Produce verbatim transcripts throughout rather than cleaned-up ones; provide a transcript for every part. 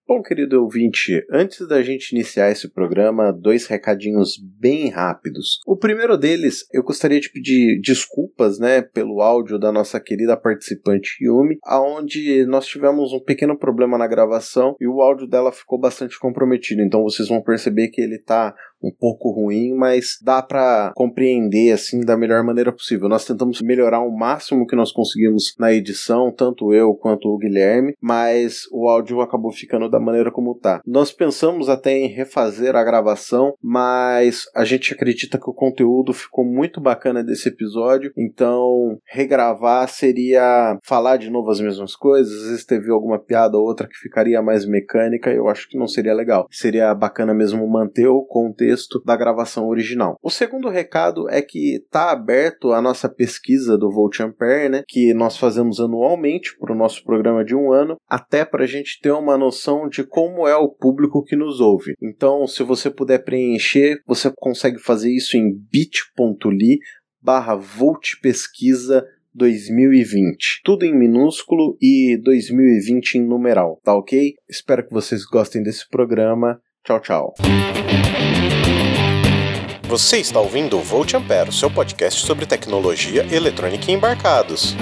Bom, querido ouvinte, antes da gente iniciar esse programa, dois recadinhos bem rápidos. O primeiro deles, eu gostaria de pedir desculpas, né, pelo áudio da nossa querida participante Yumi, aonde nós tivemos um pequeno problema na gravação e o áudio dela ficou bastante comprometido, então vocês vão perceber que ele tá um pouco ruim, mas dá pra compreender assim da melhor maneira possível. Nós tentamos melhorar o máximo que nós conseguimos na edição, tanto eu quanto o Guilherme, mas o áudio acabou ficando da maneira como tá. Nós pensamos até em refazer a gravação, mas a gente acredita que o conteúdo ficou muito bacana desse episódio, então regravar seria falar de novo as mesmas coisas, às vezes teve alguma piada ou outra que ficaria mais mecânica, eu acho que não seria legal. Seria bacana mesmo manter o contexto da gravação original. O segundo recado é que está aberto a nossa pesquisa do Volt Ampere, né, que nós fazemos anualmente para o nosso programa de um ano, até para a gente ter uma noção de como é o público que nos ouve. Então, se você puder preencher, você consegue fazer isso em bit.ly barra voltpesquisa dois mil e vinte. Tudo em minúsculo e dois mil e vinte em numeral, tá ok? Espero que vocês gostem desse programa. Tchau, tchau. Você está ouvindo o Volt Ampere, seu podcast sobre tecnologia, eletrônica e embarcados.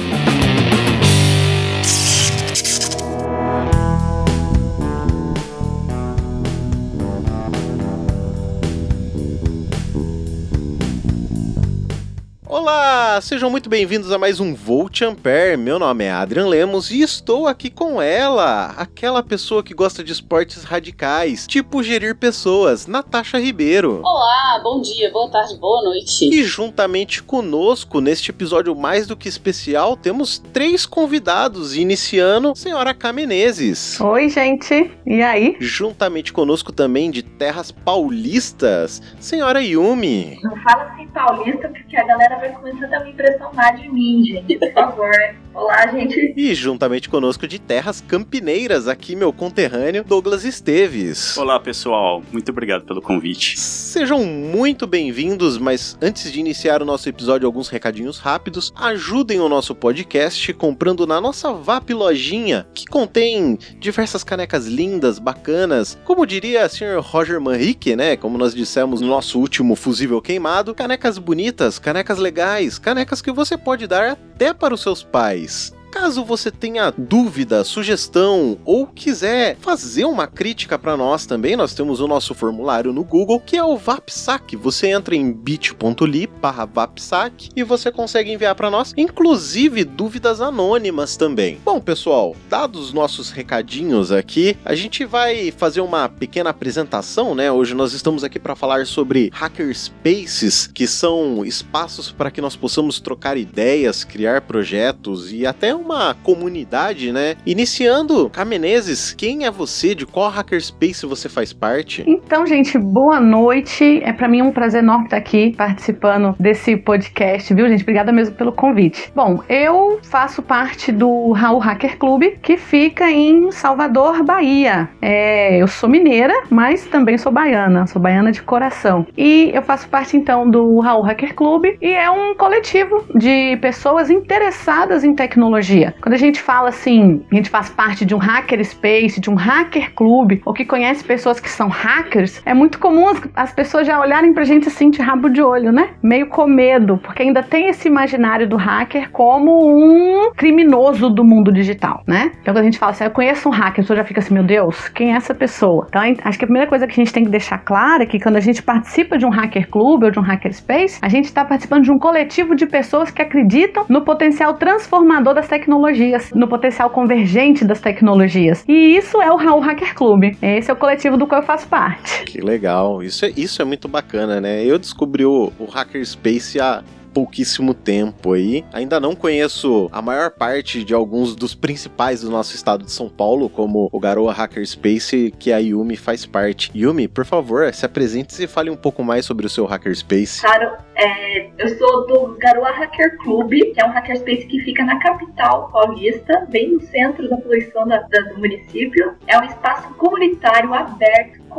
Olá, sejam muito bem-vindos a mais um Volt Ampere. Meu nome é Adrian Lemos e estou aqui com ela, aquela pessoa que gosta de esportes radicais, tipo gerir pessoas, Natasha Ribeiro. Olá, bom dia, boa tarde, boa noite. E juntamente conosco, neste episódio mais do que especial, temos três convidados, iniciando Senhora Ká Menezes. Oi, gente, e aí? Juntamente conosco também de terras paulistas, Senhora Yumi. Não fala assim paulista porque a galera vai começar a ter uma impressão má de mim, gente, por favor. Olá, gente. E juntamente conosco de terras campineiras, aqui meu conterrâneo Douglas Esteves. Olá, pessoal. Muito obrigado pelo convite. Sejam muito bem-vindos, mas antes de iniciar o nosso episódio, alguns recadinhos rápidos. Ajudem o nosso podcast comprando na nossa V A P Lojinha, que contém diversas canecas lindas, bacanas. Como diria o senhor Roger Manrique, né? Como nós dissemos no nosso último fusível queimado, canecas bonitas, canecas legais, canecas que você pode dar até para os seus pais. Caso você tenha dúvida, sugestão ou quiser fazer uma crítica para nós também, nós temos o nosso formulário no Google, que é o VapSac. Você entra em bit.ly barra VapSac e você consegue enviar para nós, inclusive dúvidas anônimas também. Bom, pessoal, dados os nossos recadinhos aqui, a gente vai fazer uma pequena apresentação, né? Hoje nós estamos aqui para falar sobre hackerspaces, que são espaços para que nós possamos trocar ideias, criar projetos e até uma comunidade, né? Iniciando, Ká Menezes, quem é você? De qual hackerspace você faz parte? Então, gente, boa noite. É pra mim um prazer enorme estar aqui participando desse podcast, viu, gente? Obrigada mesmo pelo convite. Bom, eu faço parte do Raul Hacker Club, que fica em Salvador, Bahia. É, eu sou mineira, mas também sou baiana. Sou baiana de coração. E eu faço parte, então, do Raul Hacker Club e é um coletivo de pessoas interessadas em tecnologia. Quando a gente fala assim, a gente faz parte de um hackerspace, de um hacker clube, ou que conhece pessoas que são hackers, é muito comum as, as pessoas já olharem pra gente assim de rabo de olho, né? Meio com medo, porque ainda tem esse imaginário do hacker como um criminoso do mundo digital, né? Então quando a gente fala assim, eu conheço um hacker, a pessoa já fica assim, meu Deus, quem é essa pessoa? Então acho que a primeira coisa que a gente tem que deixar clara é que quando a gente participa de um hacker clube ou de um hackerspace, a gente está participando de um coletivo de pessoas que acreditam no potencial transformador das tecnologias, no potencial convergente das tecnologias. E isso é o Raul Hacker Club. Esse é o coletivo do qual eu faço parte. Que legal. Isso é, isso é muito bacana, né? Eu descobri o, o Hackerspace há pouquíssimo tempo aí. Ainda não conheço a maior parte de alguns dos principais do nosso estado de São Paulo, como o Garoa Hackerspace, que a Yumi faz parte. Yumi, por favor, se apresente e fale um pouco mais sobre o seu Hackerspace. Claro, é, eu sou do Garoa Hacker Club, que é um hackerspace que fica na capital paulista, bem no centro da poluição da, da, do município. É um espaço comunitário aberto,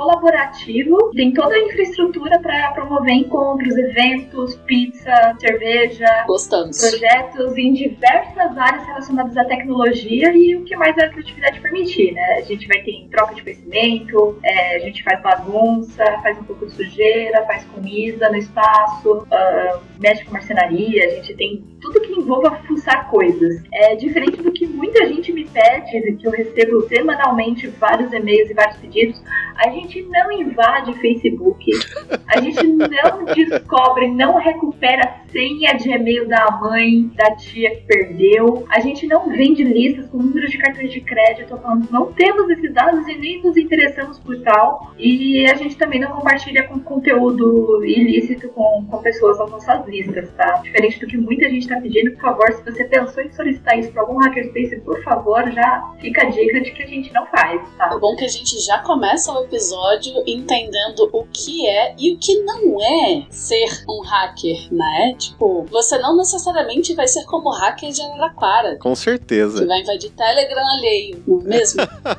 colaborativo, tem toda a infraestrutura para promover encontros, eventos, pizza, cerveja, Gostamos. projetos em diversas áreas relacionadas à tecnologia e o que mais a criatividade permitir, né? A gente vai ter troca de conhecimento, é, a gente faz bagunça, faz um pouco de sujeira, faz comida no espaço, uh, mexe com marcenaria, a gente tem tudo que envolva fuçar coisas. É diferente do que muita gente me pede, que eu recebo semanalmente vários e-mails e vários pedidos. A gente não invade Facebook, a gente não descobre, não recupera a senha de e-mail da mãe, da tia que perdeu, a gente não vende listas com números de cartões de crédito, não temos esses dados e nem nos interessamos por tal, e a gente também não compartilha com conteúdo ilícito com, com pessoas nas nossas listas, tá? Diferente do que muita gente tá pedindo, por favor, se você pensou em solicitar isso para algum hackerspace, por favor, já fica a dica de que a gente não faz, tá? É bom que a gente já começa o episódio entendendo o que é e o que não é ser um hacker, né? Tipo, você não necessariamente vai ser como hacker de Araraquara. Com certeza. Que vai invadir Telegram alheio, não é mesmo?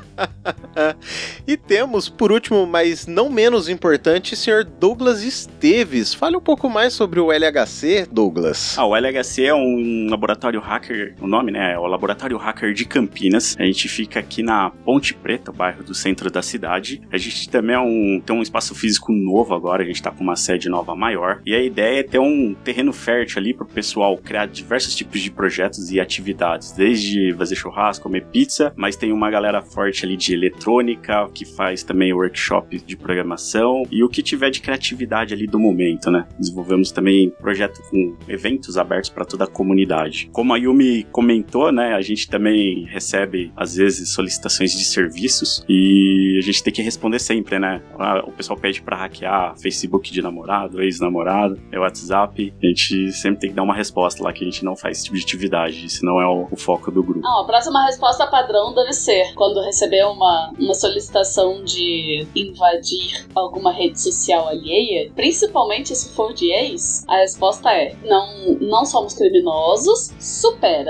E temos, por último, mas não menos importante, o senhor Douglas Esteves. Fale um pouco mais sobre o L H C, Douglas. Ah, o L H C é um laboratório hacker, o nome, né? É o Laboratório Hacker de Campinas. A gente fica aqui na Ponte Preta, o bairro do centro da cidade. A gente também é um, tem um espaço físico novo agora, a gente tá com uma sede nova maior. E a ideia é ter um terreno fértil ali pro pessoal criar diversos tipos de projetos e atividades. Desde fazer churrasco, comer pizza, mas tem uma galera forte ali de eletrônica, que faz também workshop de programação e o que tiver de criatividade ali do momento, né? Desenvolvemos também projeto com eventos abertos para toda a comunidade. Como a Yumi comentou, né? A gente também recebe, às vezes, solicitações de serviços e a gente tem que responder sempre, né? O pessoal pede para hackear Facebook de namorado, ex-namorado, é WhatsApp. A gente sempre tem que dar uma resposta lá, que a gente não faz esse tipo de atividade, senão é o, o foco do grupo. Não, a próxima resposta padrão deve ser quando receber uma, uma solicitação de invadir alguma rede social alheia, principalmente se for de ex, a resposta é: não, não somos criminosos, supera.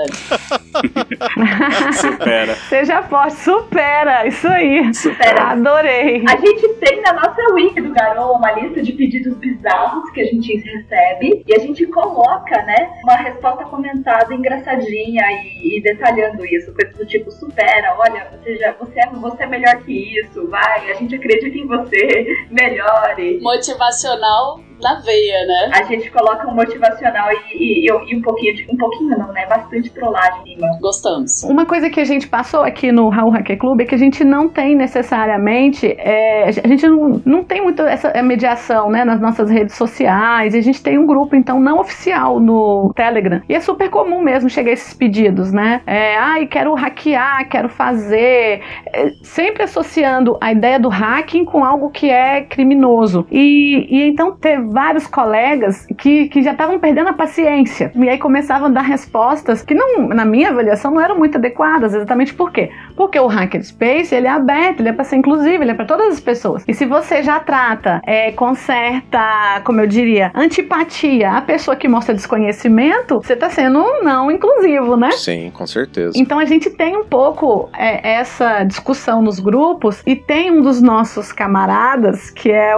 Supera. Seja forte, supera, isso aí. Supera. Adorei. A gente tem na nossa wiki do Garou uma lista de pedidos bizarros que a gente recebe e a gente coloca, né, uma resposta comentada engraçadinha e, e detalhando isso, coisas do tipo: supera, olha, você, já, você, é, você é melhor que isso, vai, a gente acredita em você, melhore. Motivacional na veia, né? A gente coloca um motivacional e, e, e um pouquinho, de, um pouquinho não, né, bastante trollagem, mano. Gostamos. Uma coisa que a gente passou aqui no Raul Hacker Club é que a gente não tem necessariamente, é, a gente não, não tem muito essa mediação, né, nas nossas redes sociais, e a gente tem um grupo, então, não oficial no Telegram, e é super comum mesmo chegar esses pedidos, né, é, ai, quero hackear, quero fazer, é, sempre associando a ideia do hacking com algo que é criminoso, e, e então teve vários colegas que, que já estavam perdendo a paciência, e aí começavam a dar respostas que, não, na minha avaliação, não eram muito adequadas. Exatamente por quê? Porque o Hackerspace, ele é aberto, ele é para ser inclusivo, ele é para todas as pessoas. E se você já trata é, com certa, como eu diria, antipatia a pessoa que mostra desconhecimento, você tá sendo não inclusivo, né? Sim, com certeza. Então a gente tem um pouco é, essa discussão nos grupos, e tem um dos nossos camaradas, que é o,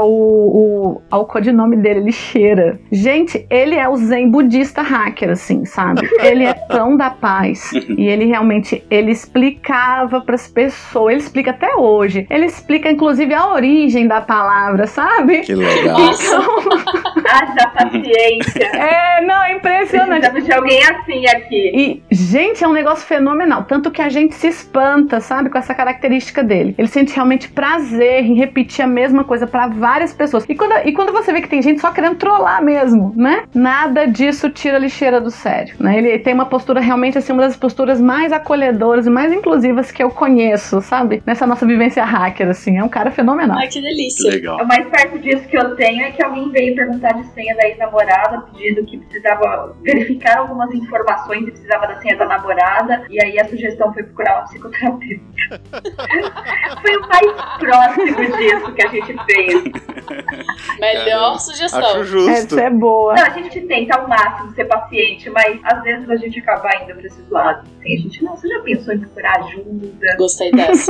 o, o codinome dele, Lixeira. Gente, ele é o zen budista hacker, assim, sabe? Ele é tão da paz. E ele realmente, ele explicava pras pessoas, ele explica até hoje. Ele explica, inclusive, a origem da palavra, sabe? Que legal. Então... Haja paciência. É, não, é impressionante. Precisamos de alguém assim aqui. E, gente, é um negócio fenomenal. Tanto que a gente se espanta, sabe, com essa característica dele. Ele sente realmente prazer em repetir a mesma coisa pra várias pessoas. E quando, e quando você vê que tem gente só querendo trollar mesmo, né? Nada disso tira a Lixeira do sério, né? Ele tem uma postura realmente, assim, uma das posturas mais acolhedoras e mais inclusivas que eu conheço, sabe? Nessa nossa vivência hacker, assim. É um cara fenomenal. Ai, que delícia. Legal. O mais perto disso que eu tenho é que alguém veio perguntar de senha da ex-namorada, pedindo que precisava verificar algumas informações e precisava da senha da namorada, e aí a sugestão foi procurar uma psicoterapeuta. Foi o mais próximo disso que a gente fez. Melhor Cara, sugestão. Acho justo. Essa é boa. Não, a gente tenta ao máximo ser paciente, mas às vezes a gente acaba indo pra esses lados. Assim, a gente, não, você já pensou em procurar ajuda? Gostei dessa.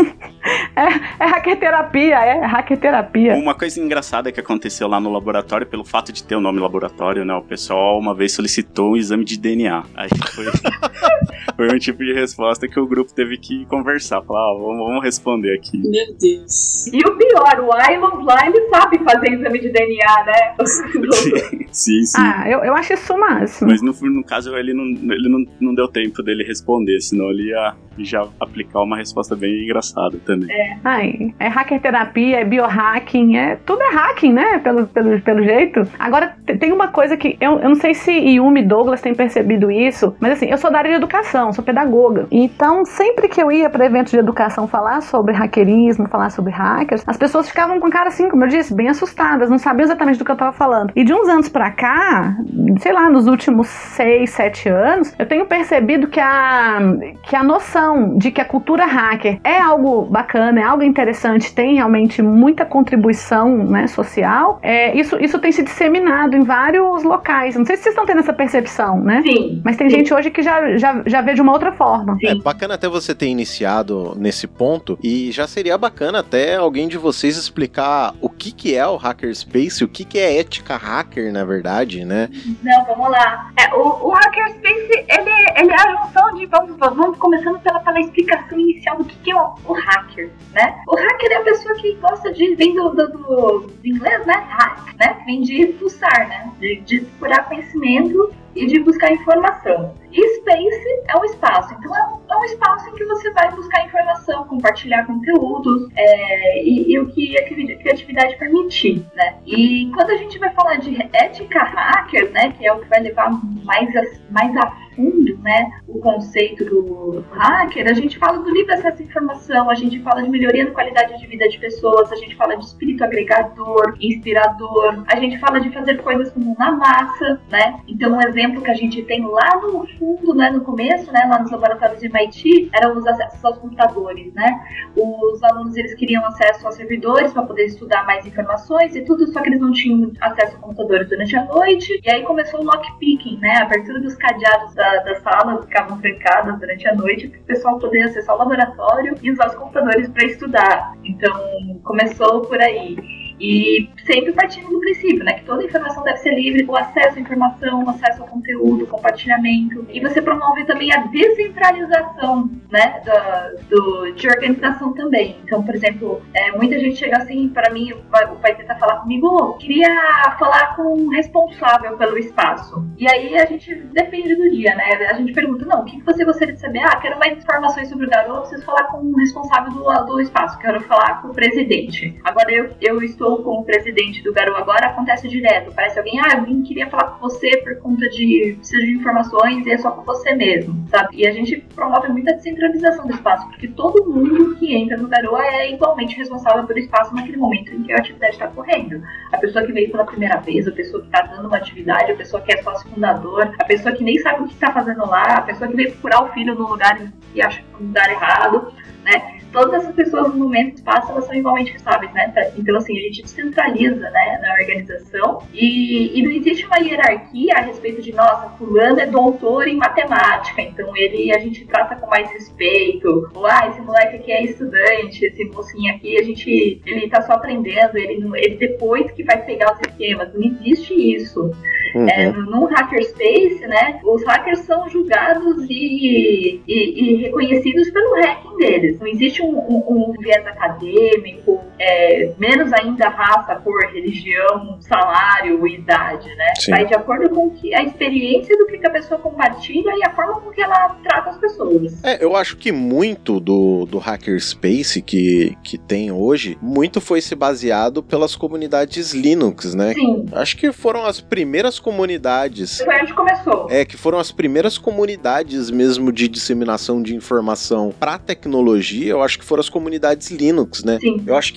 É, é hacker terapia, é hacker terapia. Uma coisa engraçada que aconteceu lá no laboratório, pelo fato de ter o nome laboratório, né? O pessoal uma vez solicitou um exame de D N A. Aí foi, foi um tipo de resposta que o grupo teve que conversar. Falar, ah, vamos, vamos responder aqui. Meu Deus. E o pior, o Ailon lá, ele sabe fazer exame de D N A, né? Sim, sim. sim. Ah, eu, eu acho isso o máximo. Mas no, no caso ele, não, ele não, não deu tempo dele responder, senão ele ia já aplicar uma resposta bem engraçada também. É. Ai, é hacker terapia, é biohacking, é, tudo é hacking, né? Pelo, pelo, pelo jeito. Agora, t- tem uma coisa que eu, eu não sei se Yumi e Douglas têm percebido isso, mas assim, eu sou da área de educação, sou pedagoga. Então, sempre que eu ia para eventos de educação falar sobre hackerismo, falar sobre hackers, as pessoas ficavam com cara assim, como eu disse, bem assustadas, não sabiam exatamente do que eu tava falando. E de uns anos pra cá, sei lá, nos últimos seis, sete anos, eu tenho percebido que a, que a noção de que a cultura hacker é algo bacana, é algo interessante, tem realmente muita contribuição, né, social, é, isso, isso tem se disseminado em vários locais. Não sei se vocês estão tendo essa percepção, né? Sim. Mas tem sim. gente hoje que já, já, já vê de uma outra forma. É bacana até você ter iniciado nesse ponto, e já seria bacana até alguém de vocês explicar o que, que é o hackerspace, o que, que é ética hacker, na verdade, né? Não, vamos lá. É, o, o hackerspace, ele, ele é a junção de, vamos, vamos começando pela, pela explicação inicial do que, que é o, o hacker, né? O hacker é a pessoa que gosta de, vem do, do, do, do inglês, né? Hack, né? Vem de pulsar, né? De, de procurar conhecimento e de buscar informação. E space é um espaço, então é um, é um espaço em que você vai buscar informação, compartilhar conteúdos é, e, e o que a criatividade permitir, né? E quando a gente vai falar de ética hacker, né, que é o que vai levar mais a, mais a fundo, né, o conceito do hacker, a gente fala do livre acesso à informação, a gente fala de melhoria na qualidade de vida de pessoas, a gente fala de espírito agregador, inspirador, a gente fala de fazer coisas como na massa, né? Então um exemplo que a gente tem lá no fundo, né, no começo, né, lá nos laboratórios de M I T, eram os acessos aos computadores, né? Os alunos, eles queriam acesso aos servidores para poder estudar mais informações e tudo, só que eles não tinham acesso a computadores durante a noite, e aí começou o lockpicking, né? A abertura dos cadeados da, da sala ficavam trancadas durante a noite para o pessoal poder acessar o laboratório e usar os computadores para estudar. Então, começou por aí. E sempre partindo do princípio, né, que toda informação deve ser livre, o acesso à informação, o acesso ao conteúdo, compartilhamento. E você promove também a descentralização, né, do, do, de organização também. Então, por exemplo, é, muita gente chega assim para mim, vai, vai tentar falar comigo, oh, queria falar com um responsável pelo espaço. E aí a gente depende do dia, né? A gente pergunta, não, o que você gostaria de saber? Ah, quero mais informações sobre o garoto, preciso falar com um responsável do, do espaço, quero falar com o presidente. Agora eu, eu estou como presidente do Garou agora, acontece direto. Parece alguém, ah, eu queria falar com você por conta de preciso de informações e é só com você mesmo, sabe? E a gente promove muita descentralização do espaço, porque todo mundo que entra no Garou é igualmente responsável pelo espaço naquele momento em que a atividade está correndo. A pessoa que veio pela primeira vez, a pessoa que está dando uma atividade, a pessoa que é sócio fundador, a pessoa que nem sabe o que está fazendo lá, a pessoa que veio procurar o filho num lugar que acha que é um lugar errado, né? Todas essas pessoas no momento e espaço, elas são igualmente responsáveis, né? Então, assim, a gente descentraliza, né, na organização e, e não existe uma hierarquia a respeito de, nossa, fulano é doutor em matemática, então ele a gente trata com mais respeito, ou, ah, esse moleque aqui é estudante, esse mocinho aqui, a gente, ele tá só aprendendo, ele, ele depois que vai pegar os esquemas, não existe isso. Uhum. É, num hackerspace, né, os hackers são julgados e, e, e reconhecidos pelo hacking deles. Não existe um, um, um viés acadêmico, é, menos ainda raça, cor, religião, salário, idade, né? Sim. Vai de acordo com que a experiência do que a pessoa compartilha e a forma com que ela trata as pessoas. É, eu acho que muito do, do hackerspace que, que tem hoje, muito foi se baseado pelas comunidades Linux, né? Sim. Acho que foram as primeiras comunidades. Foi onde começou. É, que foram as primeiras comunidades mesmo de disseminação de informação para tecnologia, eu acho que foram as comunidades Linux, né? Sim. Eu acho que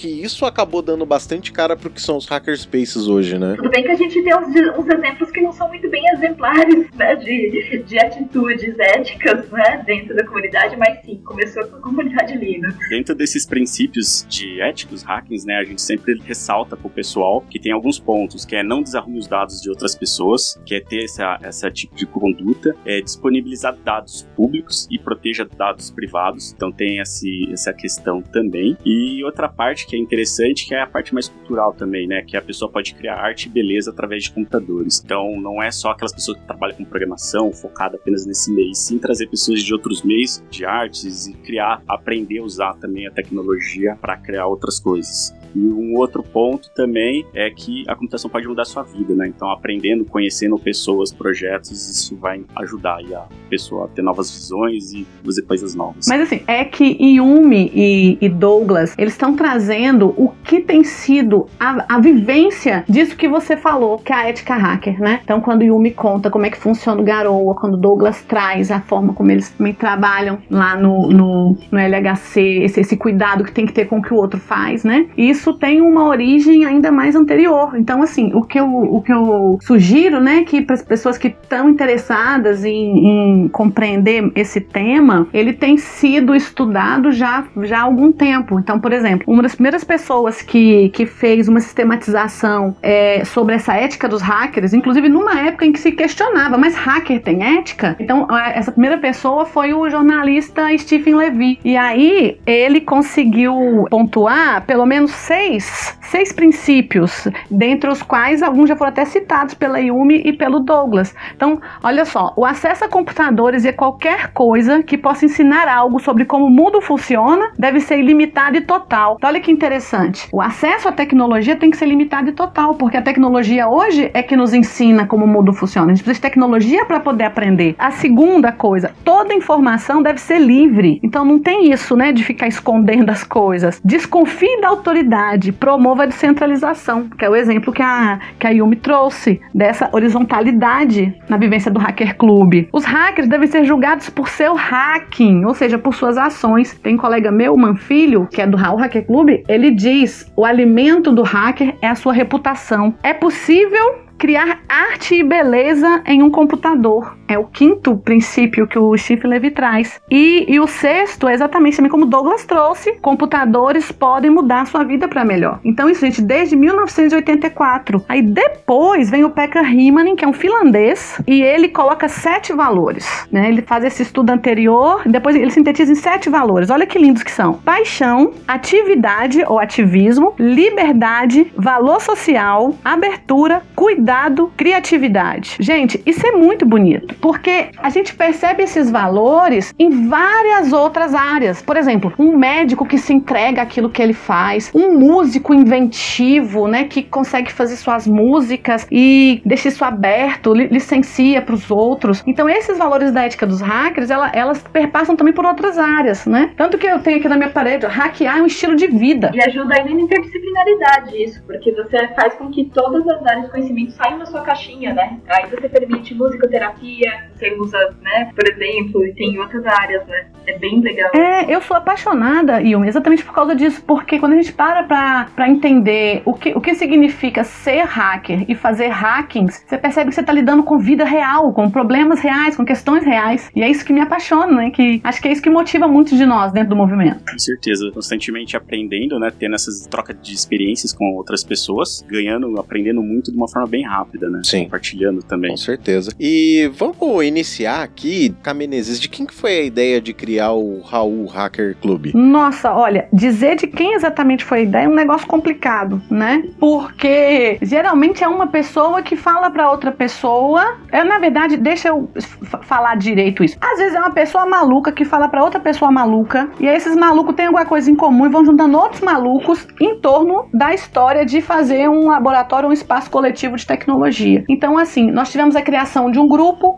que isso acabou dando bastante cara pro que são os hackerspaces hoje, né? Tudo bem que a gente tem uns, uns exemplos que não são muito bem exemplares, né, de, de atitudes éticas, né, dentro da comunidade, mas sim, começou com a comunidade Linux. Dentro desses princípios de éticos hackings, né, a gente sempre ressalta pro pessoal que tem alguns pontos, que é não desarrume os dados de outras pessoas, que é ter essa, essa tipo de conduta, é disponibilizar dados públicos e proteja dados privados, então tem esse, essa questão também. E outra parte que é interessante, que é a parte mais cultural também, né, que a pessoa pode criar arte e beleza através de computadores. Então não é só aquelas pessoas que trabalham com programação, focada apenas nesse meio, sim trazer pessoas de outros meios de artes e criar, aprender a usar também a tecnologia para criar outras coisas. E um outro ponto também é que a computação pode mudar a sua vida, né? Então, aprendendo, conhecendo pessoas, projetos, isso vai ajudar aí a pessoa a ter novas visões e fazer coisas novas. Mas assim, é que Yumi e, e Douglas, eles estão trazendo o que tem sido a, a vivência disso que você falou, que é a ética hacker, né? Então, quando Yumi conta como é que funciona o Garoa, quando Douglas traz a forma como eles também trabalham lá no, no, no L H C, esse, esse cuidado que tem que ter com o que o outro faz, né? Isso Isso tem uma origem ainda mais anterior. Então, assim, o que eu, o que eu sugiro, né, que para as pessoas que estão interessadas em, em compreender esse tema, ele tem sido estudado já, já há algum tempo. Então, por exemplo, uma das primeiras pessoas que, que fez uma sistematização é, sobre essa ética dos hackers, inclusive numa época em que se questionava, mas hacker tem ética? Então, essa primeira pessoa foi o jornalista Stephen Levy. E aí, ele conseguiu pontuar pelo menos seis, seis princípios, dentre os quais alguns já foram até citados pela Yumi e pelo Douglas. Então, olha só, o acesso a computadores e a qualquer coisa que possa ensinar algo sobre como o mundo funciona deve ser ilimitado e total. Então, olha que interessante. O acesso à tecnologia tem que ser limitado e total, porque a tecnologia hoje é que nos ensina como o mundo funciona. A gente precisa de tecnologia para poder aprender. A segunda coisa, toda informação deve ser livre. Então, não tem isso, né, de ficar escondendo as coisas. Desconfie da autoridade, promova a descentralização, que é o exemplo que a, que a Yumi trouxe, dessa horizontalidade na vivência do Hacker Club. Os hackers devem ser julgados por seu hacking, ou seja, por suas ações. Tem um colega meu, Manfilho, que é do Hacker Club, ele diz: o alimento do hacker é a sua reputação. É possível criar arte e beleza em um computador. É o quinto princípio que o Stephen Levy traz. E, e o sexto é exatamente também como Douglas trouxe: computadores podem mudar a sua vida para melhor. Então isso, gente, desde mil novecentos e oitenta e quatro. Aí depois vem o Pekka Hymanen, que é um finlandês, e ele coloca sete valores, né? Ele faz esse estudo anterior, depois ele sintetiza em sete valores. Olha que lindos que são: paixão, atividade ou ativismo, liberdade, valor social, abertura, cuidado, criatividade. Gente, isso é muito bonito, porque a gente percebe esses valores em várias outras áreas. Por exemplo, um médico que se entrega àquilo que ele faz, um músico inventivo, né, que consegue fazer suas músicas e deixa isso aberto, li- licencia para os outros. Então, esses valores da ética dos hackers, ela, elas perpassam também por outras áreas, né? Tanto que eu tenho aqui na minha parede, ó, hackear é um estilo de vida. E ajuda ainda na interdisciplinaridade isso, porque você faz com que todas as áreas de conhecimento saiam da sua caixinha, né? Aí você permite musicoterapia, você usa, né, por exemplo, e tem outras áreas, né? É bem legal. É, eu sou apaixonada, Yumi, exatamente por causa disso, porque quando a gente para pra, pra entender o que, o que significa ser hacker e fazer hackings, você percebe que você tá lidando com vida real, com problemas reais, com questões reais, e é isso que me apaixona, né? Que acho que é isso que motiva muitos de nós dentro do movimento. Com certeza, constantemente aprendendo, né? Tendo essas trocas de experiências com outras pessoas, ganhando, aprendendo muito de uma forma bem rápida, né? Sim. Compartilhando também. Com certeza. E vamos iniciar aqui, Cá Menezes, de quem que foi a ideia de criar o Raul Hacker Club? Nossa, olha, dizer de quem exatamente foi a ideia é um negócio complicado, né? Porque geralmente é uma pessoa que fala pra outra pessoa. É, na verdade, deixa eu f- falar direito isso. Às vezes é uma pessoa maluca que fala pra outra pessoa maluca, e aí esses malucos têm alguma coisa em comum e vão juntando outros malucos em torno da história de fazer um laboratório, um espaço coletivo de tecnologia. Então, assim, nós tivemos a criação de um grupo, uma, uma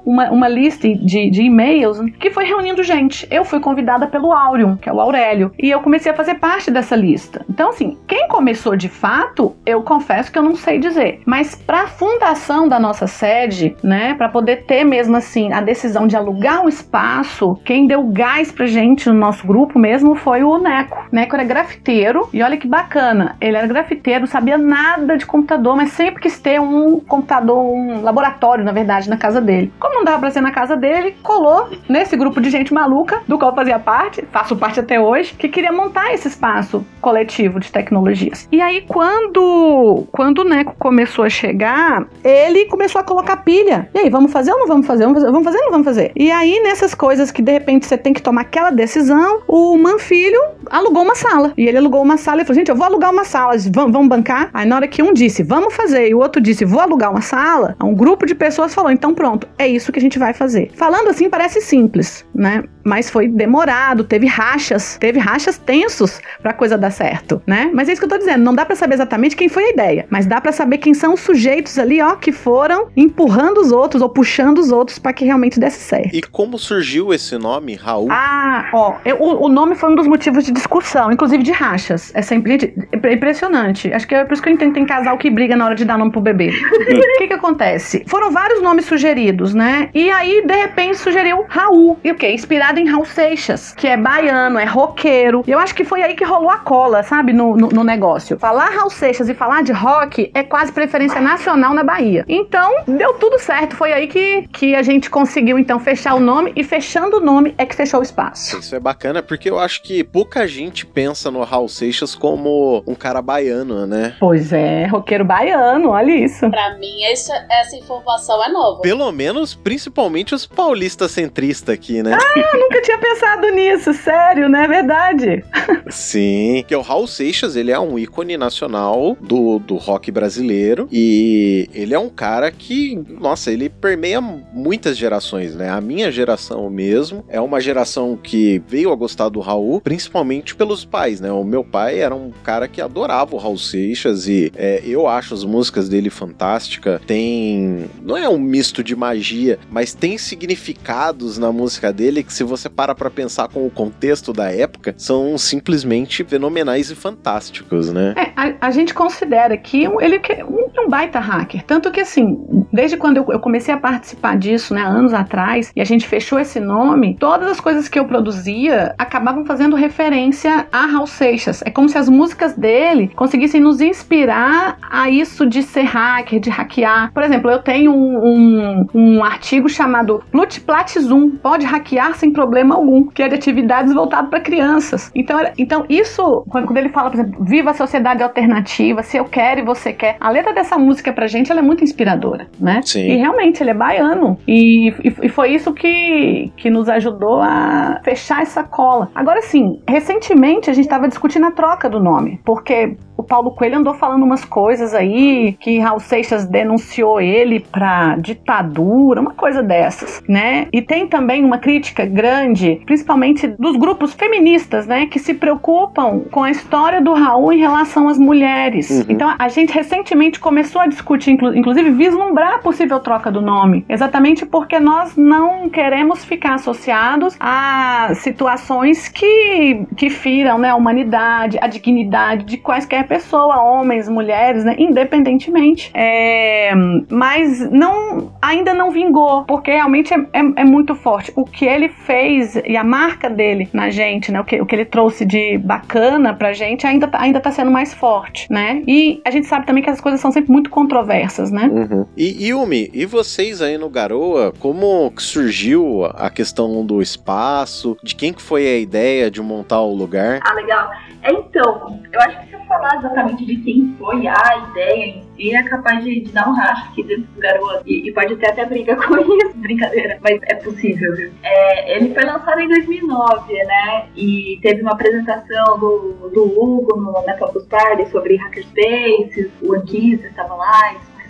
uma lista de, de e-mails que foi reunindo gente. Eu fui convidada pelo Áureo, que é o Aurélio, e eu comecei a fazer parte dessa lista. Então, assim, quem começou de fato, eu confesso que eu não sei dizer. Mas para a fundação da nossa sede, né, para poder ter mesmo assim a decisão de alugar um espaço, quem deu gás pra gente no nosso grupo mesmo foi o Neco. O Neco era grafiteiro, e olha que bacana, ele era grafiteiro, não sabia nada de computador, mas sempre quis ter um computador, um laboratório, na verdade, na casa dele. Como não dava pra ser na casa dele, colou nesse grupo de gente maluca, do qual fazia parte, faço parte até hoje, que queria montar esse espaço coletivo de tecnologias. E aí, quando, quando o Neco começou a chegar, ele começou a colocar pilha. E aí, vamos fazer ou não vamos fazer? Vamos fazer, vamos fazer ou não vamos fazer? E aí, nessas coisas que, de repente, você tem que tomar aquela decisão, o Manfilho alugou uma sala. E ele alugou uma sala e falou, gente, eu vou alugar uma sala, vamos, vamos bancar? Aí, na hora que um disse, vamos fazer, e o outro disse, vou alugar uma sala, um grupo de pessoas falou, então pronto, é isso que a gente vai fazer. Falando assim, parece simples, né? Mas foi demorado, teve rachas, teve rachas tensos pra coisa dar certo, né? Mas é isso que eu tô dizendo, não dá pra saber exatamente quem foi a ideia, mas dá pra saber quem são os sujeitos ali, ó, que foram empurrando os outros ou puxando os outros pra que realmente desse certo. E como surgiu esse nome, Raul? Ah, ó, eu, o, o nome foi um dos motivos de discussão, inclusive de rachas. É sempre é impressionante. Acho que é por isso que eu entendo que tem casal que briga na hora de dar nome pro bebê. O que que acontece? Foram vários nomes sugeridos, né? E aí, de repente, sugeriu Raul. E o quê? Inspirado em Raul Seixas, que é baiano, é roqueiro. E eu acho que foi aí que rolou a cola, sabe? No, no, no negócio. Falar Raul Seixas e falar de rock é quase preferência nacional na Bahia. Então, deu tudo certo. Foi aí que, que a gente conseguiu, então, fechar o nome. E fechando o nome é que fechou o espaço. Isso é bacana, porque eu acho que pouca gente pensa no Raul Seixas como um cara baiano, né? Pois é, roqueiro baiano, olha isso. Pra mim, essa, essa informação é nova. Pelo menos, principalmente os paulistas centristas aqui, né? Ah, eu nunca tinha pensado nisso, sério, né? É verdade. Sim, que o Raul Seixas, ele é um ícone nacional do, do rock brasileiro, e ele é um cara que, nossa, ele permeia muitas gerações, né? A minha geração mesmo é uma geração que veio a gostar do Raul, principalmente pelos pais, né? O meu pai era um cara que adorava o Raul Seixas, e é, eu acho as músicas dele fantásticas. Tem, não é um misto de magia, mas tem significados na música dele que, se você para pra pensar com o contexto da época, são simplesmente fenomenais e fantásticos, né? É, a, a gente considera que ele é um, um baita hacker, tanto que assim, desde quando eu, eu comecei a participar disso, né, anos atrás, e a gente fechou esse nome, todas as coisas que eu produzia acabavam fazendo referência a Raul Seixas. É como se as músicas dele conseguissem nos inspirar a isso de ser hacker, de hackear. Por exemplo, eu tenho um, um, um artigo chamado Plutplat Zoom, pode hackear sem problema algum, que é de atividades voltadas para crianças. Então, então isso, quando ele fala, por exemplo, viva a sociedade alternativa, se eu quero e você quer, a letra dessa música pra gente, ela é muito inspiradora, né? Sim. E realmente, ele é baiano. E, e, e foi isso que, que nos ajudou a fechar essa cola. Agora sim, recentemente a gente estava discutindo a troca do nome, porque o Paulo Coelho andou falando umas coisas aí, que Raul Seixas denunciou ele pra ditadura, uma coisa dessas, né? E tem também uma crítica grande, principalmente dos grupos feministas, né? Que se preocupam com a história do Raul em relação às mulheres. Uhum. Então a gente recentemente começou a discutir, inclu- inclusive vislumbrar a possível troca do nome, exatamente porque nós não queremos ficar associados a situações que, que firam, né, a humanidade, a dignidade de quaisquer pessoa, homens, mulheres, né, independentemente. É, mas não, ainda não vingou, porque realmente é, é, é muito forte. O que ele fez e a marca dele na gente, né, o que, o que ele trouxe de bacana pra gente ainda, ainda tá sendo mais forte, né? E a gente sabe também que as coisas são sempre muito controversas, né? Uhum. E Yumi, e vocês aí no Garoa, como que surgiu a questão do espaço? De quem que foi a ideia de montar o lugar? Ah, legal. Então, eu acho que se eu falar exatamente de quem foi a ideia em si, é capaz de, de dar um racho aqui dentro do Garoa. E, e pode ter até briga com isso, brincadeira, mas é possível, viu? É, ele foi lançado em dois mil e nove, né? E teve uma apresentação do, do Hugo no, na Campus Party sobre hackerspaces, o Anquiza estava lá,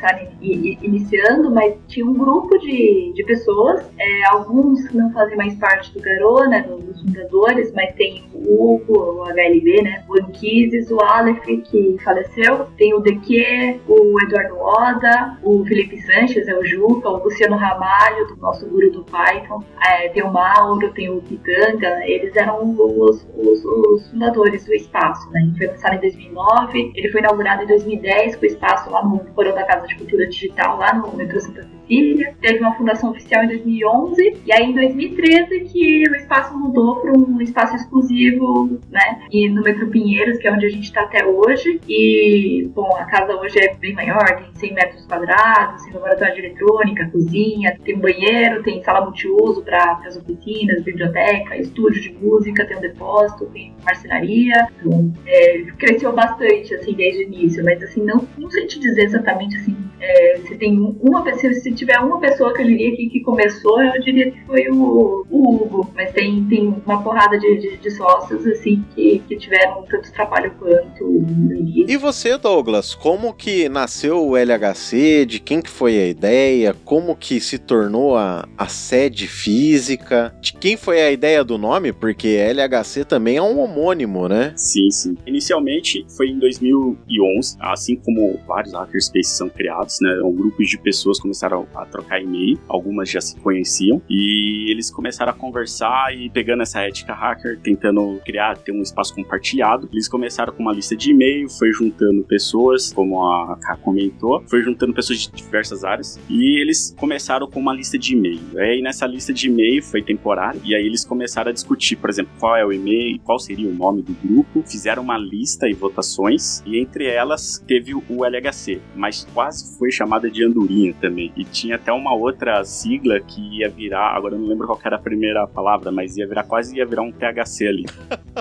estarem iniciando, mas tinha um grupo de, de pessoas, é, alguns não fazem mais parte do Garou, né, dos fundadores, mas tem o Hugo, o H L B, né, o Anquises, o Aleph, que faleceu, tem o D Q, o Eduardo Oda, o Felipe Sanches, é o Juca, o Luciano Ramalho, do nosso guru do Python, é, tem o Mauro, tem o Pitanga, eles eram os, os, os fundadores do espaço, né, ele foi lançado em dois mil e nove, ele foi inaugurado em dois mil e dez com o espaço lá no Porão da Casa de Cultura Digital, lá no metrô Santa Cecília, teve uma fundação oficial em dois mil e onze, e aí em dois mil e treze que o espaço mudou para um espaço exclusivo, né, e no metrô Pinheiros, que é onde a gente está até hoje, e, bom, a casa hoje é bem maior, tem cem metros quadrados, tem laboratório de eletrônica, cozinha, tem um banheiro, tem sala multiuso para as oficinas, biblioteca, estúdio de música, tem um depósito, tem marcenaria, então, é, cresceu bastante, assim, desde o início, mas, assim, não, não sei te dizer exatamente, assim, é, se tem uma pessoa, se tiver uma pessoa que eu diria que, que começou, eu diria que foi o, o Hugo, mas tem, tem uma porrada de, de, de sócios, assim, que, que tiveram tanto trabalho quanto no início. E você, Douglas, como que nasceu o L H C, de quem que foi a ideia, como que se tornou a, a sede física, de quem foi a ideia do nome, porque L H C também é um homônimo, né? Sim, sim. Inicialmente foi em dois mil e onze, assim como vários hackerspaces são criados, né, um grupo de pessoas começaram a trocar e-mail, algumas já se conheciam, e eles começaram a conversar e pegando essa ética hacker, tentando criar, ter um espaço compartilhado, eles começaram com uma lista de e-mail, foi juntando pessoas, como a Ká comentou, foi juntando pessoas de diversas áreas, e eles começaram com uma lista de e-mail. Aí nessa lista de e-mail foi temporária, e aí eles começaram a discutir, por exemplo, qual é o e-mail, qual seria o nome do grupo, fizeram uma lista e votações, e entre elas teve o L H C, mas quase foi chamada de Andorinha também, e tinha até uma outra sigla que ia virar, agora eu não lembro qual era a primeira palavra, mas ia virar, quase ia virar um T H C ali.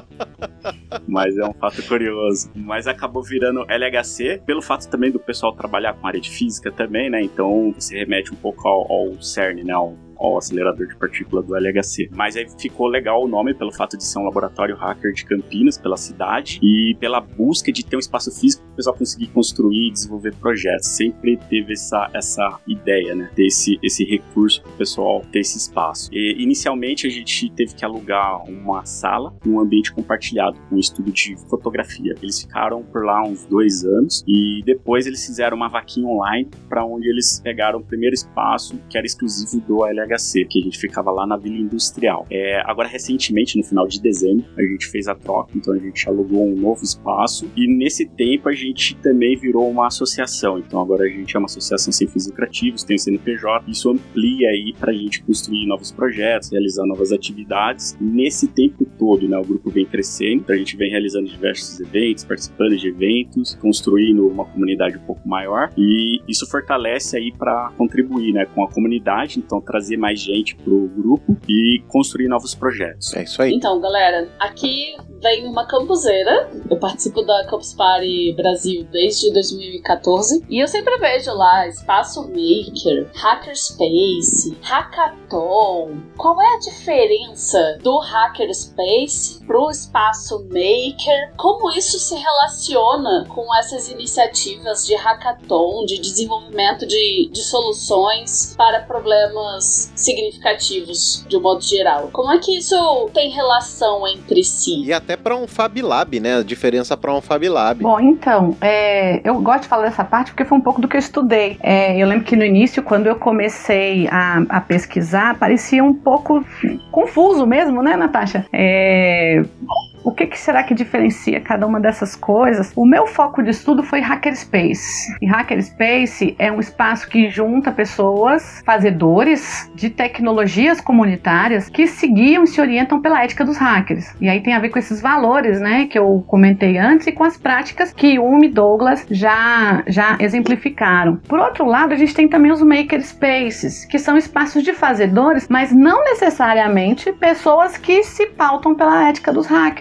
Mas é um fato curioso. Mas acabou virando L H C, pelo fato também do pessoal trabalhar com área de física também, né? Então você remete um pouco ao, ao CERN, né? Ao, ao acelerador de partícula do L H C. Mas aí ficou legal o nome pelo fato de ser um laboratório hacker de Campinas, pela cidade, e pela busca de ter um espaço físico para o pessoal conseguir construir e desenvolver projetos. Sempre teve essa, essa ideia, né? Ter esse, esse recurso para o pessoal ter esse espaço. E, inicialmente a gente teve que alugar uma sala, um ambiente compartilhado, um estudo de fotografia. Eles ficaram por lá uns dois anos e depois eles fizeram uma vaquinha online para onde eles pegaram o primeiro espaço que era exclusivo do L H C, que a gente ficava lá na Vila Industrial. É, agora, recentemente, no final de dezembro, a gente fez a troca, então a gente alugou um novo espaço e nesse tempo a gente também virou uma associação. Então agora a gente é uma associação sem fins lucrativos, tem o C N P J, isso amplia aí pra gente construir novos projetos, realizar novas atividades. Nesse tempo todo, né, o grupo vem crescendo, a gente vem realizando diversos eventos, participando de eventos, construindo uma comunidade um pouco maior e isso fortalece aí para contribuir, né, com a comunidade, então trazer mais gente pro grupo e construir novos projetos. É isso aí. Então, galera, aqui vem uma campuseira. Eu participo da Campus Party Brasil desde dois mil e catorze e eu sempre vejo lá Espaço Maker, Hackerspace, Hackathon. Qual é a diferença do Hackerspace pro Espaço Maker? Como isso se relaciona com essas iniciativas de hackathon, de desenvolvimento de, de soluções para problemas significativos, de um modo geral? Como é que isso tem relação entre si? E até para um Fab Lab, né? A diferença para um Fab Lab. Bom, então, é, eu gosto de falar dessa parte porque foi um pouco do que eu estudei. É, eu lembro que no início, quando eu comecei a, a pesquisar, parecia um pouco confuso mesmo, né, Natasha? É... O que, que será que diferencia cada uma dessas coisas? O meu foco de estudo foi Hackerspace. E Hackerspace é um espaço que junta pessoas, fazedores de tecnologias comunitárias que seguiam e se orientam pela ética dos hackers. E aí tem a ver com esses valores, né, que eu comentei antes e com as práticas que Yumi e Douglas já, já exemplificaram. Por outro lado, a gente tem também os Makerspaces, que são espaços de fazedores, mas não necessariamente pessoas que se pautam pela ética dos hackers.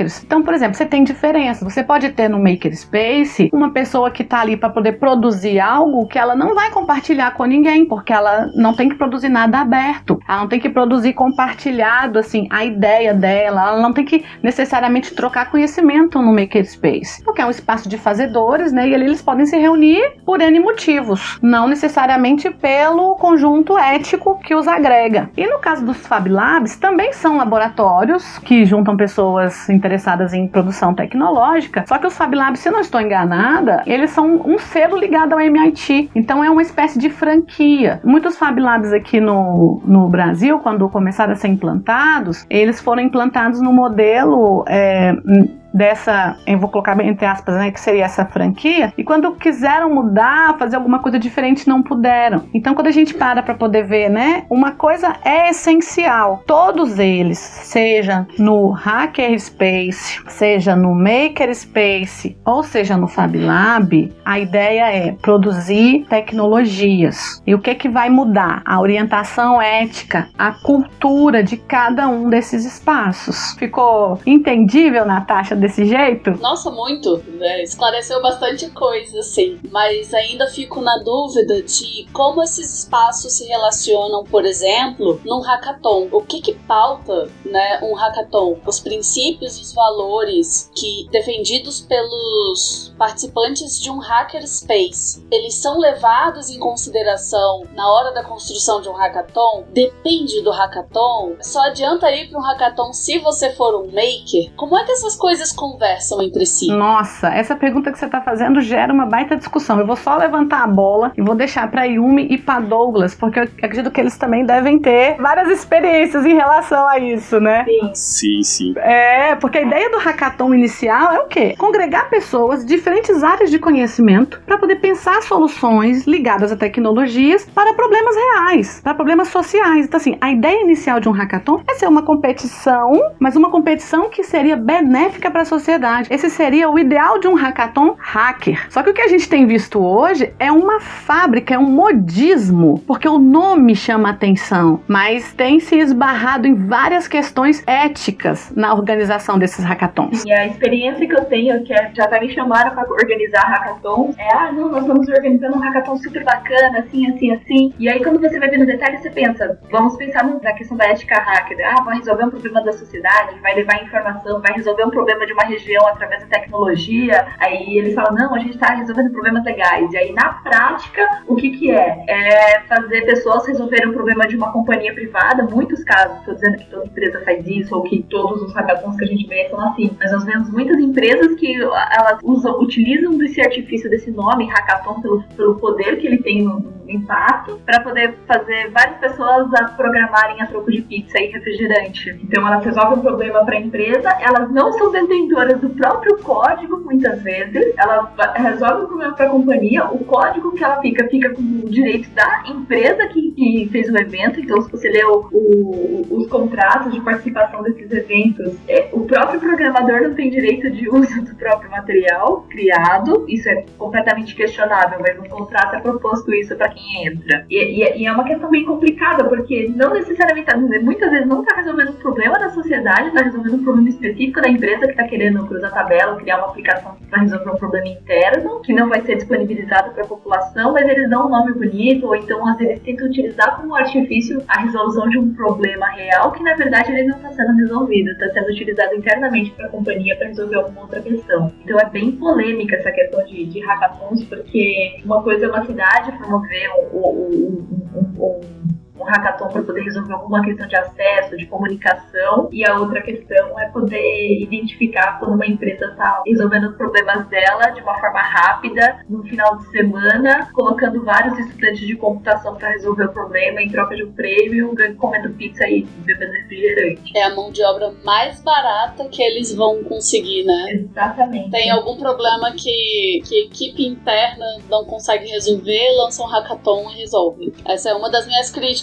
colaboradores. Então, por exemplo, você tem diferenças. Você pode ter no Makerspace uma pessoa que está ali para poder produzir algo que ela não vai compartilhar com ninguém, porque ela não tem que produzir nada aberto. Ela não tem que produzir compartilhado, assim, a ideia dela. Ela não tem que necessariamente trocar conhecimento no Makerspace, porque é um espaço de fazedores, né? E ali eles podem se reunir por N motivos, não necessariamente pelo conjunto ético que os agrega. E no caso dos Fab Labs, também são laboratórios que juntam pessoas interessadas em produção tecnológica, só que os Fab Labs, se não estou enganada, eles são um selo ligado ao M I T, então é uma espécie de franquia. Muitos Fab Labs aqui no, no Brasil, quando começaram a ser implantados, eles foram implantados no modelo é, dessa, eu vou colocar entre aspas, né, que seria essa franquia, e quando quiseram mudar, fazer alguma coisa diferente, não puderam. Então, quando a gente para para poder ver, né, uma coisa é essencial, todos eles, seja no Hackerspace, seja no Makerspace, ou seja no Fab Lab, a ideia é produzir tecnologias. E o que que vai mudar? A orientação ética, a cultura de cada um desses espaços. Ficou entendível, Natasha, desse jeito? Nossa, muito. Né? Esclareceu bastante coisa, assim. Mas ainda fico na dúvida de como esses espaços se relacionam, por exemplo, num hackathon. O que que pauta, né, um hackathon? Os princípios e os valores que, defendidos pelos participantes de um hackerspace, eles são levados em consideração na hora da construção de um hackathon? Depende do hackathon. Só adianta ir para um hackathon se você for um maker? Como é que essas coisas conversam entre si? Nossa, essa pergunta que você está fazendo gera uma baita discussão. Eu vou só levantar a bola e vou deixar para Yumi e para Douglas, porque eu acredito que eles também devem ter várias experiências em relação a isso, né? Sim. Sim, sim. É, porque a ideia do hackathon inicial é o quê? Congregar pessoas de diferentes áreas de conhecimento para poder pensar soluções ligadas a tecnologias para problemas reais, para problemas sociais. Então, assim, a ideia inicial de um hackathon é ser uma competição, mas uma competição que seria benéfica para a sociedade. Esse seria o ideal de um hackathon hacker. Só que o que a gente tem visto hoje é uma fábrica, é um modismo, porque o nome chama atenção, mas tem se esbarrado em várias questões éticas na organização desses hackathons. E a experiência que eu tenho, que é, já até me chamaram para organizar hackathons, é, ah, não, nós estamos organizando um hackathon super bacana, assim, assim, assim. E aí, quando você vai ver no detalhe, você pensa, vamos pensar na questão da ética hacker. Ah, vai resolver um problema da sociedade, vai levar informação, vai resolver um problema de uma região através da tecnologia. Aí eles falam, não, a gente está resolvendo problemas legais. E aí, na prática, o que que é? É fazer pessoas resolverem um problema de uma companhia privada. Muitos casos, estou dizendo que toda empresa faz isso, ou que todos os hackathons que a gente vê são assim. Mas nós vemos muitas empresas que elas usam, utilizam desse artifício, desse nome, hackathon, pelo, pelo poder que ele tem no, no impacto, para poder fazer várias pessoas a programarem a troco de pizza e refrigerante. Então, elas resolvem um problema para a empresa, elas não são detentoras do próprio código, muitas vezes, elas resolvem o problema para a companhia, o código que ela fica, fica com o direito da empresa que, que fez o evento. Então, se você lê o, o, os contratos de participação desses eventos, é, o próprio programador não tem direito de uso do próprio material criado. Isso é completamente questionável, mas no contrato é proposto isso para quem entra. E, e, e é uma questão bem complicada, porque não necessariamente, muitas vezes não está resolvendo um problema da sociedade, está resolvendo um problema específico da empresa que está querendo cruzar tabela, criar uma aplicação para resolver um problema interno, que não vai ser disponibilizado para a população, mas eles dão um nome bonito, ou então às vezes tentam utilizar como artifício a resolução de um problema real, que na verdade ele não está sendo resolvido, está sendo utilizado internamente para a companhia para resolver alguma outra questão. Então é bem polêmica essa questão de, de hackathons, porque uma coisa é uma cidade promover um, um, um, um, um hackathon para poder resolver alguma questão de acesso, de comunicação, e a outra questão é poder identificar quando uma empresa está resolvendo os problemas dela de uma forma rápida, no final de semana, colocando vários estudantes de computação para resolver o problema em troca de um prêmio, comendo pizza e bebendo refrigerante. É a mão de obra mais barata que eles vão conseguir, né? Exatamente. Tem algum problema que, que a equipe interna não consegue resolver, lança um hackathon e resolve. Essa é uma das minhas críticas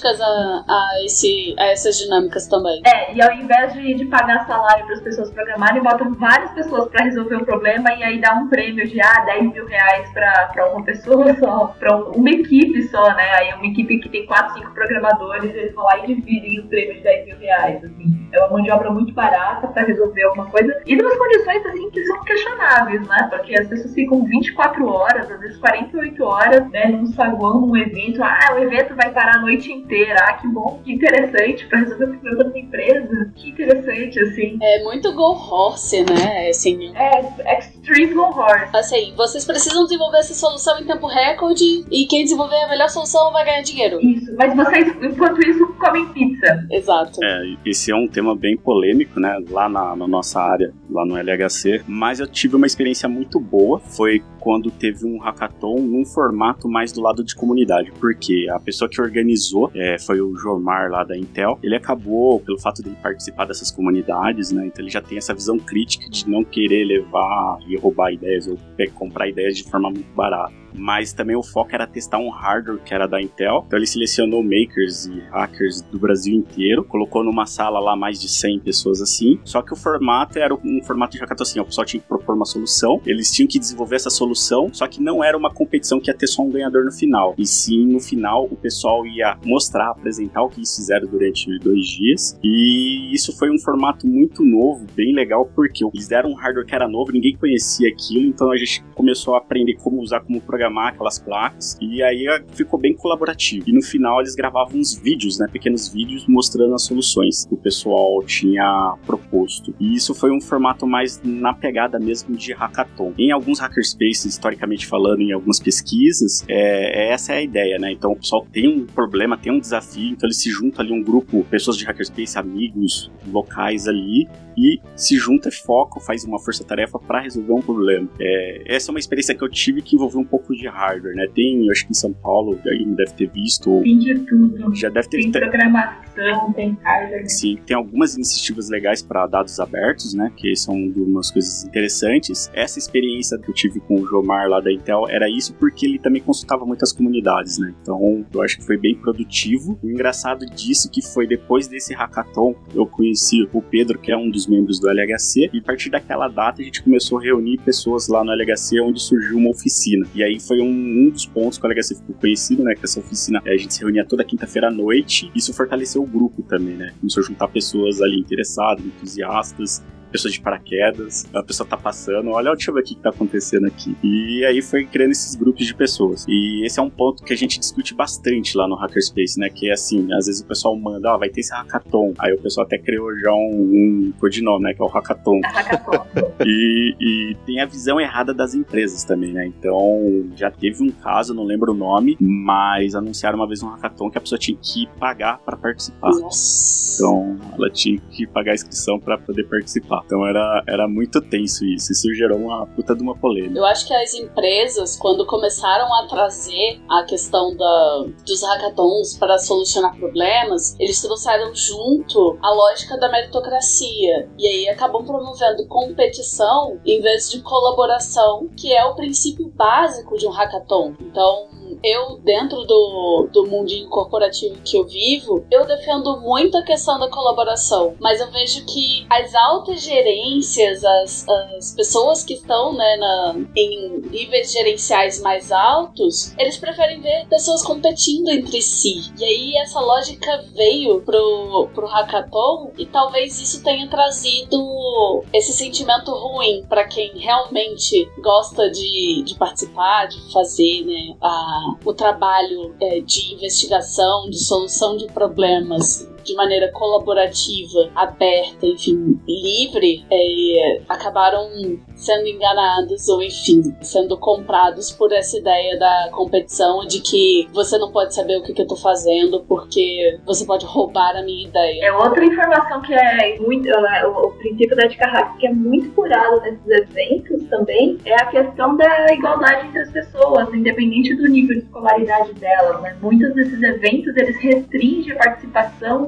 críticas a, a, esse, a essas dinâmicas também. É, e ao invés de, de pagar salário para as pessoas programarem, botam várias pessoas para resolver um problema e aí dá um prêmio de ah, dez mil reais para uma pessoa só, para uma equipe só, né? Aí uma equipe que tem quatro, cinco programadores, eles vão lá e dividem o prêmio de dez mil reais, assim. É uma mão de obra muito barata para resolver alguma coisa e numas condições, assim, que são questionáveis, né? Porque as pessoas ficam vinte e quatro horas, às vezes quarenta e oito horas, né, num saguão, num evento. Ah, o evento vai parar a noite inteira. Ah, que bom, que interessante, para resolver o problema da empresa. Que interessante, assim. É muito Go Horse, né? Assim, é, Extreme Go Horse. Assim, vocês precisam desenvolver essa solução em tempo recorde e quem desenvolver a melhor solução vai ganhar dinheiro. Isso, mas vocês, enquanto isso, comem pizza. Exato. É, esse é um tema bem polêmico, né? Lá na, na nossa área, lá no L H C. Mas eu tive uma experiência muito boa. Foi quando teve um hackathon num formato mais do lado de comunidade. Porque a pessoa que organizou é, foi o Jomar lá da Intel. Ele acabou, pelo fato de ele participar dessas comunidades, né? Então ele já tem essa visão crítica de não querer levar e roubar ideias ou comprar ideias de forma muito barata. Mas também o foco era testar um hardware que era da Intel. Então ele selecionou makers e hackers do Brasil inteiro, colocou numa sala lá mais de cem pessoas assim. Só que o formato era um formato de hackathon assim, o pessoal tinha que propor uma solução, eles tinham que desenvolver essa solução, só que não era uma competição que ia ter só um ganhador no final. E sim, no final, o pessoal ia mostrar, apresentar o que eles fizeram durante dois dias. E isso foi um formato muito novo, bem legal, porque eles deram um hardware que era novo, ninguém conhecia aquilo, então a gente começou a aprender como usar, como programar aquelas placas, e aí ficou bem colaborativo. E no final eles gravavam uns vídeos, né, pequenos vídeos mostrando as soluções que o pessoal tinha proposto. E isso foi um formato mais na pegada mesmo de hackathon. Em alguns hackerspaces, historicamente falando, em algumas pesquisas, é, essa é a ideia, né? Então o pessoal tem um problema, tem um desafio, então eles se juntam ali um grupo, pessoas de hackerspace, amigos locais ali, e se junta, foca, faz uma força-tarefa para resolver um problema. É, essa é uma experiência que eu tive que envolveu um pouco de hardware, né? Tem, eu acho que em São Paulo, aí deve ter visto. Tem de tudo. Já deve ter Tem programação, tem hardware. Né? Sim, tem algumas iniciativas legais para dados abertos, né? Que são umas coisas interessantes. Essa experiência que eu tive com o Jomar lá da Intel era isso porque ele também consultava muitas comunidades, né? Então, eu acho que foi bem produtivo. O engraçado disso que foi depois desse hackathon, eu conheci o Pedro, que é um dos membros do L H C, e a partir daquela data a gente começou a reunir pessoas lá no L H C, onde surgiu uma oficina. E aí foi um, um dos pontos que o L H C ficou conhecido, né? Que essa oficina, a gente se reunia toda quinta-feira à noite. Isso fortaleceu o grupo também, né? Começou a juntar pessoas ali interessadas, entusiastas, pessoas de paraquedas, a pessoa tá passando, olha, deixa eu ver o que tá acontecendo aqui. E aí foi criando esses grupos de pessoas. E esse é um ponto que a gente discute bastante lá no Hackerspace, né? Que é assim, às vezes o pessoal manda, ó, oh, vai ter esse hackathon. Aí o pessoal até criou já um, um codinome, né? Que é o hackathon. Hackathon. e, e tem a visão errada das empresas também, né? Então, já teve um caso, não lembro o nome, mas anunciaram uma vez um hackathon que a pessoa tinha que pagar pra participar. Nossa. Então, ela tinha que pagar a inscrição pra poder participar. Então era, era muito tenso isso. Isso gerou uma puta de uma polêmica. Eu acho que as empresas, quando começaram a trazer a questão da, dos hackathons para solucionar problemas, eles trouxeram junto a lógica da meritocracia. E aí acabam promovendo competição em vez de colaboração, que é o princípio básico de um hackathon. Então, eu, dentro do, do mundinho corporativo que eu vivo, eu defendo muito a questão da colaboração, mas eu vejo que as altas gerências, as, as pessoas que estão, né, na, em níveis gerenciais mais altos, eles preferem ver pessoas competindo entre si. E aí essa lógica veio pro, pro hackathon e talvez isso tenha trazido esse sentimento ruim para quem realmente gosta de, de participar, de fazer, né, a o trabalho é, de investigação, de solução de problemas de maneira colaborativa, aberta, enfim, livre, é, acabaram sendo enganados ou, enfim, sendo comprados por essa ideia da competição de que você não pode saber o que, que eu tô fazendo porque você pode roubar a minha ideia. É outra informação que é muito, o, o princípio da ética hack que é muito curado nesses eventos também, é a questão da igualdade entre as pessoas, independente do nível de escolaridade delas, né? Muitos desses eventos, eles restringem a participação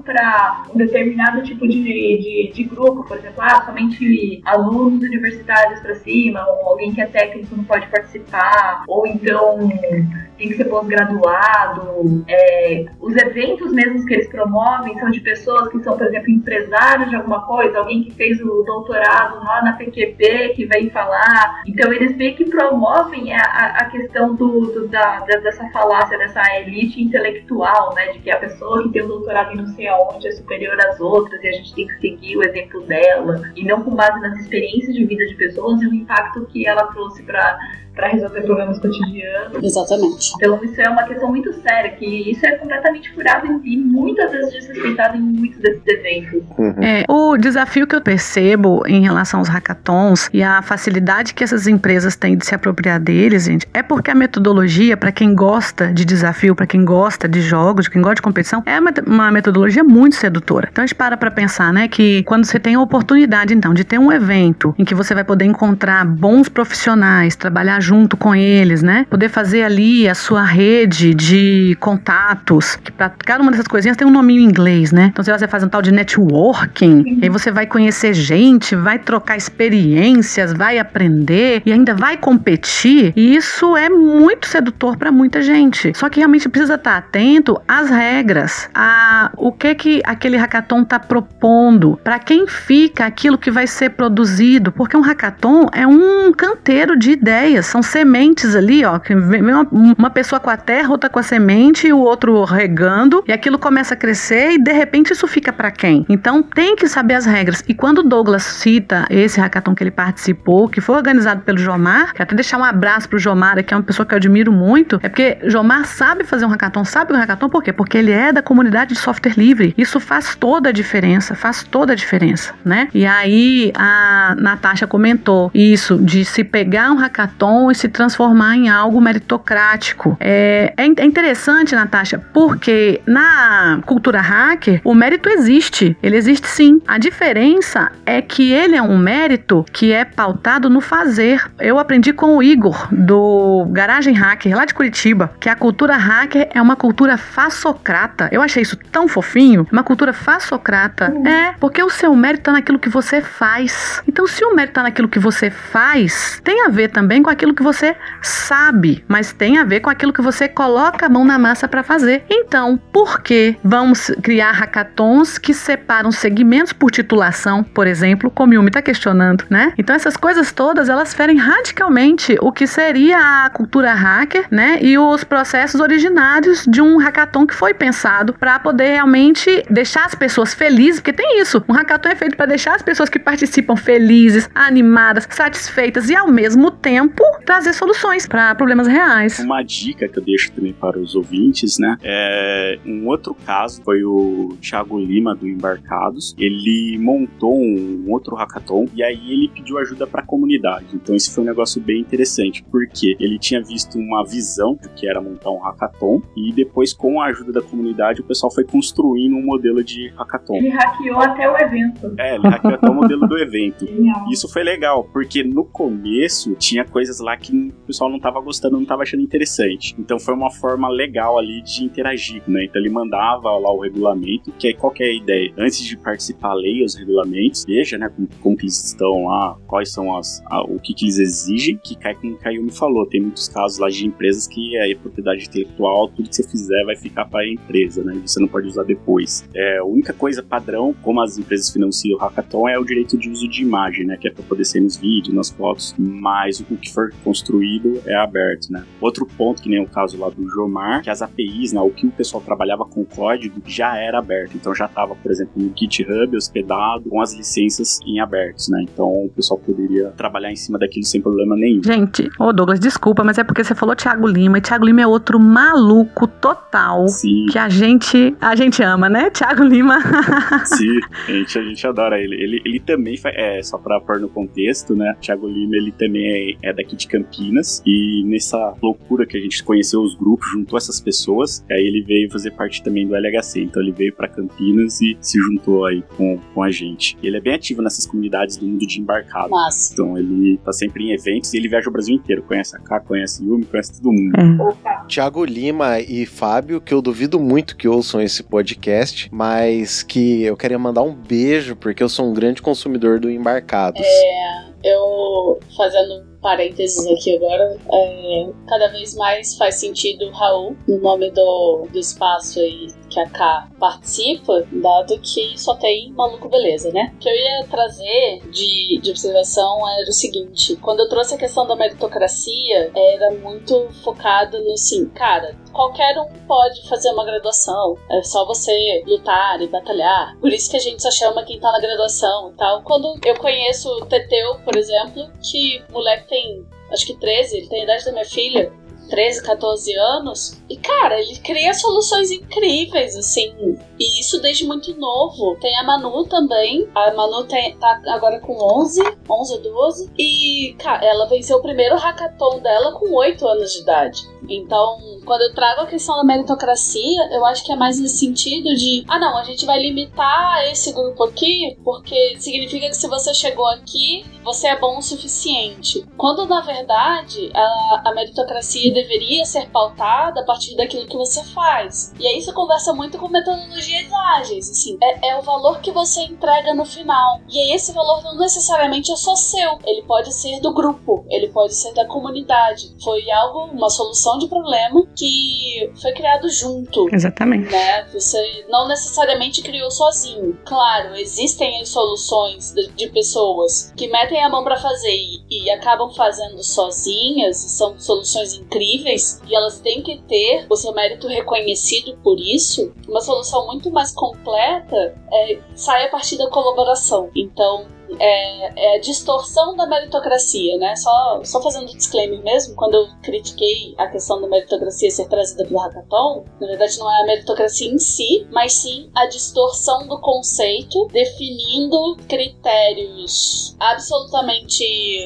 para um determinado tipo de, de, de grupo, por exemplo, ah, somente alunos universitários para cima, ou alguém que é técnico não pode participar, ou então tem que ser pós-graduado. É, os eventos mesmos que eles promovem são de pessoas que são, por exemplo, empresários de alguma coisa, alguém que fez o doutorado lá na P Q P que vem falar. Então eles meio que promovem a, a questão do, do, da, dessa falácia, dessa elite intelectual, né, de que a pessoa que tem um doutorado em não sei aonde é superior às outras e a gente tem que seguir o exemplo dela, e não com base nas experiências de vida de pessoas e o impacto que ela trouxe para para resolver problemas cotidianos. Exatamente. Então isso é uma questão muito séria, que isso é completamente furado e muitas vezes desrespeitado em muitos desses eventos. Uhum. É, o desafio que eu percebo em relação aos hackathons e a facilidade que essas empresas têm de se apropriar deles, gente, é porque a metodologia, para quem gosta de desafio, para quem gosta de jogos, de quem gosta de competição, é uma metodologia muito sedutora. Então a gente para para pensar, né, que quando você tem a oportunidade, então, de ter um evento em que você vai poder encontrar bons profissionais, trabalhar junto com eles, né? Poder fazer ali a sua rede de contatos, que para cada uma dessas coisinhas tem um nominho em inglês, né? Então você faz um tal de networking, e aí você vai conhecer gente, vai trocar experiências, vai aprender e ainda vai competir, e isso é muito sedutor para muita gente. Só que realmente precisa estar atento às regras, a o que que aquele hackathon está propondo, para quem fica aquilo que vai ser produzido, porque um hackathon é um canteiro de ideias, são sementes ali, ó, que vem uma, uma pessoa com a terra, outra com a semente e o outro regando, e aquilo começa a crescer e de repente isso fica para quem? Então tem que saber as regras. E quando o Douglas cita esse hackathon que ele participou, que foi organizado pelo Jomar, quero até deixar um abraço pro Jomar, que é uma pessoa que eu admiro muito, é porque Jomar sabe fazer um hackathon, sabe um hackathon, por quê? Porque ele é da comunidade de software livre. Isso faz toda a diferença, faz toda a diferença, né? E aí a Natasha comentou isso, de se pegar um hackathon e se transformar em algo meritocrático. É, é interessante, Natasha, porque na cultura hacker, o mérito existe. Ele existe sim. A diferença é que ele é um mérito que é pautado no fazer. Eu aprendi com o Igor, do Garagem Hacker, lá de Curitiba, que a cultura hacker é uma cultura façocrata. Eu achei isso tão fofinho. Uma cultura façocrata. Uhum. É, porque o seu mérito tá naquilo que você faz. Então, se o mérito tá naquilo que você faz, tem a ver também com aquilo que você sabe, mas tem a ver com aquilo que você coloca a mão na massa para fazer. Então, por que vamos criar hackathons que separam segmentos por titulação, por exemplo, como o Yumi está questionando, né? Então, essas coisas todas, elas ferem radicalmente o que seria a cultura hacker, né? E os processos originários de um hackathon que foi pensado para poder realmente deixar as pessoas felizes, porque tem isso, um hackathon é feito para deixar as pessoas que participam felizes, animadas, satisfeitas e ao mesmo tempo trazer soluções para problemas reais. Uma dica que eu deixo também para os ouvintes, né? É, um outro caso foi o Thiago Lima do Embarcados. Ele montou um outro hackathon e aí ele pediu ajuda para a comunidade. Então esse foi um negócio bem interessante, porque ele tinha visto uma visão do que era montar um hackathon e depois, com a ajuda da comunidade, o pessoal foi construindo um modelo de hackathon. Ele hackeou até o evento. É, ele hackeou até o modelo do evento. Genial. Isso foi legal, porque no começo tinha coisas lá que o pessoal não tava gostando, não tava achando interessante. Então foi uma forma legal ali de interagir, né? Então ele mandava lá o regulamento, que é qual que é a ideia? Antes de participar, leia os regulamentos, veja, né, como, como que eles estão lá, quais são as, a, o que que eles exigem, que cai como o Kayumi falou, tem muitos casos lá de empresas que é propriedade intelectual, tudo que você fizer vai ficar para a empresa, né? E você não pode usar depois. É, a única coisa padrão, como as empresas financiam o hackathon, é o direito de uso de imagem, né? Que é para poder ser nos vídeos, nas fotos, mas o que for construído é aberto, né? Outro ponto, que nem o caso lá do Jomar, que as A P Is, né? O que o pessoal trabalhava com código já era aberto, então já estava, por exemplo, no GitHub hospedado com as licenças em abertos, né? Então o pessoal poderia trabalhar em cima daquilo sem problema nenhum. Gente, ô Douglas, desculpa, mas é porque você falou Thiago Lima, e Thiago Lima é outro maluco total. Sim. Que a gente, a gente ama, né? Thiago Lima. Sim, a gente, a gente adora ele. Ele, ele também, faz, é, só pra pôr no contexto, né? Thiago Lima, ele também é, é daqui de Campinas, e nessa loucura que a gente conheceu os grupos, juntou essas pessoas, aí ele veio fazer parte também do L H C, então ele veio para Campinas e se juntou aí com, com a gente. E ele é bem ativo nessas comunidades do mundo de embarcado. Massa. Então ele tá sempre em eventos e ele viaja o Brasil inteiro, conhece a Ká, conhece Yumi, conhece todo mundo. Hum. Thiago Lima e Fábio, que eu duvido muito que ouçam esse podcast, mas que eu queria mandar um beijo, porque eu sou um grande consumidor do Embarcados. É, eu fazendo parênteses aqui agora, é, cada vez mais faz sentido o Raul no nome do, do espaço aí que a Ká participa, dado que só tem maluco beleza, né? O que eu ia trazer de, de observação era o seguinte: quando eu trouxe a questão da meritocracia, era muito focado no assim, cara, qualquer um pode fazer uma graduação, é só você lutar e batalhar, por isso que a gente só chama quem tá na graduação e tal. Quando eu conheço o Teteu, por exemplo, que o moleque tem, acho que treze, ele tem a idade da minha filha, treze, catorze anos, e cara, ele cria soluções incríveis, assim, e isso desde muito novo. Tem a Manu também, a Manu tem, tá agora com onze, onze ou doze, e cara, ela venceu o primeiro hackathon dela com oito anos de idade. Então, quando eu trago a questão da meritocracia, eu acho que é mais nesse sentido de, ah não, a gente vai limitar esse grupo aqui, porque significa que se você chegou aqui, você é bom o suficiente. Quando, na verdade, a, a meritocracia deveria ser pautada a partir daquilo que você faz. E aí isso conversa muito com metodologias ágeis, assim, é, é o valor que você entrega no final. E aí esse valor não necessariamente é só seu, ele pode ser do grupo, ele pode ser da comunidade. Foi algo, uma solução de problema que foi criado junto. Exatamente. Né? Você não necessariamente criou sozinho. Claro, existem as soluções de, de pessoas que metem a mão pra fazer e, e acabam fazendo sozinhas, e são soluções incríveis, e elas têm que ter o seu mérito reconhecido por isso. Uma solução muito mais completa é, sai a partir da colaboração. Então, É, é a distorção da meritocracia, né? Só, só fazendo disclaimer mesmo, quando eu critiquei a questão da meritocracia ser trazida pelo hackathon, na verdade não é a meritocracia em si, mas sim a distorção do conceito, definindo critérios absolutamente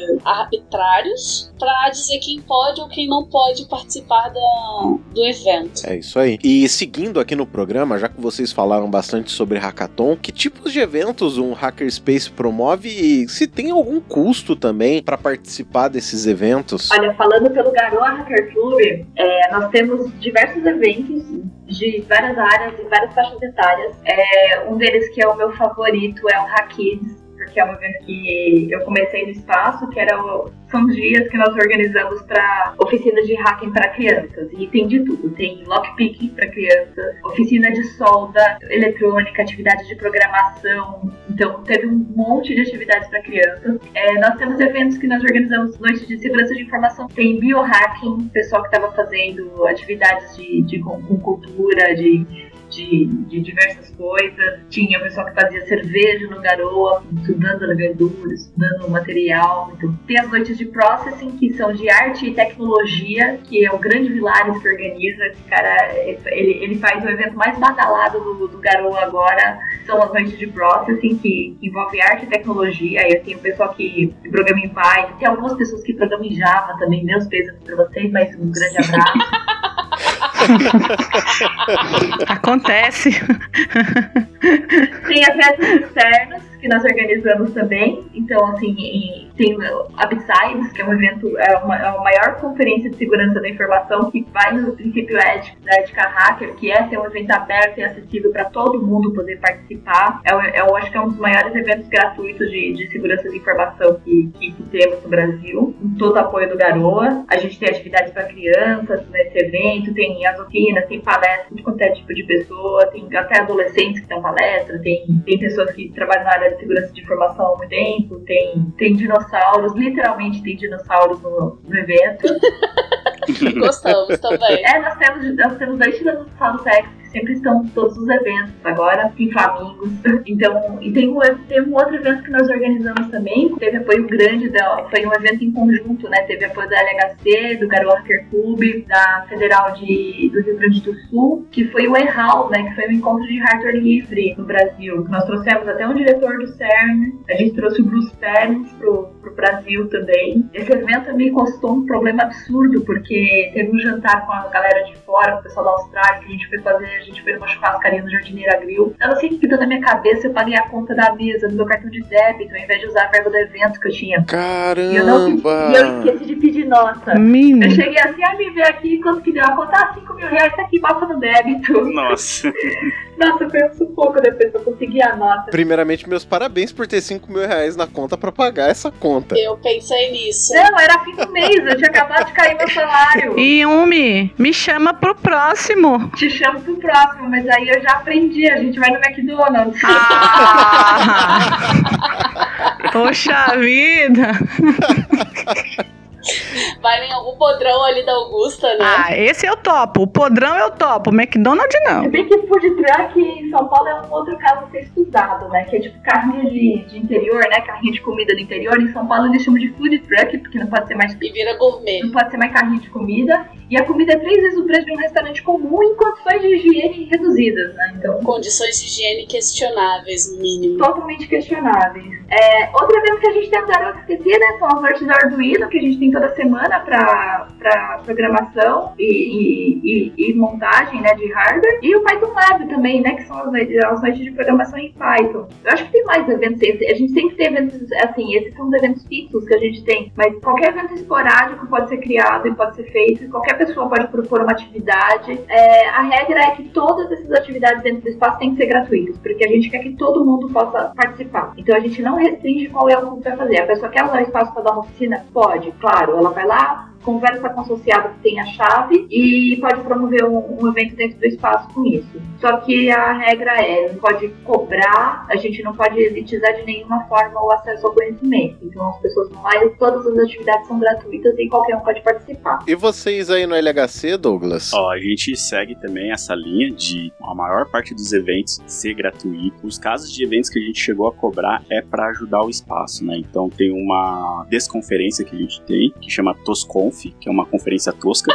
arbitrários para dizer quem pode ou quem não pode participar da, do evento. É isso aí. E seguindo aqui no programa, já que vocês falaram bastante sobre hackathon, que tipos de eventos um Hackerspace promove e se tem algum custo também para participar desses eventos? Olha, falando pelo Garoa Hacker Club, é, nós temos diversos eventos de várias áreas e várias faixas etárias. É, um deles que é o meu favorito é o Hackids, porque é um evento que eu comecei no espaço, que era o, são dias que nós organizamos para oficinas de hacking para crianças, e tem de tudo, tem lockpicking para crianças, oficina de solda eletrônica, atividade de programação, então teve um monte de atividades para crianças. É, nós temos eventos que nós organizamos, noites de segurança de informação, tem biohacking, pessoal que estava fazendo atividades de, de, com, com cultura, de De, de diversas coisas. Tinha o pessoal que fazia cerveja no Garoa, estudando levedura, estudando material. Então, tem as noites de processing, que são de arte e tecnologia, que é o grande Vilares que organiza. Esse cara, ele, ele faz o evento mais badalado do, do Garoa agora, são as noites de processing, que, que envolve arte e tecnologia. Aí tem o pessoal que programa em Python, tem algumas pessoas que programam em Java também, meus beijos pra vocês, mas um grande abraço. Acontece. Tem eventos externos que nós organizamos também. Então, assim, tem a BitSides, que é um evento, é uma, é a maior conferência de segurança da informação, que vai no princípio ético da Ética Hacker, que é ser um evento aberto e acessível para todo mundo poder participar. Eu, eu acho que é um dos maiores eventos gratuitos de, de segurança da informação que, que, que temos no Brasil, com todo o apoio do Garoa. A gente tem atividades para crianças nesse evento, tem as oficinas, tem palestras, tudo quanto é tipo de pessoa, tem até adolescentes que dão palestra, tem, tem pessoas que trabalham na área de segurança de informação há muito tempo, tem, tem dinossauros, literalmente tem dinossauros no, no evento. Gostamos também. É, nós temos, nós temos dois tiranossauros Rex que sempre estão todos os eventos, agora em Flamingos. Então, e tem um, tem um outro evento que nós organizamos também, teve apoio grande, da, foi um evento em conjunto, né? Teve apoio da L H C, do Garoa Hacker Club, da Federal de, do Rio Grande do Sul, que foi o EHAL, né? Que foi um encontro de hardware livre no Brasil. Nós trouxemos até um diretor do CERN, a gente trouxe o Bruce Perens pro, pro Brasil também. Esse evento me custou um problema absurdo, porque teve um jantar com a galera de fora, com o pessoal da Austrália, que a gente foi fazer, a gente foi numa churrascaria no Jardineira Grill. Ela sempre ficou na minha cabeça, eu paguei a conta da mesa, no meu cartão de débito, ao invés de usar a verba do evento que eu tinha. Caramba! E eu, não, e eu esqueci de pedir nota. Minha. Eu cheguei assim, ah, me ver aqui, quanto que deu a conta? Ah, cinco mil reais, tá aqui, passa no débito. Nossa. Nossa, foi um sufoco depois que eu consegui a nota. Primeiramente, meus parabéns por ter cinco mil reais na conta pra pagar essa conta. Eu pensei nisso. Não, era fim do mês, eu tinha acabado de cair meu salário. Yumi, me chama pro próximo. Te chamo pro próximo, mas aí eu já aprendi, a gente vai no McDonald's. Ah, poxa vida. Vai em algum podrão ali da Augusta, né? Ah, esse eu topo. O podrão eu topo. O McDonald's não. É bem que food truck em São Paulo é um outro caso a ser estudado, né? Que é tipo carrinho de, de interior, né? Carrinho de comida do interior. Em São Paulo eles chamam de food truck, porque não pode ser mais... E vira gourmet. Não pode ser mais carrinho de comida. E a comida é três vezes o preço de um restaurante comum em condições de higiene reduzidas, né? Então... Condições de higiene questionáveis, no mínimo. Totalmente questionáveis. É, outro evento que a gente tem no Garoa Esquecida, né? São as noites da Arduino, que a gente tem toda semana para para programação e, e, e, e montagem, né, de hardware, e o Python Lab também, né, que são as, as noites de programação em Python. Eu acho que tem mais eventos, a gente sempre tem eventos, assim, esses são os eventos fixos que a gente tem, mas qualquer evento esporádico pode ser criado e pode ser feito, e qualquer pessoa pode propor uma atividade. É, a regra é que todas essas atividades dentro do espaço têm que ser gratuitas, porque a gente quer que todo mundo possa participar. Então a gente não restringe qual é o que vai fazer. A pessoa quer usar o espaço para dar uma oficina? Pode, claro, ela vai lá, conversa com o associado que tem a chave e pode promover um, um evento dentro do espaço com isso. Só que a regra é, não pode cobrar, a gente não pode elitizar de nenhuma forma o acesso ao conhecimento. Então as pessoas vão lá e todas as atividades são gratuitas e qualquer um pode participar. E vocês aí no L H C, Douglas? Ó, a gente segue também essa linha de a maior parte dos eventos ser gratuito. Os casos de eventos que a gente chegou a cobrar é para ajudar o espaço, né? Então tem uma desconferência que a gente tem, que chama TosConf, que é uma conferência tosca.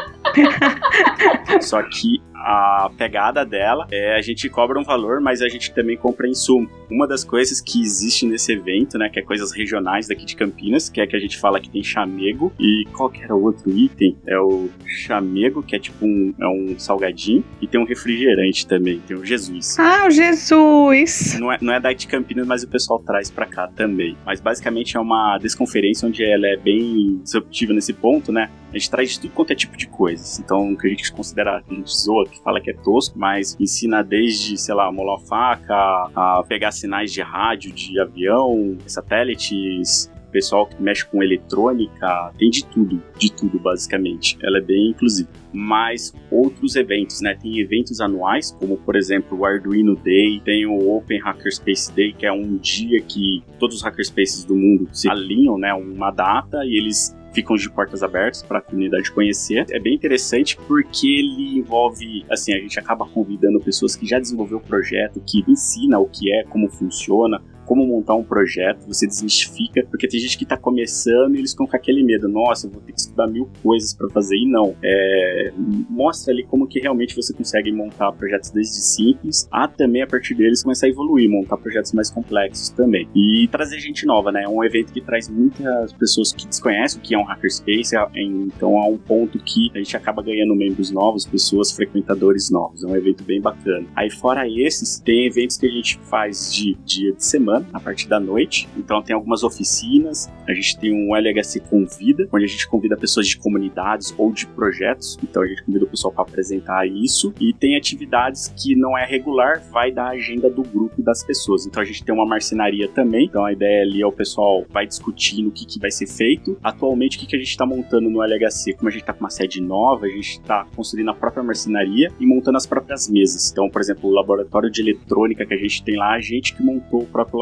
Só que a pegada dela é a gente cobra um valor, mas a gente também compra insumo. Uma das coisas que existe nesse evento, né, que é coisas regionais daqui de Campinas, que é que a gente fala que tem chamego, e qualquer outro item é o chamego, que é tipo um, é um salgadinho, e tem um refrigerante também, tem o Jesus. Ah, o Jesus! Não é, não é daqui de Campinas, mas o pessoal traz pra cá também. Mas basicamente é uma desconferência onde ela é bem disruptiva nesse ponto, né? A gente traz de tudo quanto é tipo de coisas. Então, o que a gente considera, a gente zoa, que fala que é tosco, mas ensina desde, sei lá, molar faca, a pegar sinais de rádio, de avião, satélites, pessoal que mexe com eletrônica, tem de tudo, de tudo basicamente. Ela é bem inclusiva. Mas outros eventos, né? Tem eventos anuais, como por exemplo o Arduino Day, tem o Open Hackerspace Day, que é um dia que todos os hackerspaces do mundo se alinham, né? Uma data e eles ficam de portas abertas para a comunidade conhecer. É bem interessante porque ele envolve, assim, a gente acaba convidando pessoas que já desenvolveram o projeto, que ensina o que é, como funciona, como montar um projeto, você desmistifica, porque tem gente que tá começando e eles ficam com aquele medo, nossa, eu vou ter que estudar mil coisas para fazer, e não. É, mostra ali como que realmente você consegue montar projetos desde simples, a também a partir deles começar a evoluir, montar projetos mais complexos também. E trazer gente nova, né? É um evento que traz muitas pessoas que desconhecem o que é um hackerspace, então é um ponto que a gente acaba ganhando membros novos, pessoas, frequentadores novos. É um evento bem bacana. Aí fora esses, tem eventos que a gente faz de dia de semana, a partir da noite. Então tem algumas oficinas, a gente tem um L H C Convida, onde a gente convida pessoas de comunidades ou de projetos, então a gente convida o pessoal para apresentar isso, e tem atividades que não é regular, vai da agenda do grupo e das pessoas. Então a gente tem uma marcenaria também, então a ideia ali é o pessoal vai discutindo o que, que vai ser feito. Atualmente o que, que a gente está montando no L H C, como a gente está com uma sede nova, a gente está construindo a própria marcenaria e montando as próprias mesas. Então, por exemplo, o laboratório de eletrônica que a gente tem lá, a gente que montou o próprio laboratório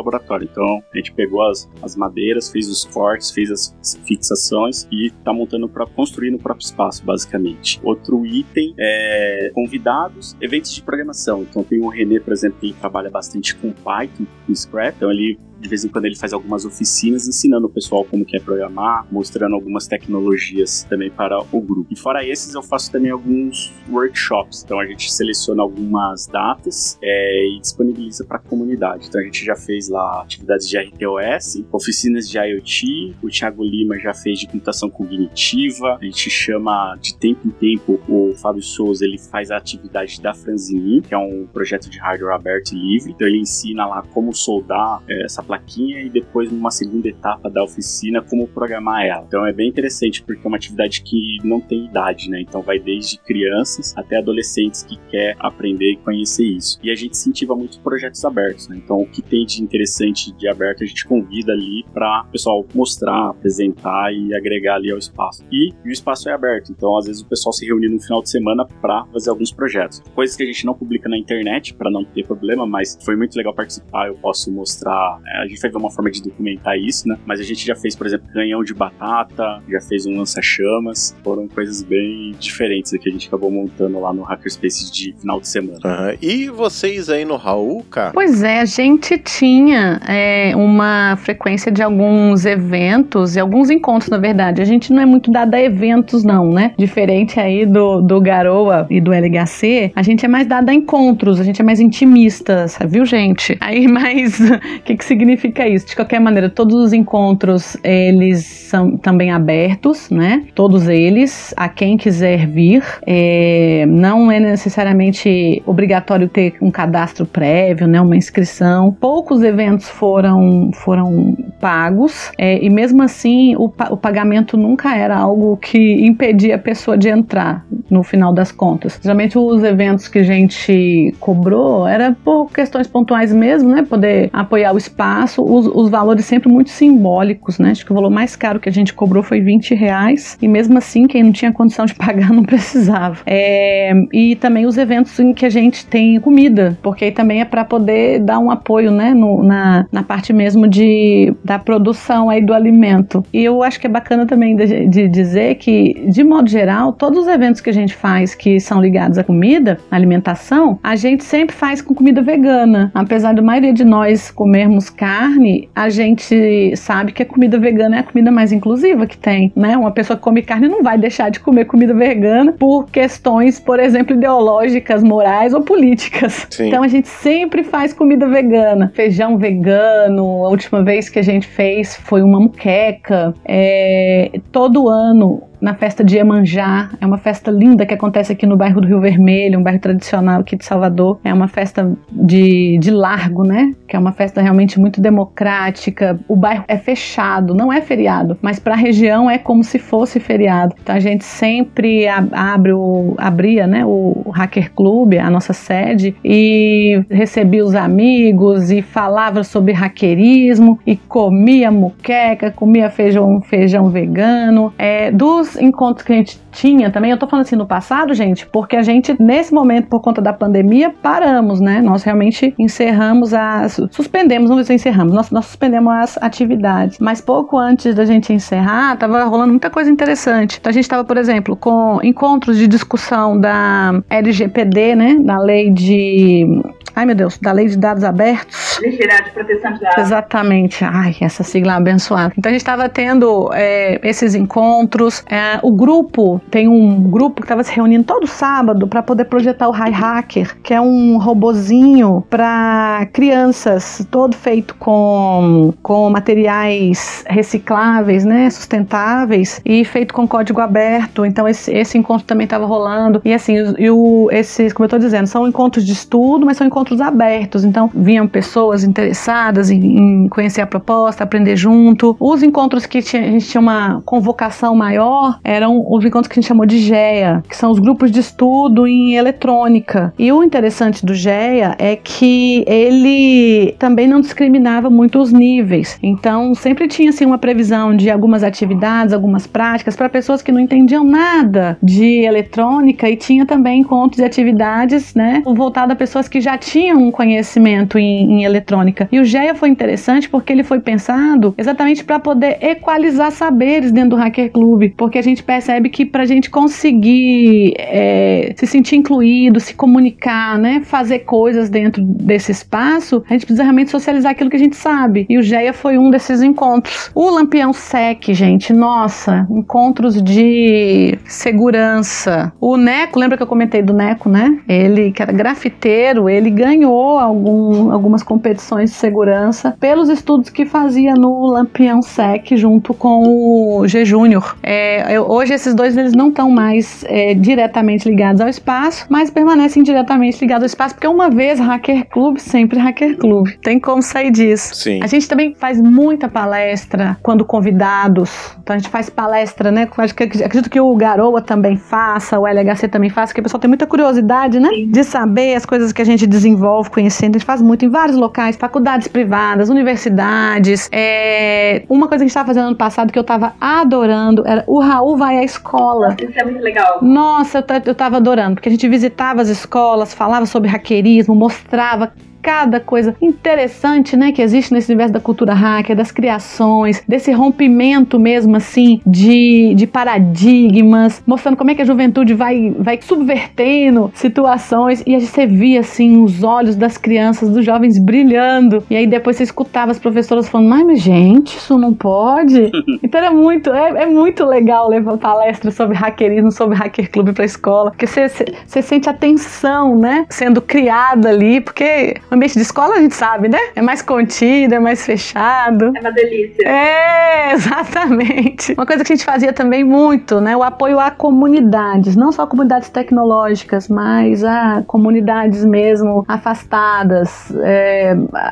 laboratório. Então a gente pegou as, as madeiras, fez os cortes, fez as fixações e tá montando para construir no próprio espaço, basicamente. Outro item é convidados, eventos de programação. Então tem o René, por exemplo, que ele trabalha bastante com Python, com Scratch, então ele de vez em quando ele faz algumas oficinas ensinando o pessoal como que é programar, mostrando algumas tecnologias também para o grupo. E fora esses, eu faço também alguns workshops. Então a gente seleciona algumas datas é, e disponibiliza para a comunidade. Então a gente já fez lá atividades de R T O S, oficinas de IoT, o Thiago Lima já fez de computação cognitiva, a gente chama de tempo em tempo o Fábio Souza, ele faz a atividade da Franzinin, que é um projeto de hardware aberto e livre. Então ele ensina lá como soldar é, essa plaquinha e depois numa segunda etapa da oficina como programar ela. Então é bem interessante porque é uma atividade que não tem idade, né? Então vai desde crianças até adolescentes que quer aprender e conhecer isso. E a gente incentiva muito projetos abertos, né? Então o que tem de interessante de aberto a gente convida ali para o pessoal mostrar, apresentar e agregar ali ao espaço. E, e o espaço é aberto, então às vezes o pessoal se reúne no final de semana para fazer alguns projetos. Coisas que a gente não publica na internet para não ter problema, mas foi muito legal participar, eu posso mostrar. É, a gente vai ver uma forma de documentar isso, né? Mas a gente já fez, por exemplo, canhão de batata, já fez um lança-chamas. Foram coisas bem diferentes que a gente acabou montando lá no Hackerspace de final de semana. Uhum. E vocês aí no Raul, cara? Pois é, a gente tinha é, uma frequência de alguns eventos e alguns encontros, na verdade. A gente não é muito dado a eventos, não, né? Diferente aí do, do Garoa e do L H C, a gente é mais dado a encontros, a gente é mais intimista, viu, gente? Aí, mas o que que significa isso? De qualquer maneira, todos os encontros, eles são também abertos, né? Todos eles, a quem quiser vir. É, não é necessariamente obrigatório ter um cadastro prévio, né? Uma inscrição. Poucos eventos foram, foram pagos, é, e mesmo assim, o, o pagamento nunca era algo que impedia a pessoa de entrar, no final das contas. Geralmente, os eventos que a gente cobrou era por questões pontuais mesmo, né? Poder apoiar o espaço, os, os valores sempre muito simbólicos, né? Acho que o valor mais caro que a gente cobrou foi vinte reais, e mesmo assim, quem não tinha condição de pagar não precisava. É, e também os eventos em que a gente tem comida, porque aí também é para poder dar um apoio, né? No, na, na parte mesmo de, da produção aí do alimento. E eu acho que é bacana também de, de dizer que, de modo geral, todos os eventos que a gente faz que são ligados à comida, à alimentação, a gente sempre faz com comida vegana. Apesar da maioria de nós comermos carne, a gente sabe que a comida vegana é a comida mais inclusiva que tem, né? Uma pessoa que come carne não vai deixar de comer comida vegana por questões, por exemplo, ideológicas, morais ou políticas. Sim. Então a gente sempre faz comida vegana. Feijão vegano, a última vez que a gente fez foi uma muqueca. É, todo ano, na festa de Iemanjá, é uma festa linda que acontece aqui no bairro do Rio Vermelho, um bairro tradicional aqui de Salvador. É uma festa de, de largo, né? Que é uma festa realmente muito democrática. O bairro é fechado, não é feriado, mas para a região é como se fosse feriado. Então a gente sempre abre o, abria, né, o Hacker Club, a nossa sede, e recebia os amigos e falava sobre hackerismo e comia muqueca, comia feijão, feijão vegano. É, dos encontros que a gente tinha também, eu tô falando assim no passado, gente, porque a gente, nesse momento, por conta da pandemia, paramos, né? Nós realmente encerramos as... Suspendemos, não sei se encerramos, nós, nós suspendemos as atividades. Mas pouco antes da gente encerrar, tava rolando muita coisa interessante. Então a gente tava, por exemplo, com encontros de discussão da L G P D, né? Da lei de... Ai, meu Deus, da Lei de Dados Abertos. Lei Geral de Proteção de Dados. Exatamente. Ai, essa sigla abençoada. Então a gente estava tendo é, esses encontros. É, o grupo, tem um grupo que estava se reunindo todo sábado para poder projetar o Hi Hacker, que é um robozinho para crianças, todo feito com, com materiais recicláveis, né, sustentáveis, e feito com código aberto. Então esse, esse encontro também estava rolando. E assim, e o, esses, como eu estou dizendo, são encontros de estudo, mas são encontros abertos, então vinham pessoas interessadas em, em conhecer a proposta, aprender junto. Os encontros que tinha, a gente tinha uma convocação maior eram os encontros que a gente chamou de GEA, que são os grupos de estudo em eletrônica. E o interessante do GEA é que ele também não discriminava muito os níveis, então sempre tinha assim, uma previsão de algumas atividades, algumas práticas para pessoas que não entendiam nada de eletrônica, e tinha também encontros e atividades, né, voltadas a pessoas que já tinham um conhecimento em, em eletrônica. E o GEA foi interessante porque ele foi pensado exatamente para poder equalizar saberes dentro do Hacker Club, porque a gente percebe que para a gente conseguir é, se sentir incluído, se comunicar, né, fazer coisas dentro desse espaço, a gente precisa realmente socializar aquilo que a gente sabe. E o GEA foi um desses encontros. O Lampião Sec, gente, nossa, encontros de segurança. O Neco, lembra que eu comentei do Neco, né? Ele, que era grafiteiro, ele ganhou algum, algumas competições de segurança pelos estudos que fazia no Lampião Sec junto com o G Júnior. É, eu, hoje esses dois eles não estão mais é, diretamente ligados ao espaço, mas permanecem diretamente ligados ao espaço, porque uma vez Hacker Club, sempre Hacker Club. Tem como sair disso. Sim. A gente também faz muita palestra quando convidados. Então a gente faz palestra, né? Acredito que o Garoa também faça, o L H C também faça, porque o pessoal tem muita curiosidade, né? De saber as coisas que a gente desenvolve, conhecendo. A gente faz muito em vários locais, faculdades privadas, universidades. É... Uma coisa que a gente estava fazendo ano passado que eu estava adorando era o Raul vai à escola. Nossa, isso é muito legal. Nossa, eu estava adorando, porque a gente visitava as escolas, falava sobre hackerismo, mostrava cada coisa interessante, né, que existe nesse universo da cultura hacker, das criações, desse rompimento mesmo, assim, de, de paradigmas, mostrando como é que a juventude vai, vai subvertendo situações, e a gente via, assim, os olhos das crianças, dos jovens brilhando, e aí depois você escutava as professoras falando, mas gente, isso não pode? Então era muito, é, é muito legal levar palestra sobre hackerismo, sobre Hacker Club pra escola, porque você, você, você sente a tensão, né, sendo criada ali, porque o ambiente de escola a gente sabe, né? É mais contido, é mais fechado. É uma delícia. É, exatamente. Uma coisa que a gente fazia também muito, né? O apoio a comunidades, não só comunidades tecnológicas, mas a comunidades mesmo afastadas. É,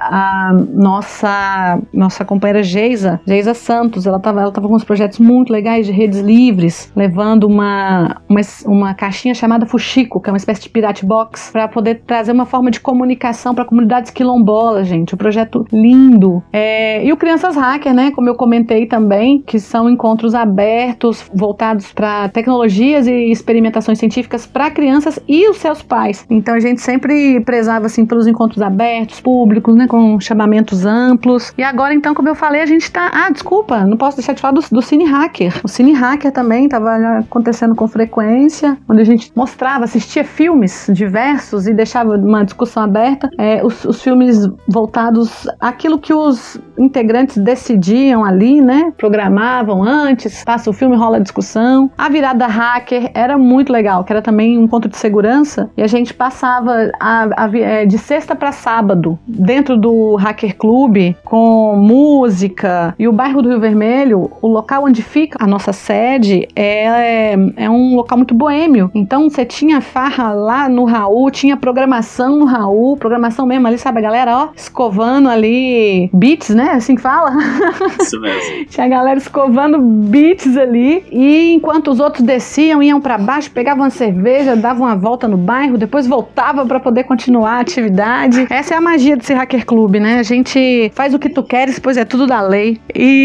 a nossa, nossa companheira Geisa, Geisa Santos, ela estava ela tava com uns projetos muito legais de redes livres, levando uma, uma, uma caixinha chamada Fuxico, que é uma espécie de pirate box, para poder trazer uma forma de comunicação para comunidades quilombolas, gente. Um projeto lindo. É, e o Crianças Hacker, né? Como eu comentei também, que são encontros abertos, voltados para tecnologias e experimentações científicas para crianças e os seus pais. Então a gente sempre prezava, assim, pelos encontros abertos, públicos, né? Com chamamentos amplos. E agora, então, como eu falei, a gente tá... Ah, desculpa, não posso deixar de falar do, do Cine Hacker. O Cine Hacker também estava acontecendo com frequência, onde a gente mostrava, assistia filmes diversos e deixava uma discussão aberta. É, Os, os filmes voltados àquilo que os integrantes decidiam ali, né? Programavam antes, passa o filme, rola a discussão. A virada hacker era muito legal, que era também um encontro de segurança, e a gente passava a, a, é, de sexta para sábado dentro do Hacker Club com música. E o bairro do Rio Vermelho, o local onde fica a nossa sede, é, é um local muito boêmio. Então você tinha farra lá no Raul, tinha programação no Raul, programação mesmo ali, sabe, a galera, ó, escovando ali beats, né, assim que fala? Isso mesmo. Tinha a galera escovando beats ali, e enquanto os outros desciam, iam pra baixo, pegavam uma cerveja, davam uma volta no bairro, depois voltava pra poder continuar a atividade. Essa é a magia desse Hacker Club, né, a gente faz o que tu queres, pois é tudo da lei.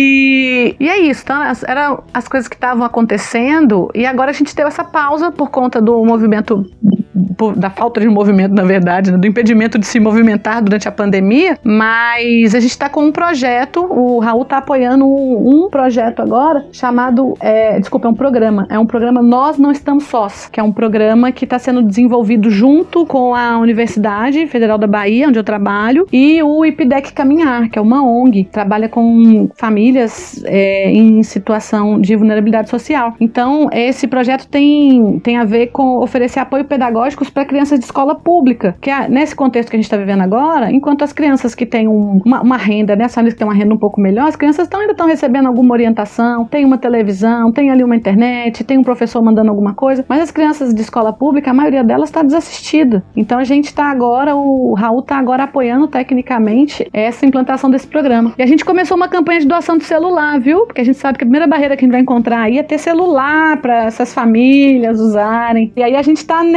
E, e é isso, então, eram as coisas que estavam acontecendo, e agora a gente teve essa pausa por conta do movimento, da falta de movimento, na verdade, né, do impedimento de se movimentar durante a pandemia, mas a gente está com um projeto, o Raul está apoiando um, um projeto agora chamado, é, desculpa, é um programa, é um programa Nós Não Estamos Sós, que é um programa que está sendo desenvolvido junto com a Universidade Federal da Bahia, onde eu trabalho, e o IPDEC Caminhar, que é uma O N G, que trabalha com famílias é, em situação de vulnerabilidade social. Então, esse projeto tem, tem a ver com oferecer apoio pedagógico para crianças de escola pública, que é, nesse contexto que a gente está vivendo agora, enquanto as crianças que têm um, uma, uma renda, né, as famílias que têm uma renda um pouco melhor, as crianças tão, ainda estão recebendo alguma orientação, tem uma televisão, tem ali uma internet, tem um professor mandando alguma coisa, mas as crianças de escola pública, a maioria delas está desassistida. Então a gente está agora, o Raul está agora apoiando tecnicamente essa implantação desse programa. E a gente começou uma campanha de doação de celular, viu? Porque a gente sabe que a primeira barreira que a gente vai encontrar aí é ter celular para essas famílias usarem. E aí a gente está nesse,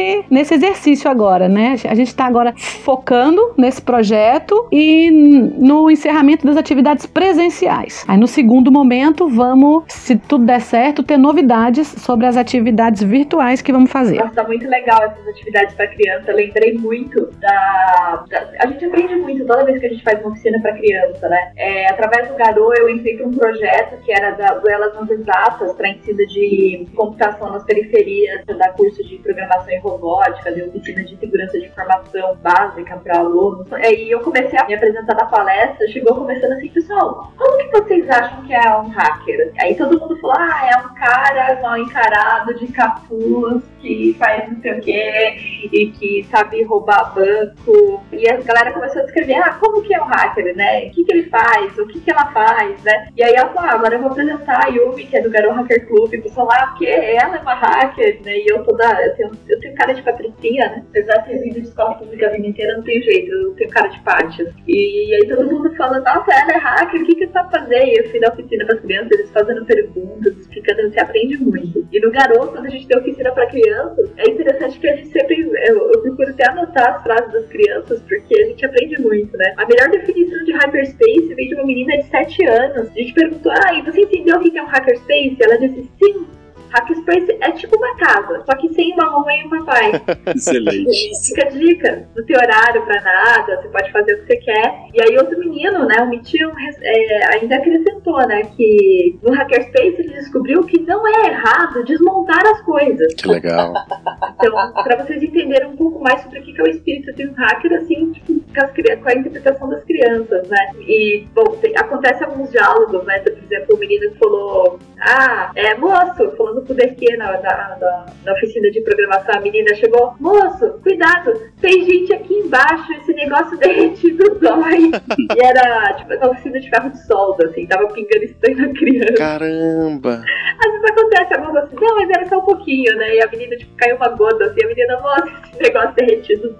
nesse, nesse exercício agora, né? A gente está agora focando nesse projeto e no encerramento das atividades presenciais. Aí no segundo momento vamos, se tudo der certo, ter novidades sobre as atividades virtuais que vamos fazer. Nossa, tá muito legal essas atividades para criança. Eu lembrei muito da, da... A gente aprende muito toda vez que a gente faz uma oficina para criança, né? É, através do Garou, eu entrei para um projeto que era da, do Elas Nas Exatas, para ensino de computação nas periferias, da curso de programação e robótica, de oficina de segurança de informação básica para alunos. Aí eu comecei a me apresentar na palestra, chegou começando assim, pessoal, como que vocês acham que é um hacker? Aí todo mundo falou, ah, é um cara mal encarado de capuz, que faz não sei o quê, e que sabe roubar banco. E a galera começou a descrever, ah, como que é um hacker, né? O que que ele faz? O que que ela faz, né? E aí ela falou, ah, agora eu vou apresentar a Yumi, que é do Garou Hacker Club, e o pessoal lá, o quê? Ela é uma hacker, né? E eu toda, eu tenho, eu tenho cara de patricinha, né? Apesar de ter vindo de escola pública a vida inteira, não tem jeito, eu tenho cara de pátia. E aí todo mundo fala, nossa, ela é hacker, o que que você sabe fazer? E eu fui dar oficina para as crianças, eles fazendo perguntas, explicando, você aprende muito. E no Garou, quando a gente tem oficina para crianças, é interessante que a gente sempre, eu, eu procuro até anotar as frases das crianças, porque a gente aprende muito, né? A melhor definição de hyperspace veio de uma menina de sete anos. A gente perguntou, ah, e você entendeu o que é um hackerspace? Ela disse, sim. Hackerspace é tipo uma casa, só que sem uma mamãe e um papai. Excelente. Fica a dica, não tem horário pra nada, você pode fazer o que você quer. E aí outro menino, né, o Mitchell, é, ainda acrescentou, né, que no Hackerspace ele descobriu que não é errado desmontar as coisas. Que legal. Então, pra vocês entenderem um pouco mais sobre o que é o espírito de um hacker, assim, tipo, com, as, com a interpretação das crianças, né. E, bom, tem, acontece alguns diálogos, né, por exemplo, o menino que falou, ah, é, moço, falando com o D Q na, na, na, na oficina de programação, a menina chegou, moço, cuidado, tem gente aqui embaixo, esse negócio derretido dói. E era, tipo, uma oficina de ferro de solda, assim, tava pingando estranho na criança. Caramba! Às vezes acontece, a moça assim, não, mas era só um pouquinho, né, e a menina, tipo, caiu uma gota, assim, a menina, moça, esse negócio derretido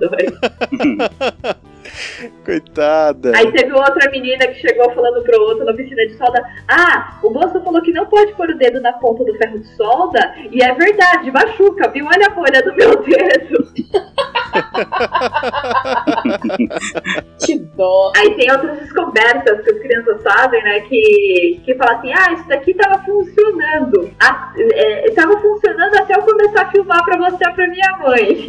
dói. Coitada. Aí teve outra menina que chegou falando pro outro na oficina de solda, ah, o moço falou que não pode pôr o dedo na ponta do ferro de solda, e é verdade, machuca, viu? Olha a folha do meu dedo. Que dó. Aí tem outras descobertas que as crianças fazem, né, que, que falam assim, ah, isso daqui tava funcionando. Ah, é, tava funcionando até eu começar a filmar pra mostrar pra minha mãe.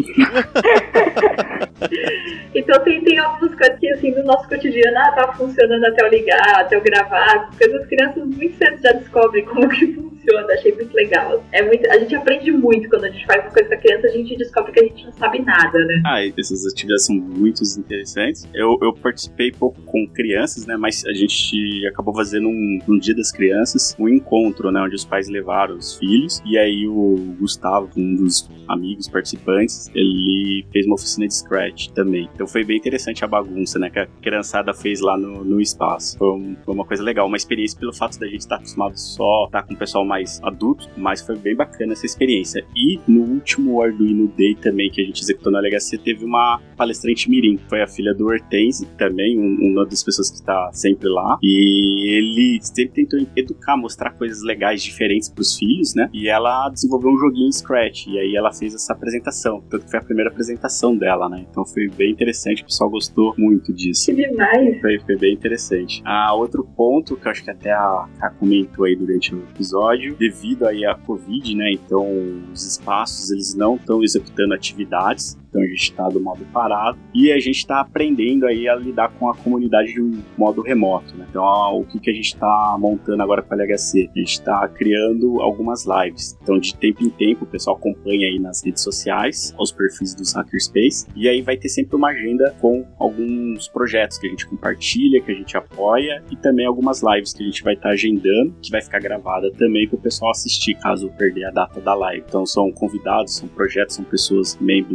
Então tem, tem algumas coisas que, assim, no nosso cotidiano, ah, tava funcionando até eu ligar, até eu gravar, porque as crianças muito cedo já descobrem como que funciona, achei muito legal. É muito, a gente aprende muito quando a gente faz uma coisa com a criança, a gente descobre que a gente não sabe nada, né? Ah, essas atividades são muito interessantes. Eu, eu participei pouco com crianças, né, mas a gente acabou fazendo um, um dia das crianças, um encontro, né, onde os pais levaram os filhos, e aí o Gustavo, um dos amigos participantes, ele fez uma oficina de Scratch também. Então foi bem interessante a bagunça, né, que a criançada fez lá no, no espaço. Foi, um, foi uma coisa legal, uma experiência pelo fato da gente estar acostumado só estar com o pessoal mais adulto, mas foi bem bacana essa experiência. E no último Arduino Day também, que a gente executou na L H C, teve uma palestrante mirim, foi a filha do Hortense, também um, uma das pessoas que está sempre lá, e ele sempre tentou educar, mostrar coisas legais, diferentes para os filhos, né, e ela desenvolveu um joguinho em Scratch, e aí ela fez essa apresentação, tanto que foi a primeira apresentação dela, né, então foi bem interessante, o pessoal gostou muito disso. Que demais! Foi, foi bem interessante. Ah, outro ponto que eu acho que até a Ká comentou aí durante o episódio, devido aí à Covid, né, então os espaços, eles não estão executando atividades, então a gente está do modo parado e a gente está aprendendo aí a lidar com a comunidade de um modo remoto, né? Então o que, que a gente está montando agora com a L H C? A gente está criando algumas lives, então de tempo em tempo o pessoal acompanha aí nas redes sociais os perfis dos Hackerspace e aí vai ter sempre uma agenda com alguns projetos que a gente compartilha, que a gente apoia e também algumas lives que a gente vai estar tá agendando, que vai ficar gravada também para o pessoal assistir caso perder a data da live. Então são convidados, são projetos, são pessoas membros do grupo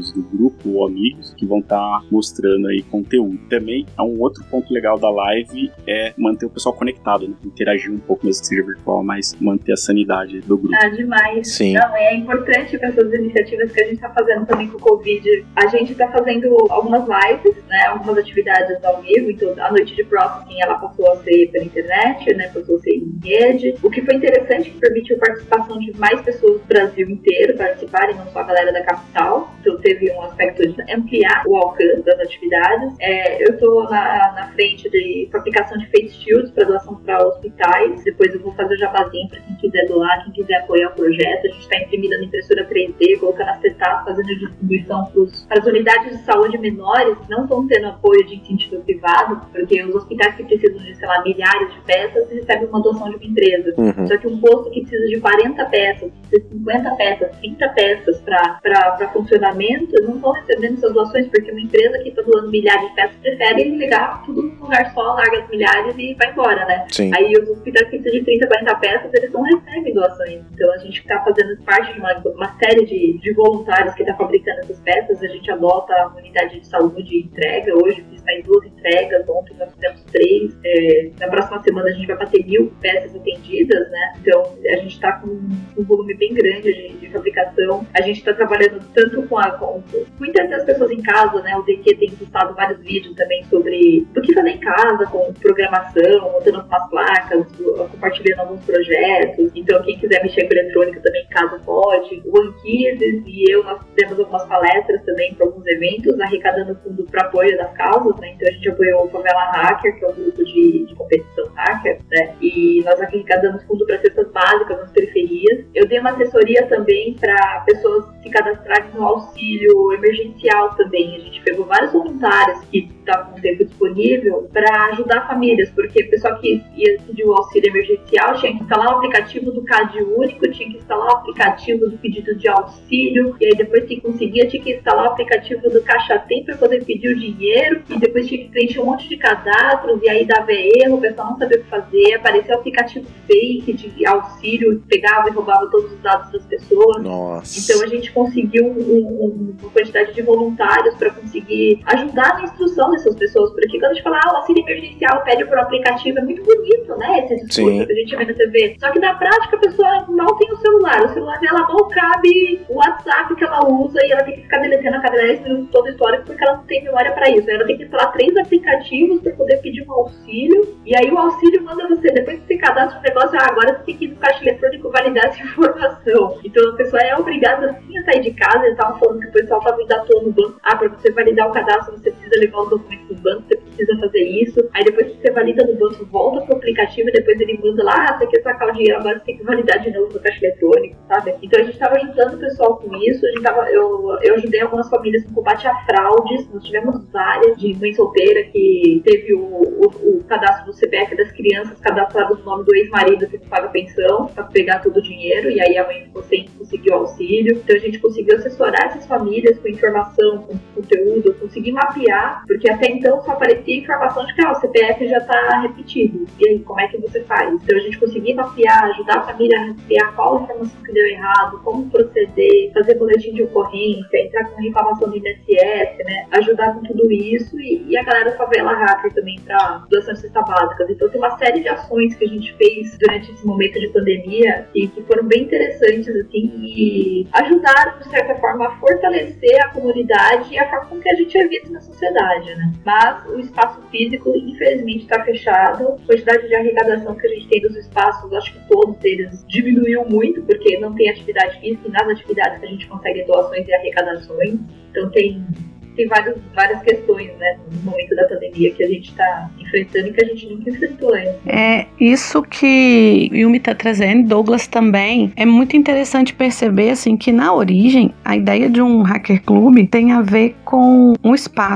grupo ou amigos que vão estar tá mostrando aí conteúdo. Também é um outro ponto legal da live é manter o pessoal conectado, né? Interagir um pouco, mesmo que seja virtual, mas manter a sanidade do grupo. Ah, demais. Sim. Não, é importante para essas iniciativas que a gente está fazendo também com o Covid. A gente está fazendo algumas lives, né? Algumas atividades ao vivo. Então, a noite de processing, ela passou a ser pela internet, né? Passou a ser em rede. O que foi interessante, que permitiu a participação de mais pessoas do Brasil inteiro participarem, não só a galera da capital. Então, teve um aspecto de ampliar o alcance das atividades. É, eu estou na, na frente de fabricação de face shields para doação para hospitais. Depois eu vou fazer o jabazinho para quem quiser doar, quem quiser apoiar o projeto. A gente está imprimindo na impressora três D, colocando as setas, fazendo distribuição para as unidades de saúde menores, que não estão tendo apoio de incentivo privado, porque os hospitais que precisam de, sei lá, milhares de peças recebem uma doação de uma empresa. Uhum. Só que um posto que precisa de quarenta peças, cinquenta peças, trinta peças para funcionamento, não estão recebendo essas doações, porque uma empresa que está doando milhares de peças prefere ligar tudo num lugar só, larga as milhares e vai embora, né? Sim. Aí os hospitais que precisam de trinta, quarenta peças, eles não recebem doações. Então a gente está fazendo parte de uma, uma série de, de voluntários que está fabricando essas peças. A gente adota a unidade de saúde e entrega. Hoje fiz mais duas entregas, ontem nós fizemos três. É, na próxima semana a gente vai bater mil peças atendidas, né? Então a gente está com um volume bem grande de, de fabricação. A gente está trabalhando tanto com a com, com muitas pessoas em casa, né? O D Q tem postado vários vídeos também sobre do que fazer em casa, com programação, montando algumas placas, compartilhando alguns projetos. Então quem quiser mexer com eletrônica também em casa pode. O Anquises e eu, nós temos algumas palestras também para alguns eventos, arrecadando fundo para apoio das causas, né? Então a gente apoiou o Favela Hacker, que é um grupo de, de competição hacker, né? E nós arrecadamos fundo para cestas básicas nas periferias. Eu dei uma assessoria também para pessoas se cadastrarem no auxílio emergencial também. A gente pegou vários voluntários que estavam com tempo disponível para ajudar famílias, porque o pessoal que ia pedir o auxílio emergencial tinha que instalar o aplicativo do C A D único, tinha que instalar o aplicativo do pedido de auxílio, e aí depois que conseguia tinha que instalar o aplicativo do Caixa Tem para poder pedir o dinheiro, e depois tinha que preencher um monte de cadastros, e aí dava erro, o pessoal não sabia o que fazer, apareceu o aplicativo fake de auxílio, pegava e roubava todos os dados das pessoas. Nossa. Então a gente conseguiu um, um, uma quantidade de voluntários para conseguir ajudar na instrução dessas pessoas, porque quando a gente fala, ah, o auxílio emergencial pede por aplicativo, é muito bonito, né, esse discurso que a gente vê na T V, só que na prática a pessoa mal tem o celular, o celular dela mal cabe o WhatsApp que ela usa e ela tem que ficar deletando a cada dez minutos todo o histórico porque ela não tem memória para isso, ela tem que instalar três aplicativos para poder pedir um auxílio, e aí o auxílio manda você, depois que você cadastra o negócio, ah, agora você tem que ir no caixa eletrônico validar essa informação. Então a pessoa é obrigada sim a sair de casa. Eles estavam falando que o pessoal estava indo à toa no banco. Ah, para você validar o cadastro, você precisa levar os documentos do banco, você precisa fazer isso. Aí depois que você valida no banco, volta pro aplicativo e depois ele manda lá, ah, você quer sacar o dinheiro, agora você tem que validar de novo no caixa eletrônico, sabe? Então a gente estava ajudando o pessoal com isso. A gente tava, eu, eu ajudei algumas famílias no combate a fraudes. Nós tivemos várias de mãe solteira que teve o, o, o cadastro do C P F das crianças cadastrado no nome do ex-marido que não paga pensão, para pegar todo o dinheiro, e aí a mãe ficou sem conseguir o auxílio. Então a gente conseguiu assessorar essas famílias com informação, com conteúdo, conseguir mapear, porque até então só aparecia informação de que ah, o C P F já está repetido. E aí, como é que você faz? Então a gente conseguia mapear, ajudar a família a mapear qual informação que deu errado, como proceder, fazer boletim de ocorrência, entrar com reclamação do I N S S, né? Ajudar com tudo isso, e, e a galera Favela Hacker também para doação de cesta básicas. Então tem uma série de ações que a gente fez durante esse momento de pandemia e que foram bem interessantes, assim, e ajudaram, de certa forma, a fortalecer a comunidade e a forma com que a gente é visto na sociedade, né? Mas o espaço físico, infelizmente, está fechado. A quantidade de arrecadação que a gente tem dos espaços, acho que todos eles diminuiu muito, porque não tem atividade física, e nas atividades que a gente consegue doações e arrecadações. Então tem... tem vários, várias questões, né, no momento da pandemia que a gente está enfrentando e que a gente nunca enfrentou antes. É isso que Yumi está trazendo, Douglas também. É muito interessante perceber, assim, que na origem a ideia de um hacker club tem a ver com um espaço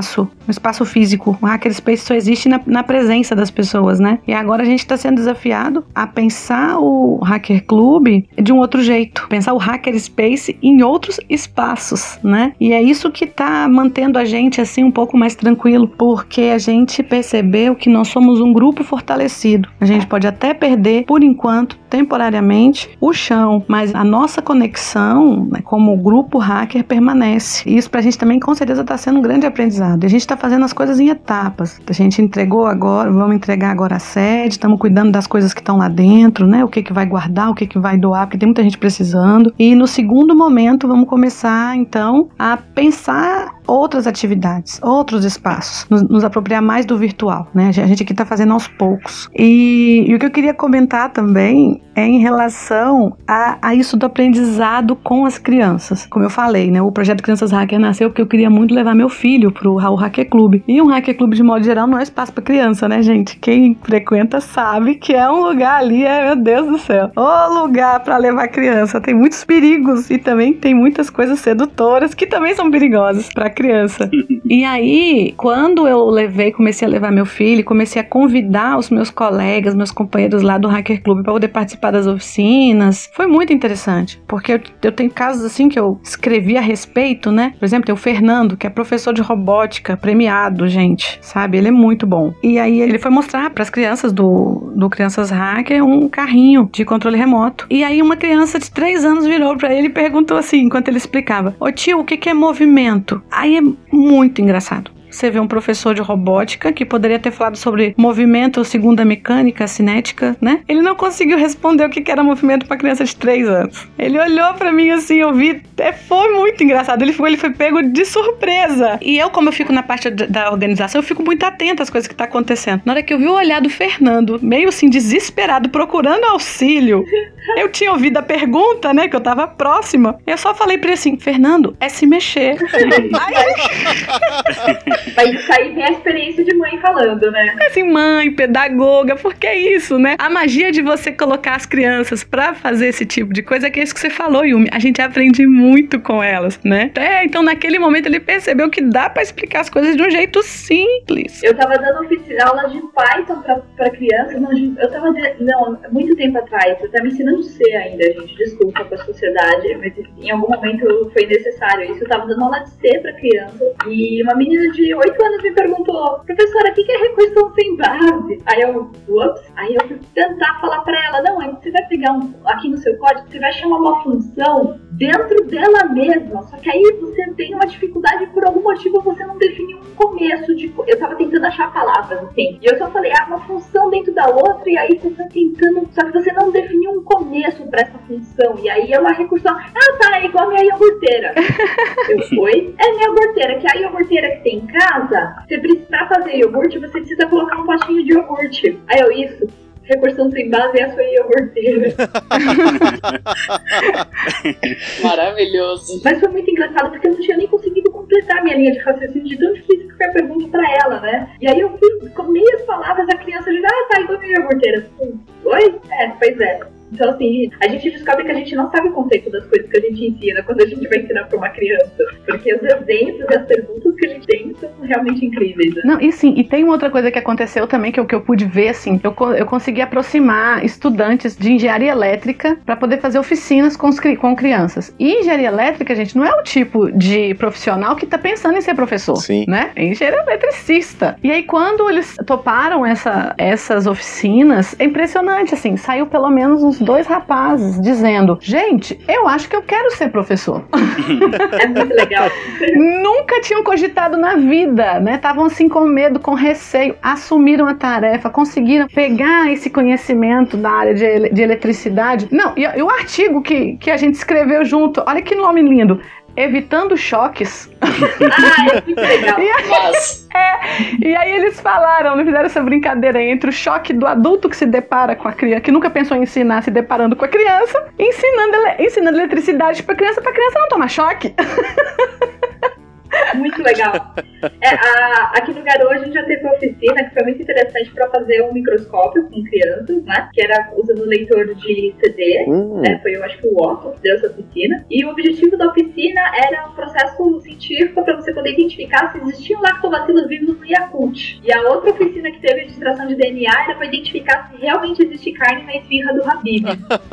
no espaço físico. O hackerspace só existe na, na presença das pessoas, né? E agora a gente está sendo desafiado a pensar o Hacker Club de um outro jeito, pensar o hackerspace em outros espaços, né? E é isso que está mantendo a gente assim um pouco mais tranquilo, porque a gente percebeu que nós somos um grupo fortalecido. A gente pode até perder, por enquanto, temporariamente, o chão, mas a nossa conexão, né, como grupo hacker permanece. E isso pra gente também com certeza está sendo um grande aprendizado. A gente está fazendo as coisas em etapas. A gente entregou agora, vamos entregar agora a sede, estamos cuidando das coisas que estão lá dentro, né? O que que vai guardar, o que que vai doar, porque tem muita gente precisando. E no segundo momento vamos começar então a pensar outras atividades, outros espaços, nos, nos apropriar mais do virtual, né? A gente aqui está fazendo aos poucos. E, e o que eu queria comentar também é em relação a, a isso do aprendizado com as crianças. Como eu falei, né? O projeto Crianças Hacker nasceu porque eu queria muito levar meu filho pro Raul Hacker Club. E um Hacker Club, de modo geral, não é espaço para criança, né, gente? Quem frequenta sabe que é um lugar ali, é, meu Deus do céu, o lugar para levar criança. Tem muitos perigos e também tem muitas coisas sedutoras que também são perigosas para criança. E aí, quando eu levei, comecei a levar meu filho, comecei a convidar os meus colegas, meus companheiros lá do Hacker Club para poder participar das oficinas, foi muito interessante, porque eu, eu tenho casos assim que eu escrevi a respeito, né? Por exemplo, tem o Fernando, que é professor de robótica, premiado, gente, sabe? Ele é muito bom. E aí ele foi mostrar para as crianças do, do Crianças Hacker um carrinho de controle remoto. E aí uma criança de três anos virou para ele e perguntou assim, enquanto ele explicava: ô tio, o que que é movimento? Aí é muito engraçado. Você vê um professor de robótica que poderia ter falado sobre movimento segundo a mecânica cinética, né? Ele não conseguiu responder o que era movimento para criança de três anos. Ele olhou para mim assim, eu vi, é, foi muito engraçado. Ele foi, ele foi pego de surpresa. E eu, como eu fico na parte da organização, eu fico muito atenta às coisas que tá acontecendo. Na hora que eu vi o olhar do Fernando, meio assim, desesperado, procurando auxílio, eu tinha ouvido a pergunta, né, que eu tava próxima. Eu só falei pra ele assim: Fernando, é se mexer. Aí... Mas isso aí vem a experiência de mãe falando, né? Assim, mãe, pedagoga, por que isso, né? A magia de você colocar as crianças pra fazer esse tipo de coisa é que é isso que você falou, Yumi. A gente aprende muito com elas, né? É, então naquele momento ele percebeu que dá pra explicar as coisas de um jeito simples. Eu tava dando oficina, aulas de Python pra, pra crianças, não, eu tava, de, não, muito tempo atrás, eu tava ensinando C ainda, gente, desculpa pra sociedade, mas em algum momento foi necessário isso. Eu tava dando aula de C pra criança e uma menina de oito anos me perguntou: professora, o que é recursão sem base? Aí eu, ups, aí eu fui tentar falar pra ela: não, você vai pegar um, aqui no seu código, você vai chamar uma função dentro dela mesma, só que aí você tem uma dificuldade, por algum motivo você não definiu um começo de... Eu tava tentando achar palavras, assim, e eu só falei, ah, uma função dentro da outra, e aí você tá tentando, só que você não definiu um começo pra essa função, e aí é uma recursão. Ah, tá, é igual a minha iogurteira. Eu fui, é minha iogurteira, que a iogurteira que tem em casa, você precisa, pra fazer iogurte, você precisa colocar um potinho de iogurte. Aí eu, isso, recursão sem base é a sua iogurteira. Maravilhoso. Mas foi muito engraçado porque eu não tinha nem conseguido completar minha linha de raciocínio de tão difícil que foi a pergunta pra ela, né? E aí eu fui com meias palavras, a criança já, ah, tá, igual a minha iogurteira. Oi? É, pois é. Então, assim, a gente descobre que a gente não sabe o conceito das coisas que a gente ensina quando a gente vai ensinar pra uma criança. Porque os exemplos e as perguntas que a gente tem são realmente incríveis. Né? Não, e sim, e tem uma outra coisa que aconteceu também, que eu, que eu pude ver, assim, eu, eu consegui aproximar estudantes de engenharia elétrica para poder fazer oficinas com, os, com crianças. E engenharia elétrica, gente, não é o tipo de profissional que tá pensando em ser professor. Sim. Né? É engenheiro eletricista. E aí, quando eles toparam essa, essas oficinas, é impressionante, assim, saiu pelo menos uns dois rapazes dizendo: gente, eu acho que eu quero ser professor. É muito legal. Nunca tinham cogitado na vida, né? Estavam assim com medo, com receio, assumiram a tarefa, conseguiram pegar esse conhecimento da área de, ele- de eletricidade. Não, e, e o artigo que, que a gente escreveu junto, olha que nome lindo: Evitando Choques. Ah, é muito legal. E aí, Mas... é, e aí eles falaram, fizeram essa brincadeira aí entre o choque do adulto que se depara com a criança, que nunca pensou em ensinar, se deparando com a criança, ensinando, ele, ensinando eletricidade pra criança, pra criança não tomar choque. Muito legal. É, a, aqui no Garou a gente já teve uma oficina que foi muito interessante para fazer um microscópio com crianças, né? Que era usando leitor de C D. Hum. Né, foi, eu acho que o Otto que deu essa oficina. E o objetivo da oficina era processo científico para você poder identificar se existiam lactobacilos vivos no Yakult. E a outra oficina que teve registração de D N A era para identificar se realmente existe carne na esfirra do Habib.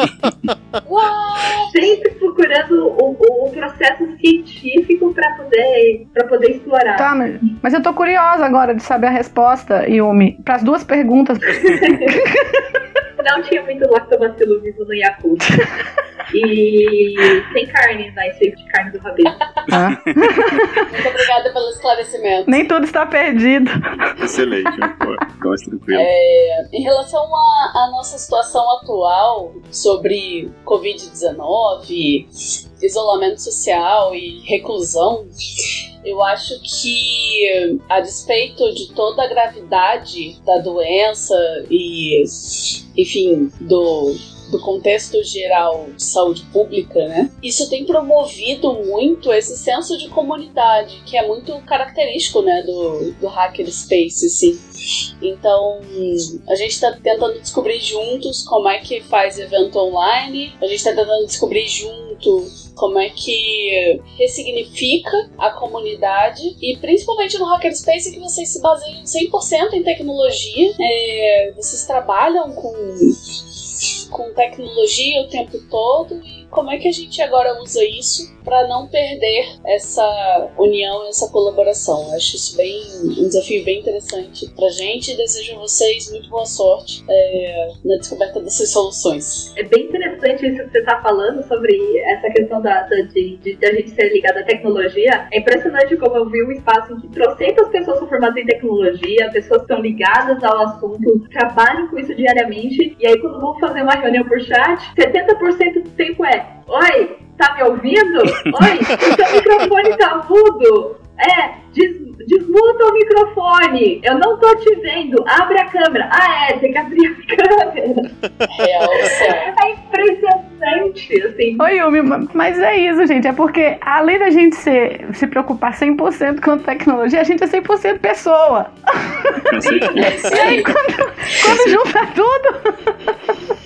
Sempre procurando o, o processo científico para poder, para poder explorar. Tá, mas, mas eu tô curiosa agora de saber a resposta, Yumi, para as duas perguntas. Não tinha muito lactobacilo vivo no Yakult. E sem carne na esfirra de carne do Habib. Ah. Muito obrigada pelo esclarecimento. Nem tudo está perdido. Excelente, pô, mais tranquilo. É, em relação à nossa situação atual sobre covid dezenove, isolamento social e reclusão, eu acho que, a despeito de toda a gravidade da doença e, enfim, do, do contexto geral de saúde pública, né? Isso tem promovido muito esse senso de comunidade, que é muito característico, né, do, do hackerspace, assim. Então, a gente está tentando descobrir juntos como é que faz evento online, a gente está tentando descobrir junto como é que ressignifica a comunidade, e principalmente no Hackerspace, que vocês se baseiam cem por cento em tecnologia, é, vocês trabalham com, com tecnologia o tempo todo, e como é que a gente agora usa isso para não perder essa união, essa colaboração. Eu acho isso bem, um desafio bem interessante pra gente, e desejo a vocês muito boa sorte é, na descoberta dessas soluções. É bem interessante isso que você está falando sobre essa questão da, da, de, de, de a gente ser ligado à tecnologia. É impressionante como eu vi um espaço em que trocentas pessoas são formadas em tecnologia, pessoas estão ligadas ao assunto, trabalham com isso diariamente, e aí quando vão fazer uma reunião por chat, setenta por cento do tempo é: oi, tá me ouvindo? Oi, o seu microfone tá mudo? É, des, desmuta o microfone, eu não tô te vendo, abre a câmera. Ah, é, tem que abrir a câmera. Real, sério. É impressionante, assim. Oi, Yumi, mas é isso, gente, é porque além da gente ser, se preocupar cem por cento com tecnologia, a gente é cem por cento pessoa. E aí, quando, quando junta tudo...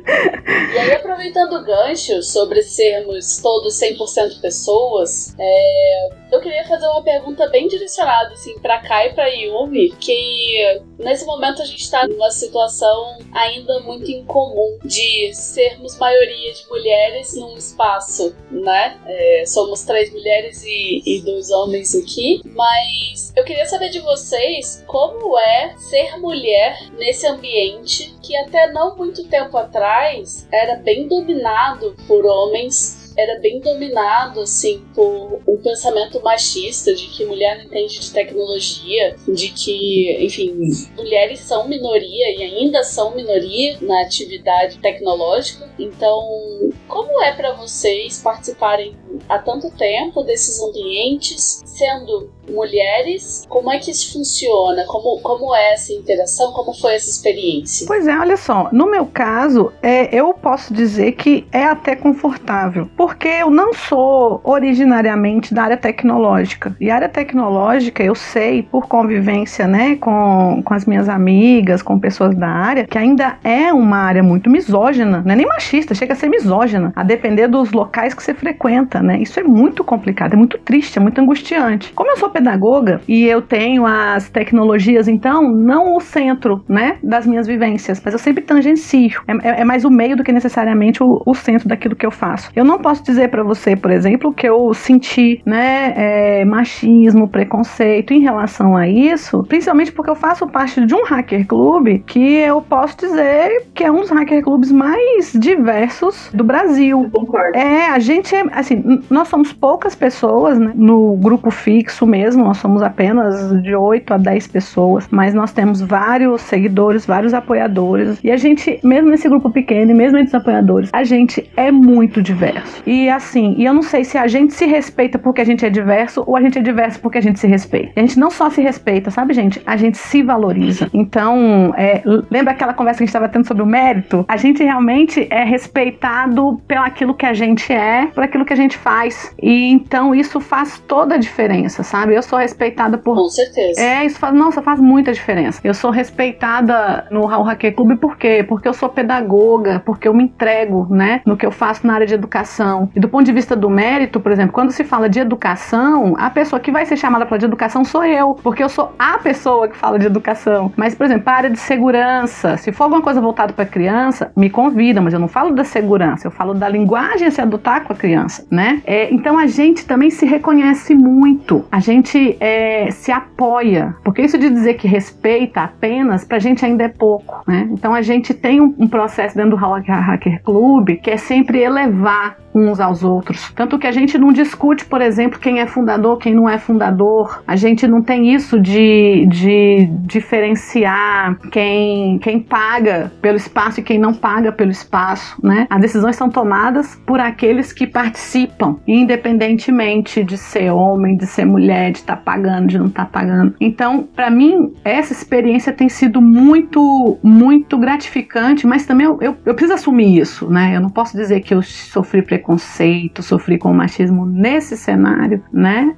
E aí, aproveitando o gancho sobre sermos todos cem por cento pessoas, é, eu queria fazer uma pergunta bem direcionada assim, pra Kai e pra Yumi, que nesse momento a gente tá numa situação ainda muito incomum de sermos maioria de mulheres num espaço, né? É, somos três mulheres e, e dois homens aqui, mas eu queria saber de vocês como é ser mulher nesse ambiente que até não muito tempo atrás era bem dominado por homens, era bem dominado, assim, por um pensamento machista de que mulher não entende de tecnologia, de que, enfim, mulheres são minoria e ainda são minoria na atividade tecnológica. Então, como é para vocês participarem há tanto tempo desses ambientes, sendo mulheres? Como é que isso funciona? Como, como é essa interação? Como foi essa experiência? Pois é, olha só, no meu caso, é, eu posso dizer que é até confortável, porque eu não sou originariamente da área tecnológica, e a área tecnológica eu sei por convivência, né, com, com as minhas amigas, com pessoas da área, que ainda é uma área muito misógina, não é nem machista, chega a ser misógina, a depender dos locais que você frequenta, né, isso é muito complicado, é muito triste, é muito angustiante. Como eu sou pedagoga e eu tenho as tecnologias, então, não o centro, né, das minhas vivências, mas eu sempre tangencio, é, é mais o meio do que necessariamente o, o centro daquilo que eu faço. Eu não posso dizer pra você, por exemplo, que eu senti, né, é, machismo, preconceito em relação a isso, principalmente porque eu faço parte de um hacker club que eu posso dizer que é um dos hacker clubes mais diversos do Brasil. Eu concordo. É, a gente é, assim, nós somos poucas pessoas, né, no grupo fixo mesmo, nós somos apenas de oito a dez pessoas, mas nós temos vários seguidores, vários apoiadores, e a gente, mesmo nesse grupo pequeno, e mesmo entre os apoiadores, a gente é muito diverso. E assim, e eu não sei se a gente se respeita porque a gente é diverso, ou a gente é diverso porque a gente se respeita. A gente não só se respeita, sabe, gente? A gente se valoriza. Então, é, lembra aquela conversa que a gente estava tendo sobre o mérito? A gente realmente é respeitado pelo aquilo que a gente é, por aquilo que a gente faz. E então isso faz toda a diferença, sabe? sabe? Eu sou respeitada por... Com certeza. É, isso faz, nossa, faz muita diferença. Eu sou respeitada no Raul Hacker Club por quê? Porque eu sou pedagoga, porque eu me entrego, né, no que eu faço na área de educação. E do ponto de vista do mérito, por exemplo, quando se fala de educação, a pessoa que vai ser chamada para de educação sou eu, porque eu sou a pessoa que fala de educação. Mas, por exemplo, a área de segurança, se for alguma coisa voltada para criança, me convida, mas eu não falo da segurança, eu falo da linguagem a se adotar com a criança, né? É, então a gente também se reconhece muito, a gente é, se apoia, porque isso de dizer que respeita apenas, pra gente ainda é pouco, né? Então a gente tem um, um processo dentro do Raul Hacker Club que é sempre elevar uns aos outros. Tanto que a gente não discute, por exemplo, quem é fundador, quem não é fundador. A gente não tem isso de, de diferenciar quem, quem paga pelo espaço e quem não paga pelo espaço, né? As decisões são tomadas por aqueles que participam, independentemente de ser homem, de ser mulher, de estar tá pagando, de não estar tá pagando. Então, para mim, essa experiência tem sido muito, muito gratificante, mas também eu, eu, eu preciso assumir isso, né? Eu não posso dizer que eu sofri preconceito preconceito, sofri com machismo nesse cenário, né?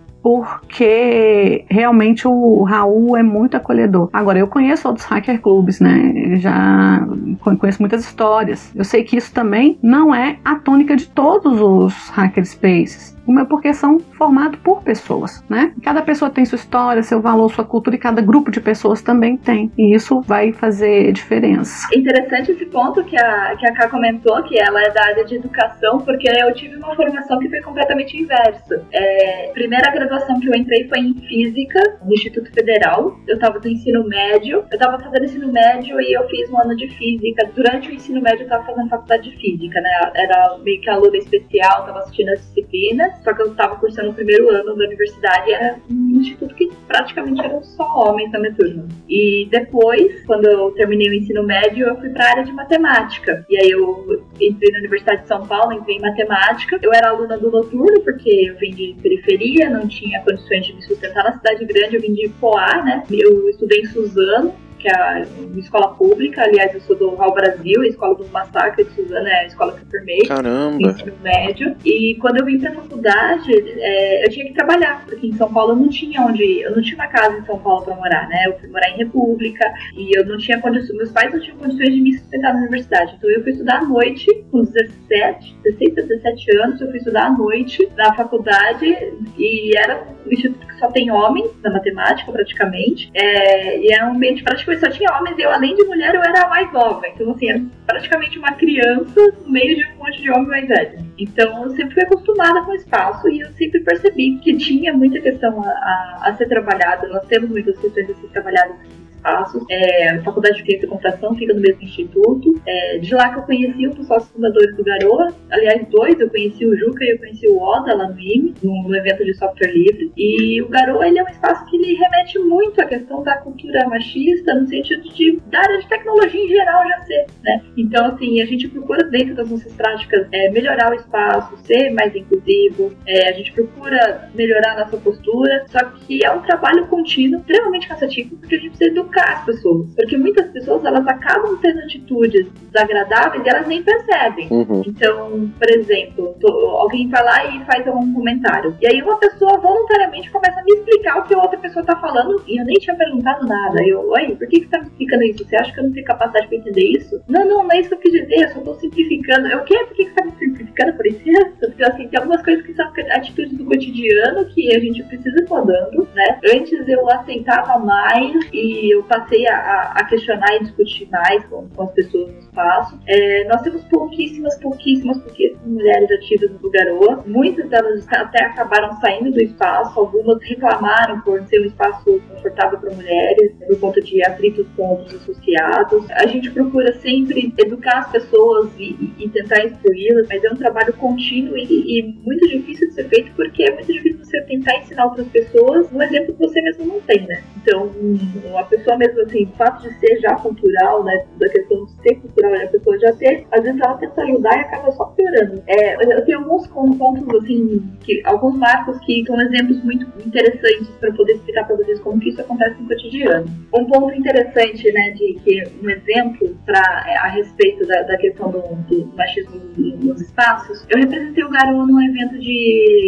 Porque realmente o Raul é muito acolhedor. Agora, eu conheço outros hacker clubes, né? Já conheço muitas histórias. Eu sei que isso também não é a tônica de todos os hackerspaces. Uma é porque são formados por pessoas, né? Cada pessoa tem sua história, seu valor, sua cultura, e cada grupo de pessoas também tem. E isso vai fazer diferença. Interessante esse ponto que a, que a Ká comentou, que ela é da área de educação, porque eu tive uma formação que foi completamente inversa. É, a primeira graduação que eu entrei foi em Física, no Instituto Federal. Eu estava no ensino médio, eu estava fazendo ensino médio e eu fiz um ano de Física. Durante o ensino médio eu estava fazendo faculdade de Física, né? Era meio que aluna especial, estava assistindo as disciplinas. Só que eu estava cursando o primeiro ano da universidade e era um instituto que praticamente eram só homens na minha turma. E depois, quando eu terminei o ensino médio, eu fui para a área de matemática. E aí eu entrei na Universidade de São Paulo, entrei em matemática. Eu era aluna do noturno, porque eu vim de periferia, não tinha condições de me sustentar na cidade grande, eu vim de Poá, né? Eu estudei em Suzano, que é uma escola pública. Aliás, eu sou do Raul Brasil, a escola do Massacre de Suzano é a escola que eu formei. Caramba! Ensino médio. E quando eu vim pra faculdade, é, eu tinha que trabalhar, porque em São Paulo eu não tinha onde... Eu não tinha uma casa em São Paulo pra morar, né? Eu fui morar em República e eu não tinha condições... Meus pais não tinham condições de me sustentar na universidade. Então eu fui estudar à noite, com dezessete, dezesseis a dezessete anos, eu fui estudar à noite na faculdade e era um instituto que só tem homens na matemática, praticamente. É, e era um ambiente praticamente só tinha homens e eu, além de mulher, eu era a mais nova. Então, assim, era praticamente uma criança no meio de um monte de homem mais velho. Então, eu sempre fui acostumada com o espaço e eu sempre percebi que tinha muita questão a, a, a ser trabalhada. Nós temos muitas questões a ser trabalhadas espaços. É, a Faculdade de Ciência e Computação fica no mesmo instituto. É, de lá que eu conheci um dos sócios fundadores do Garoa. Aliás, dois. Eu conheci o Juca e eu conheci o Oda lá no I M E, num evento de software livre. E o Garoa, ele é um espaço que ele remete muito à questão da cultura machista, no sentido de, da área de tecnologia em geral já ser, né? Então, assim, a gente procura, dentro das nossas práticas, é, melhorar o espaço, ser mais inclusivo. É, a gente procura melhorar a nossa postura. Só que é um trabalho contínuo, extremamente cansativo, porque a gente precisa educar as pessoas, porque muitas pessoas elas acabam tendo atitudes desagradáveis e elas nem percebem. Uhum. Então, por exemplo, tô, alguém vai lá e faz um comentário, e aí uma pessoa voluntariamente começa a me explicar o que a outra pessoa tá falando e eu nem tinha perguntado nada. Eu, oi, por que que você tá me explicando isso? Você acha que eu não tenho capacidade pra entender isso? Não, não, não é isso que eu quis dizer, eu só tô simplificando. Eu, o quê? Por que que você tá me simplificando por isso? Então, assim, tem algumas coisas que são atitudes do cotidiano que a gente precisa ir mudando, né? Antes eu aceitava mais e eu passei a, a questionar e discutir mais com, com as pessoas no espaço. É, nós temos pouquíssimas, pouquíssimas, pouquíssimas mulheres ativas no Garoa. Muitas delas até acabaram saindo do espaço, algumas reclamaram por ser um espaço confortável para mulheres, por conta de atritos com outros associados. A gente procura sempre educar as pessoas e, e, e tentar instruí-las, mas é um trabalho contínuo e, e muito difícil de ser feito, porque é muito difícil você tentar ensinar outras pessoas um exemplo que você mesmo não tem, né? Então, a pessoa mesmo assim, o fato de ser já cultural, né, da questão de ser cultural e a pessoa já ter, às vezes ela tenta ajudar e acaba só piorando. É, eu tenho alguns pontos, assim, que, alguns marcos que são exemplos muito interessantes para poder explicar para vocês como que isso acontece no cotidiano. Um ponto interessante, né, de que um exemplo pra, a respeito da, da questão do, do machismo nos espaços, eu representei o Garoa num evento de, de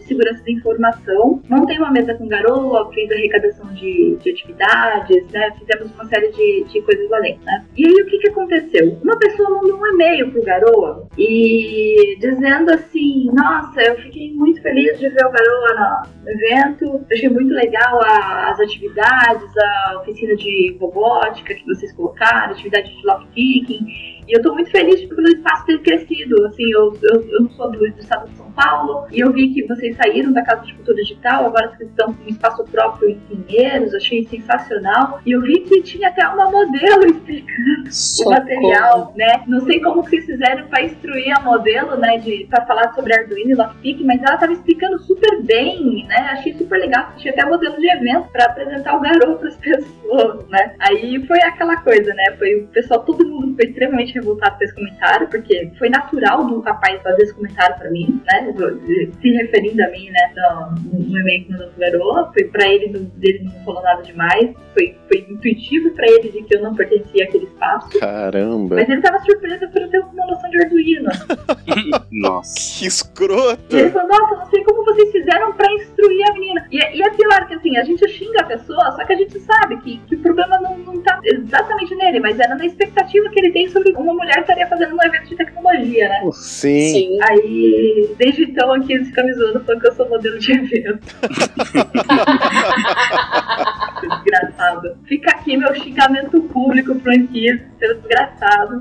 segurança da informação. Montei uma mesa com Garoa, fiz arrecadação de, de atividades, né? Fizemos uma série de, de coisas lá dentro, né? E aí o que que aconteceu? Uma pessoa mandou um e-mail pro Garoa e dizendo assim, nossa, eu fiquei muito feliz de ver o Garoa no evento, achei muito legal a, as atividades, a oficina de robótica que vocês colocaram, atividade de lockpicking, e eu tô muito feliz pelo espaço ter crescido. Assim, eu, eu, eu não sou do, do estado de São Paulo, e eu vi que vocês saíram da Casa de Cultura Digital, agora vocês estão com um espaço próprio em Pinheiros, achei sensacional. E eu vi que tinha até uma modelo explicando Socorro. o material, né? Não sei como que vocês fizeram para instruir a modelo, né, de, pra falar sobre Arduino e Lockpick, mas ela tava explicando super bem, né? Achei super legal, tinha até modelo de evento para apresentar o Garoa para as pessoas, né? Aí foi aquela coisa, né? Foi o pessoal, todo mundo foi extremamente revoltado com esse comentário, porque foi natural do rapaz fazer esse comentário pra mim, né, se referindo a mim, né, no, no e-mail que mandou pro Garoa. Foi pra ele, não, ele não falou nada demais, foi, foi intuitivo pra ele de que eu não pertencia àquele espaço. Caramba! Mas ele tava surpreso por eu ter uma noção de Arduino. Nossa! Que escroto! E ele falou, nossa, não sei como vocês fizeram pra instruir a menina. E, e é pior que assim, a gente xinga a pessoa, só que a gente sabe que, que o problema não, não tá exatamente nele, mas era na expectativa que ele tem sobre uma mulher que estaria fazendo um evento de tecnologia, né? Sim. Sim. Aí, desde então, aqui eles ficam me zoando falando que eu sou modelo de evento. Desgraçado. Fica aqui meu xingamento público pro Anquiz, seu desgraçado.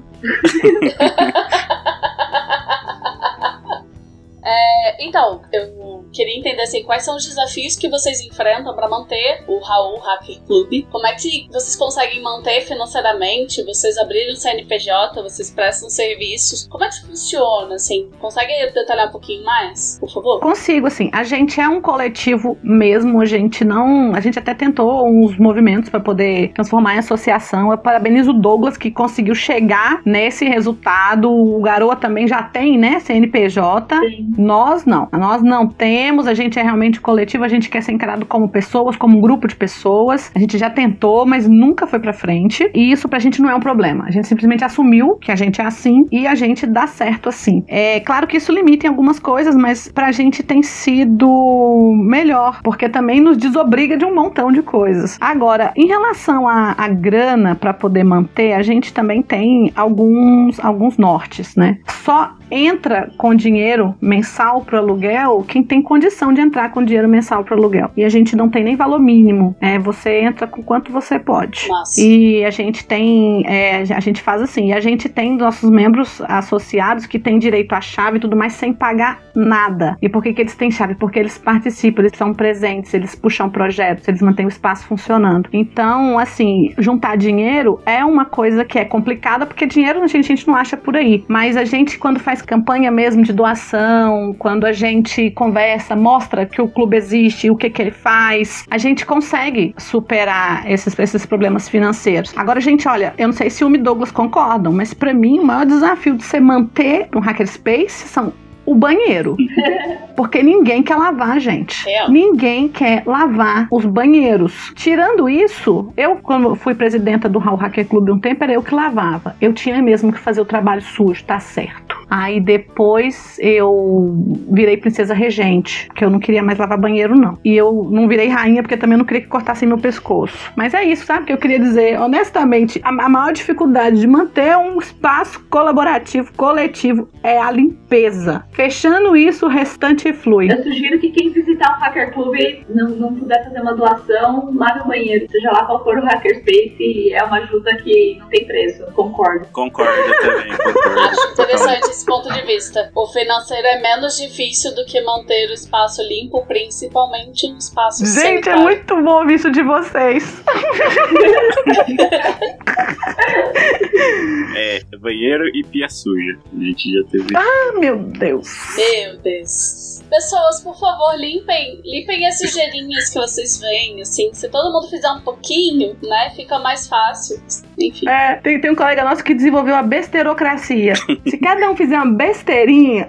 É, então, eu queria entender assim, quais são os desafios que vocês enfrentam para manter o Raul Hacker Club. Como é que vocês conseguem manter financeiramente? Vocês abriram o C N P J, vocês prestam serviços. Como é que funciona, assim? Consegue detalhar um pouquinho mais, por favor? Consigo, assim. A gente é um coletivo mesmo, a gente não... A gente até tentou uns movimentos para poder transformar em associação. Eu parabenizo o Douglas, que conseguiu chegar nesse resultado. O Garoa também já tem, né, C N P J. Sim. Nós não. Nós não temos, a gente é realmente coletivo, a gente quer ser encarado como pessoas, como um grupo de pessoas. A gente já tentou, mas nunca foi pra frente. E isso pra gente não é um problema. A gente simplesmente assumiu que a gente é assim e a gente dá certo assim. É claro que isso limita em algumas coisas, mas pra gente tem sido melhor, porque também nos desobriga de um montão de coisas. Agora, em relação à, à grana pra poder manter, a gente também tem alguns, alguns nortes, né? Só entra com dinheiro mensal para aluguel quem tem condição de entrar com dinheiro mensal para aluguel. E a gente não tem nem valor mínimo. É, você entra com quanto você pode. Nossa. E a gente tem, é, a gente faz assim, e a gente tem nossos membros associados que têm direito à chave e tudo mais sem pagar nada. E por que que eles têm chave? Porque eles participam, eles são presentes, eles puxam projetos, eles mantêm o espaço funcionando. Então, assim, juntar dinheiro é uma coisa que é complicada, porque dinheiro a gente, a gente não acha por aí. Mas a gente, quando faz campanha mesmo de doação, quando a gente conversa, mostra que o clube existe, o que que ele faz, a gente consegue superar esses, esses problemas financeiros. Agora, gente, olha, eu não sei se o e Douglas concordam, mas pra mim o maior desafio de você manter um hackerspace são o banheiro. Porque ninguém quer lavar, gente. É. Ninguém quer lavar os banheiros. Tirando isso, eu, quando fui presidenta do Raul Hacker Club um tempo, era eu que lavava. Eu tinha mesmo que fazer o trabalho sujo, tá certo. Aí depois eu virei princesa regente, porque eu não queria mais lavar banheiro, não. E eu não virei rainha, porque também eu não queria que cortassem meu pescoço. Mas é isso, sabe? Que eu queria dizer, honestamente, a, a maior dificuldade de manter um espaço colaborativo, coletivo, é a limpeza. Fechando isso, o restante flui. Eu sugiro que quem visitar o Hacker Club não, não puder fazer uma doação, lave o banheiro. Seja lá qual for o Hackerspace, é uma ajuda que não tem preço. Concordo. Concordo também, concordo. Acho interessante esse ponto de vista. O financeiro é menos difícil do que manter o espaço limpo, principalmente um espaço Gente, sanitário. é muito bom isso de vocês. É, banheiro e pia suja. A gente já teve... Ah, meu Deus. Meu Deus. Pessoas, por favor, limpem, limpem as sujeirinhas que vocês veem, assim. Se todo mundo fizer um pouquinho, né, fica mais fácil. enfim. É, tem, tem um colega nosso que desenvolveu a besterocracia. Se cada um fizer uma besteirinha...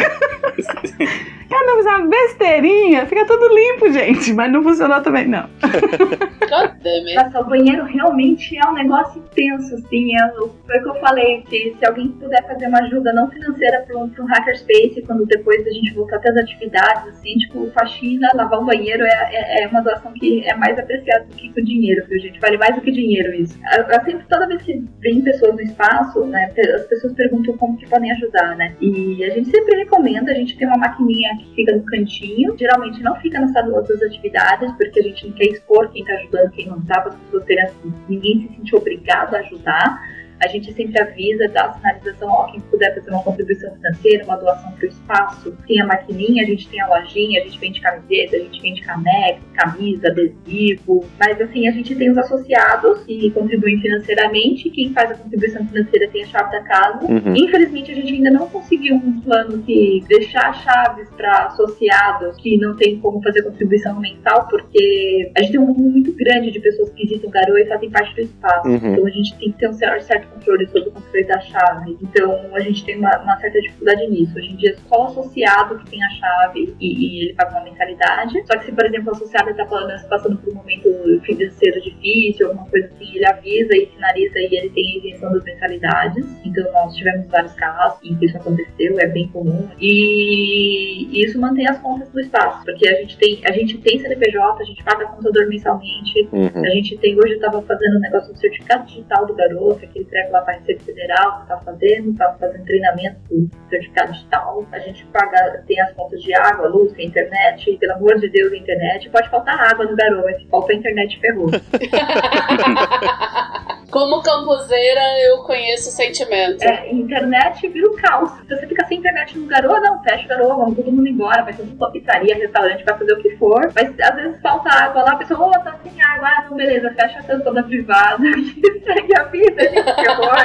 Cada um fizer uma besteirinha, fica tudo limpo, gente. Mas não funcionou também, não. Nossa, o banheiro realmente é um negócio intenso, assim. É, foi o que eu falei, que se alguém puder fazer uma ajuda não financeira para um, um hackerspace, quando depois a gente voltar até as atividades, assim, tipo, faxina, lavar um banheiro é, é, é uma doação que é mais apreciada do que o dinheiro, viu, gente? Vale mais do que dinheiro isso. Eu, eu sempre, toda vez que vem pessoas no espaço, né, as pessoas perguntam como que podem ajudar, né? E a gente sempre recomenda, a gente tem uma maquininha que fica no cantinho, geralmente não fica na sala das atividades, porque a gente não quer expor quem tá ajudando, quem não tá, para as pessoas terem assim, ninguém se sentir obrigado a ajudar. A gente sempre avisa, dá a sinalização, ó, quem puder fazer uma contribuição financeira, uma doação para o espaço. Tem a maquininha, a gente tem a lojinha, a gente vende camiseta, a gente vende caneca, camisa, adesivo. Mas assim, a gente tem os associados que contribuem financeiramente. Quem faz a contribuição financeira tem a chave da casa. Uhum. Infelizmente, a gente ainda não conseguiu um plano que deixar chaves para associados que não tem como fazer contribuição mensal, porque a gente tem um número muito grande de pessoas que visitam o Garou e fazem parte do espaço. Uhum. Então a gente tem que ter um certo controle sobre o controle da chave. Então a gente tem uma, uma certa dificuldade nisso. Hoje em dia só o associado que tem a chave e, e ele paga uma mensalidade. Só que se, por exemplo, o associado está passando por um momento financeiro difícil, alguma coisa assim, ele avisa e sinaliza e ele tem a isenção das mensalidades. Então nós tivemos vários casos em que isso aconteceu, é bem comum. E, e isso mantém as contas do espaço, porque a gente tem, a gente tem C N P J, a gente paga contador mensalmente. Uhum. A gente tem, hoje eu estava fazendo um negócio do certificado digital do garoto, aquele treco lá para a Receita Federal, que tá fazendo, tá fazendo treinamento do certificado digital. A gente paga, tem as contas de água, luz, tem internet, e, pelo amor de Deus, a internet. Pode faltar água no Garou, mas se falta a internet, ferrou. Como cambuzeira, eu conheço o sentimento. É, internet vira um caos. Se você fica sem internet no Garou, não, fecha o Garou, vamos todo mundo embora, vai todo mundo pra pizzaria, restaurante, vai fazer o que for. Mas às vezes falta água lá, a pessoa, ô, oh, tá sem água, ah, não, beleza, fecha a tampa da privada e segue a vida, gente. Que horror.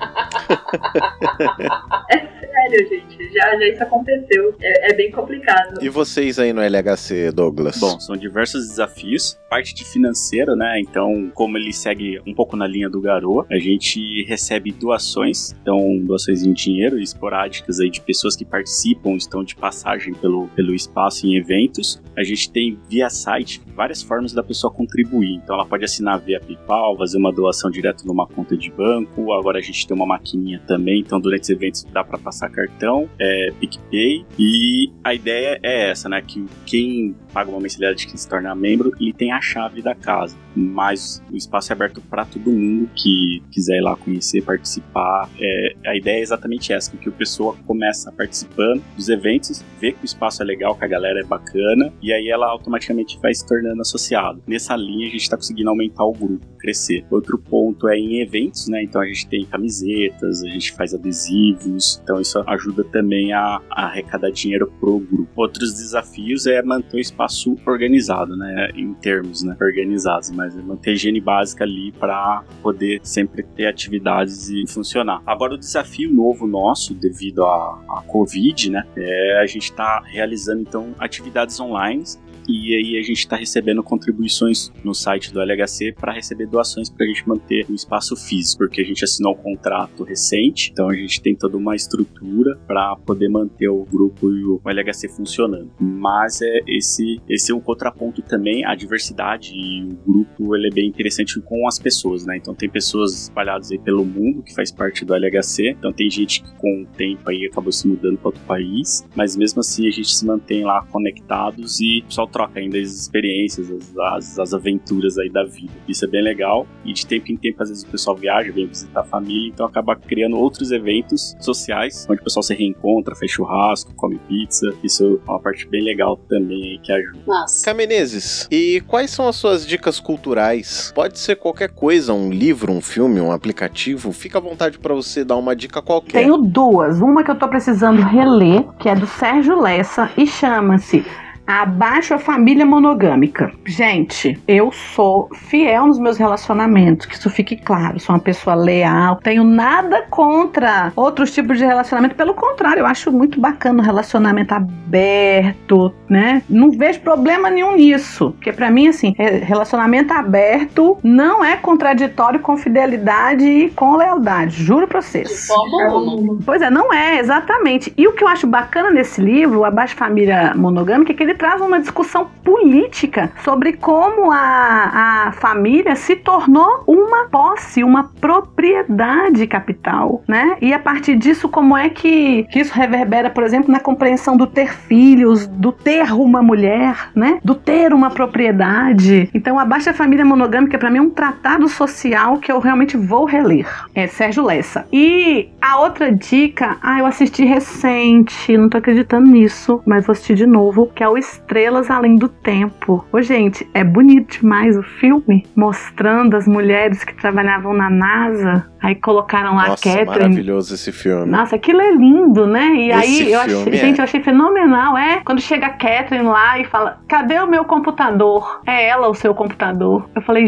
É sério, gente. Já, já isso aconteceu. É, é bem complicado. E vocês aí no L H C, Douglas? Bom, são diversos desafios. Parte de financeiro, né? Então, como ele segue um pouco na linha do Garou, a gente recebe doações. Então, doações em dinheiro esporádicas aí de pessoas que participam, estão de passagem pelo, pelo espaço em eventos. A gente tem via site várias formas da pessoa contribuir. Então, ela pode assinar via PayPal, fazer uma doação direto numa conta de banco. Agora a gente tem uma maquininha também, então durante os eventos dá para passar cartão, é, PicPay, e a ideia é essa, né, que quem paga uma mensalidade que se torna membro, ele tem a chave da casa, mas o espaço é aberto para todo mundo que quiser ir lá conhecer, participar. É, a ideia é exatamente essa, que a pessoa começa participando dos eventos, vê que o espaço é legal, que a galera é bacana, e aí ela automaticamente vai se tornando associado. Nessa linha a gente está conseguindo aumentar o grupo, crescer. Outro ponto é em eventos, né, então a gente tem camisetas, a gente faz adesivos, então isso ajuda também a, a arrecadar dinheiro pro grupo. Outros desafios é manter o espaço organizado, né, em termos, né, organizados, mas é manter a higiene básica ali para poder sempre ter atividades e funcionar. Agora o desafio novo nosso, devido à, à Covid, né, é a gente tá realizando então atividades online. E aí a gente está recebendo contribuições no site do L H C para receber doações para a gente manter o espaço físico, porque a gente assinou um contrato recente, então a gente tem toda uma estrutura para poder manter o grupo e o L H C funcionando. Mas é esse, esse é um contraponto também, a diversidade, e o grupo ele é bem interessante com as pessoas, né? Então tem pessoas espalhadas aí pelo mundo que faz parte do L H C, então tem gente que com o tempo aí acabou se mudando para outro país, mas mesmo assim a gente se mantém lá conectados e só troca ainda as experiências, as, as, as aventuras aí da vida. Isso é bem legal, e de tempo em tempo às vezes o pessoal viaja, vem visitar a família, então acaba criando outros eventos sociais, onde o pessoal se reencontra, faz churrasco, come pizza. Isso é uma parte bem legal também aí que ajuda. Nossa. Camenezes, e quais são as suas dicas culturais? Pode ser qualquer coisa, um livro, um filme, um aplicativo, fica à vontade para você dar uma dica qualquer. Tenho duas, uma que eu tô precisando reler, que é do Sérgio Lessa, e chama-se Abaixo a família monogâmica. Gente, eu sou fiel nos meus relacionamentos, que isso fique claro. Sou uma pessoa leal, tenho nada contra outros tipos de relacionamento. Pelo contrário, eu acho muito bacana o relacionamento aberto, né? Não vejo problema nenhum nisso. Porque pra mim, assim, relacionamento aberto não é contraditório com fidelidade e com lealdade. Juro pra vocês. De forma alguma. Pois é, não é, exatamente. E o que eu acho bacana nesse livro, o Abaixo Família Monogâmica, é que ele traz uma discussão política sobre como a, a família se tornou uma posse, uma propriedade capital, né? E a partir disso, como é que, que isso reverbera, por exemplo, na compreensão do ter filhos, do ter uma mulher, né? Do ter uma propriedade. Então, Abaixo a Família Monogâmica, pra mim, é um tratado social que eu realmente vou reler. É Sérgio Lessa. E a outra dica, ah, eu assisti recente, não tô acreditando nisso, mas vou assistir de novo, que é o Estrelas Além do Tempo. Ô, gente, é bonito demais o filme, mostrando as mulheres que trabalhavam na NASA, aí colocaram lá Nossa, a Catherine. Maravilhoso esse filme. Nossa, aquilo é lindo, né? E Esse aí, eu achei, filme gente, é. eu achei fenomenal, é? Quando chega a Catherine lá e fala, cadê o meu computador? É ela o seu computador. Eu falei,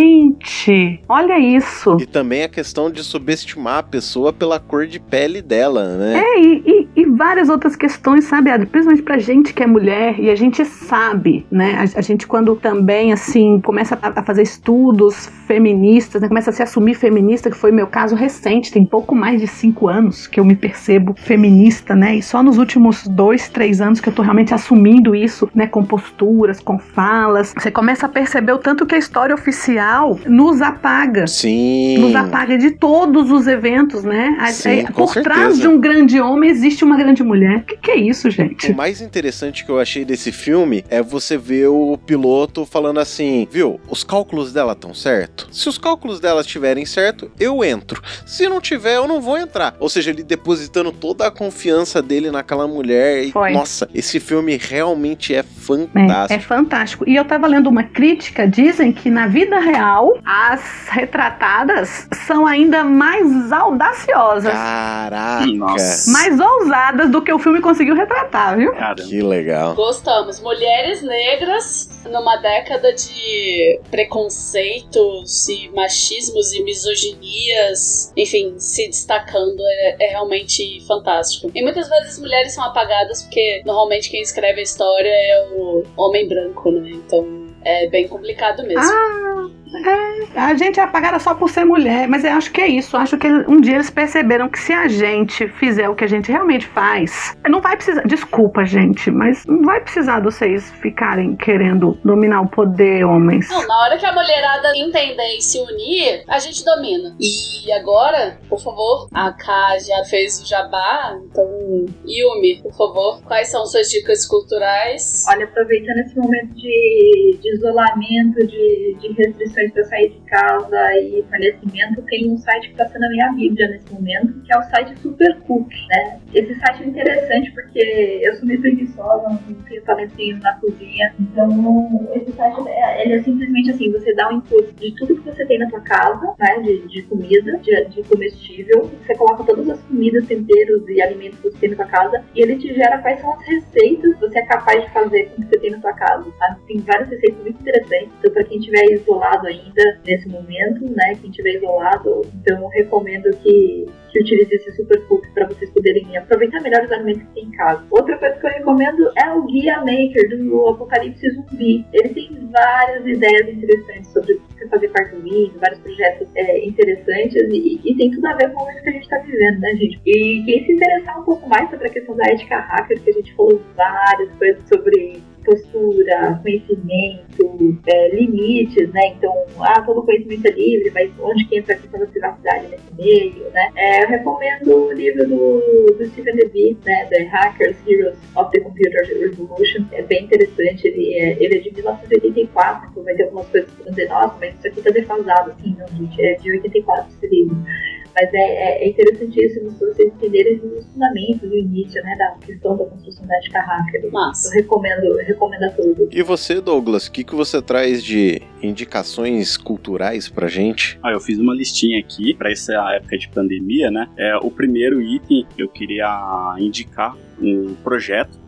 gente, olha isso. E também a questão de subestimar a pessoa pela cor de pele dela, né? É, e, e, e várias outras questões, sabe, Adri? Principalmente pra gente que é mulher, e a gente sabe, né? A, a gente quando também, assim, começa a, a fazer estudos feministas, né? Começa a se assumir feminista, que foi meu caso recente, tem pouco mais de cinco anos que eu me percebo feminista, né? E só nos últimos dois, três anos que eu tô realmente assumindo isso, né? Com posturas, com falas. Você começa a perceber o tanto que a história oficial nos apaga. Sim. Nos apaga de todos os eventos, né? A, Sim, é, com por certeza. trás de um grande homem existe uma grande mulher. O que, que é isso, gente? O mais interessante que eu achei desse filme é você ver o piloto falando assim, viu, os cálculos dela estão certo? Se os cálculos dela estiverem certo, eu entro. Se não tiver, eu não vou entrar. Ou seja, ele depositando toda a confiança dele naquela mulher. E, Foi. nossa, esse filme realmente é É, fantástico. é fantástico. E eu tava lendo uma crítica, dizem que na vida real, as retratadas são ainda mais audaciosas. Caraca. Nossa. Mais ousadas do que o filme conseguiu retratar, viu? Caramba. Que legal. Gostamos. Mulheres negras numa década de preconceitos e machismos e misoginias, enfim, se destacando, é, é realmente fantástico. E muitas vezes as mulheres são apagadas porque normalmente quem escreve a história é o homem branco, né? Então é bem complicado mesmo. Ah, é, a gente é apagada só por ser mulher, mas eu acho que é isso. Eu acho que um dia eles perceberam que se a gente fizer o que a gente realmente faz, não vai precisar, desculpa, gente, mas não vai precisar de vocês ficarem querendo dominar o poder, homens. Não, na hora que a mulherada entender e se unir, a gente domina. E agora, por favor, a Ká já fez o jabá, então, Yumi, por favor, quais são suas dicas culturais? Olha, aproveitando esse momento de, de isolamento, de, de restrições para sair de casa e falecimento, tem um site que está sendo a minha bíblia nesse momento, que é o site Supercook, né? Esse site é interessante porque eu sou meio preguiçosa, não tenho talentinho na cozinha, então esse site ele é simplesmente assim, você dá um input de tudo que você tem na sua casa, né, de, de comida, de, de comestível, você coloca todas as comidas, temperos e alimentos que você tem na sua casa e ele te gera quais são as receitas que você é capaz de fazer com o que você tem na sua casa, sabe? Tem várias receitas muito interessantes, então para quem estiver isolado ainda nesse momento, né, quem estiver isolado, então eu recomendo que que utilize esse Supercook para vocês poderem aproveitar melhor os alimentos que tem em casa. Outra coisa que eu recomendo é o Guia Maker do Apocalipse Zumbi. Ele tem várias ideias interessantes sobre você fazer cartooning, vários projetos é, interessantes e, e tem tudo a ver com o que a gente está vivendo, né, gente? E quem se interessar um pouco mais sobre a questão da ética hacker, que a gente falou várias coisas sobre postura, conhecimento, é, limites, né? Então, ah, todo conhecimento é livre, mas onde que entra a questão da privacidade nesse meio, né? É, eu recomendo o livro do, do Stephen Levy, né? The Hackers, Heroes of the Computer Revolution. É bem interessante, ele é, ele é de mil novecentos e oitenta e quatro, então vai ter algumas coisas que vão dizer, nossa, mas isso aqui tá defasado, assim, não, gente, é de oitenta e quatro esse livro. Mas é, é, é interessantíssimo se vocês entenderem os fundamentos do início, né, da questão da construção da ética hacker. Massa. Eu recomendo, eu recomendo a todos. E você, Douglas, o que, que você traz de indicações culturais pra gente? Ah, eu fiz uma listinha aqui para essa época de pandemia, né? É, o primeiro item eu queria indicar um projeto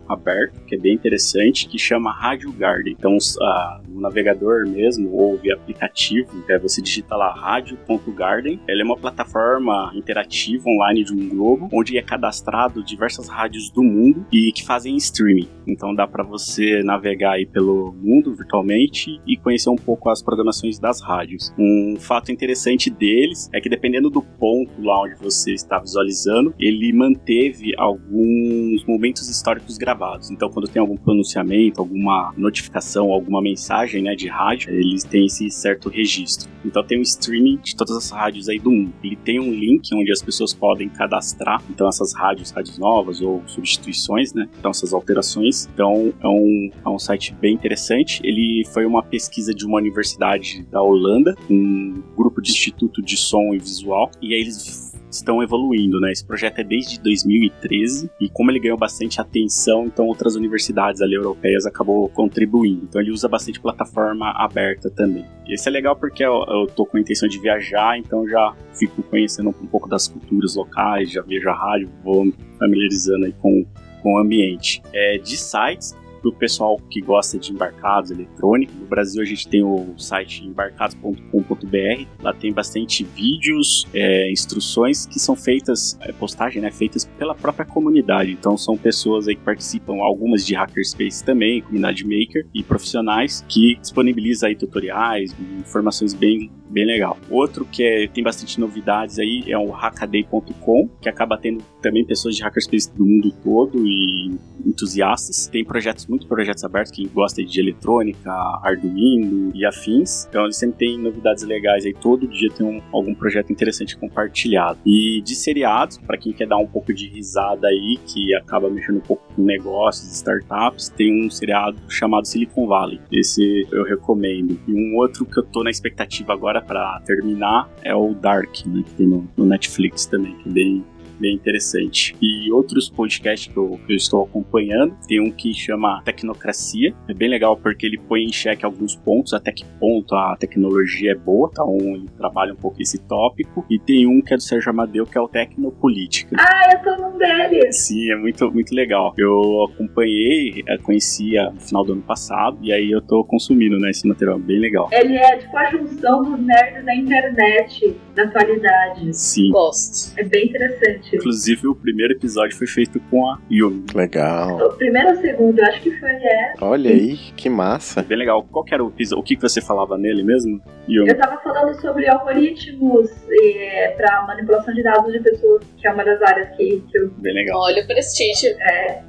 aberto, que é bem interessante, que chama Rádio Garden. Então, uh, no navegador mesmo, ou via aplicativo, é, você digita lá rádio ponto garden. Ela é uma plataforma interativa online de um globo, onde é cadastrado diversas rádios do mundo e que fazem streaming. Então dá para você navegar aí pelo mundo virtualmente e conhecer um pouco as programações das rádios. Um fato interessante deles é que dependendo do ponto lá onde você está visualizando, ele manteve alguns momentos históricos gravados. Então quando tem algum pronunciamento, alguma notificação, alguma mensagem, né, de rádio, eles têm esse certo registro. Então tem um streaming de todas as rádios aí do mundo. Ele tem um link onde as pessoas podem cadastrar, então essas rádios, rádios novas ou substituições, né, então essas alterações. Então é um, é um site bem interessante. Ele foi uma pesquisa de uma universidade da Holanda, um grupo de Instituto de Som e Visual, e aí eles estão evoluindo, né? Esse projeto é desde dois mil e treze e como ele ganhou bastante atenção, então outras universidades ali europeias acabou contribuindo. Então ele usa bastante plataforma aberta também. E esse é legal porque eu, eu tô com a intenção de viajar, então já fico conhecendo um pouco das culturas locais, já vejo a rádio, vou me familiarizando aí com, com o ambiente. É, de sites, para o pessoal que gosta de embarcados eletrônicos, no Brasil a gente tem o site embarcados ponto com ponto b r, lá tem bastante vídeos, é, instruções que são feitas, é, postagem, né, feitas pela própria comunidade. Então são pessoas aí que participam, algumas de Hackerspace também, comunidade maker e profissionais que disponibilizam aí tutoriais, informações bem bem legal. Outro que é, tem bastante novidades aí é o hackaday ponto com, que acaba tendo também pessoas de Hackerspace do mundo todo e entusiastas. Tem projetos, muitos projetos abertos, quem gosta de eletrônica, Arduino e afins. Então eles sempre tem novidades legais aí, todo dia tem um, algum projeto interessante compartilhado. E de seriados, para quem quer dar um pouco de risada aí, que acaba mexendo um pouco com negócios, startups, tem um seriado chamado Silicon Valley. Esse eu recomendo. E um outro que eu tô na expectativa agora para terminar é o Dark, né, que tem no, no Netflix também, que é bem, bem interessante. E outros podcasts que eu, que eu estou acompanhando, tem um que chama Tecnocracia, é bem legal porque ele põe em xeque alguns pontos, até que ponto a tecnologia é boa, tá? Um, ele trabalha um pouco esse tópico, e tem um que é do Sérgio Amadeu, que é o Tecnopolítica. Ah, eu tô num deles! Sim, é muito, muito legal. Eu acompanhei, conhecia no final do ano passado, e aí eu tô consumindo, né, esse material, bem legal. Ele é tipo a junção dos nerds da internet da atualidade. Sim. Gosto. É bem interessante. Inclusive, o primeiro episódio foi feito com a Yumi. Legal. O primeiro ou o segundo, eu acho que foi, é. Olha aí, que massa. Bem legal. Qual que era o episódio? O que você falava nele mesmo, Yumi? Eu tava falando sobre algoritmos é, pra manipulação de dados de pessoas, que é uma das áreas que, que eu... Bem legal. Olha o prestígio. É.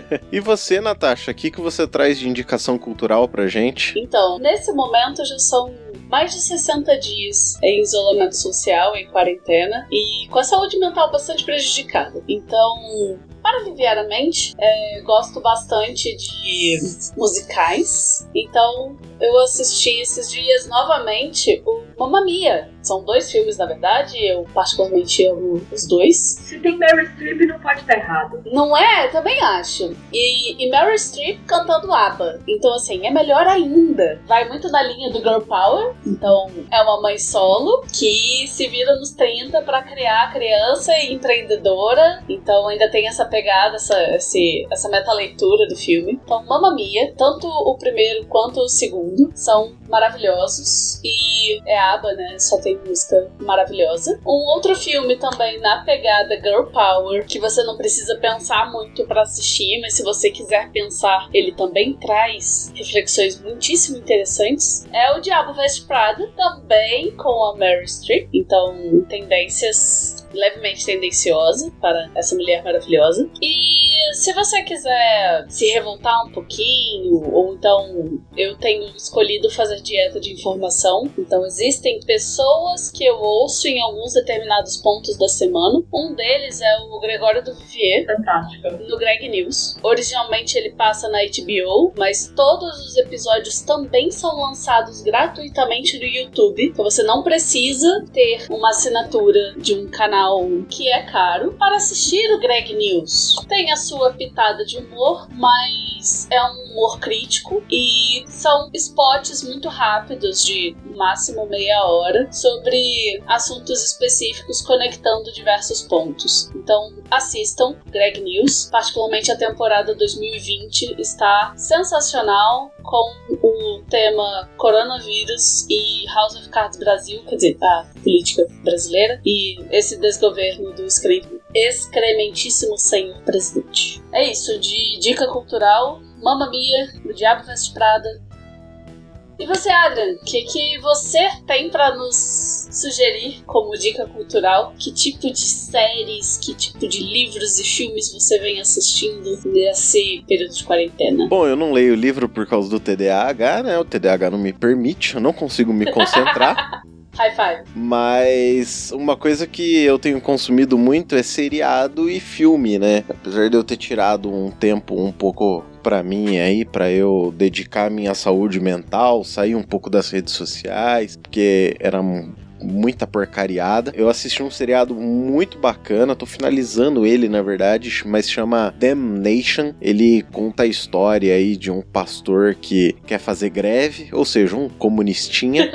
E você, Natasha, o que, que você traz de indicação cultural pra gente? Então, nesse momento já são mais de sessenta dias em isolamento social, em quarentena, e com a saúde mental bastante prejudicada. Então, para aliviar a mente, é, gosto bastante de musicais. Então, eu assisti esses dias novamente o Mamma Mia. São dois filmes, na verdade, eu particularmente amo os dois. Se tem Meryl Streep, não pode estar errado. Não é? Também acho. E, e Meryl Streep cantando ABBA. Então, assim, é melhor ainda. Vai muito na linha do Girl Power. Então, é uma mãe solo que se vira nos trinta pra criar criança e empreendedora. Então, ainda tem essa pegada, essa, esse, essa meta-leitura do filme. Então, Mamma Mia, tanto o primeiro quanto o segundo, são maravilhosos. E é ABBA, né? Só tem música maravilhosa. Um outro filme também na pegada Girl Power, que você não precisa pensar muito pra assistir, mas se você quiser pensar, ele também traz reflexões muitíssimo interessantes, é O Diabo Veste Prada, também com a Meryl Streep. Então, tendências levemente tendenciosa para essa mulher maravilhosa. E se você quiser se revoltar um pouquinho, ou então eu tenho escolhido fazer dieta de informação, então existem pessoas que eu ouço em alguns determinados pontos da semana. Um deles é o Gregório do Vivier, Fantástico. no Greg News. Originalmente ele passa na H B O, mas todos os episódios também são lançados gratuitamente no YouTube, então você não precisa ter uma assinatura de um canal canal que é caro para assistir o Greg News. Tem a sua pitada de humor, mas é um humor crítico e são spots muito rápidos de no máximo meia hora sobre assuntos específicos conectando diversos pontos. Então assistam Greg News, particularmente a temporada dois mil e vinte está sensacional com o tema coronavírus e House of Cards Brasil, quer dizer, a política brasileira e esse desgoverno do excrementíssimo senhor presidente. É isso, de dica cultural, Mamma Mia, O Diabo Veste Prada. E você, Adrian, o que, que você tem pra nos sugerir como dica cultural? Que tipo de séries, que tipo de livros e filmes você vem assistindo nesse período de quarentena? Bom, eu não leio livro por causa do T D A H, né? O T D A H não me permite, eu não consigo me concentrar. High five. Mas uma coisa que eu tenho consumido muito é seriado e filme, né? Apesar de eu ter tirado um tempo um pouco pra mim aí, pra eu dedicar a minha saúde mental, sair um pouco das redes sociais, porque era muita porcariada. Eu assisti um seriado muito bacana, tô finalizando ele na verdade, mas chama Damnation. Ele conta a história aí de um pastor que quer fazer greve, ou seja, um comunistinha.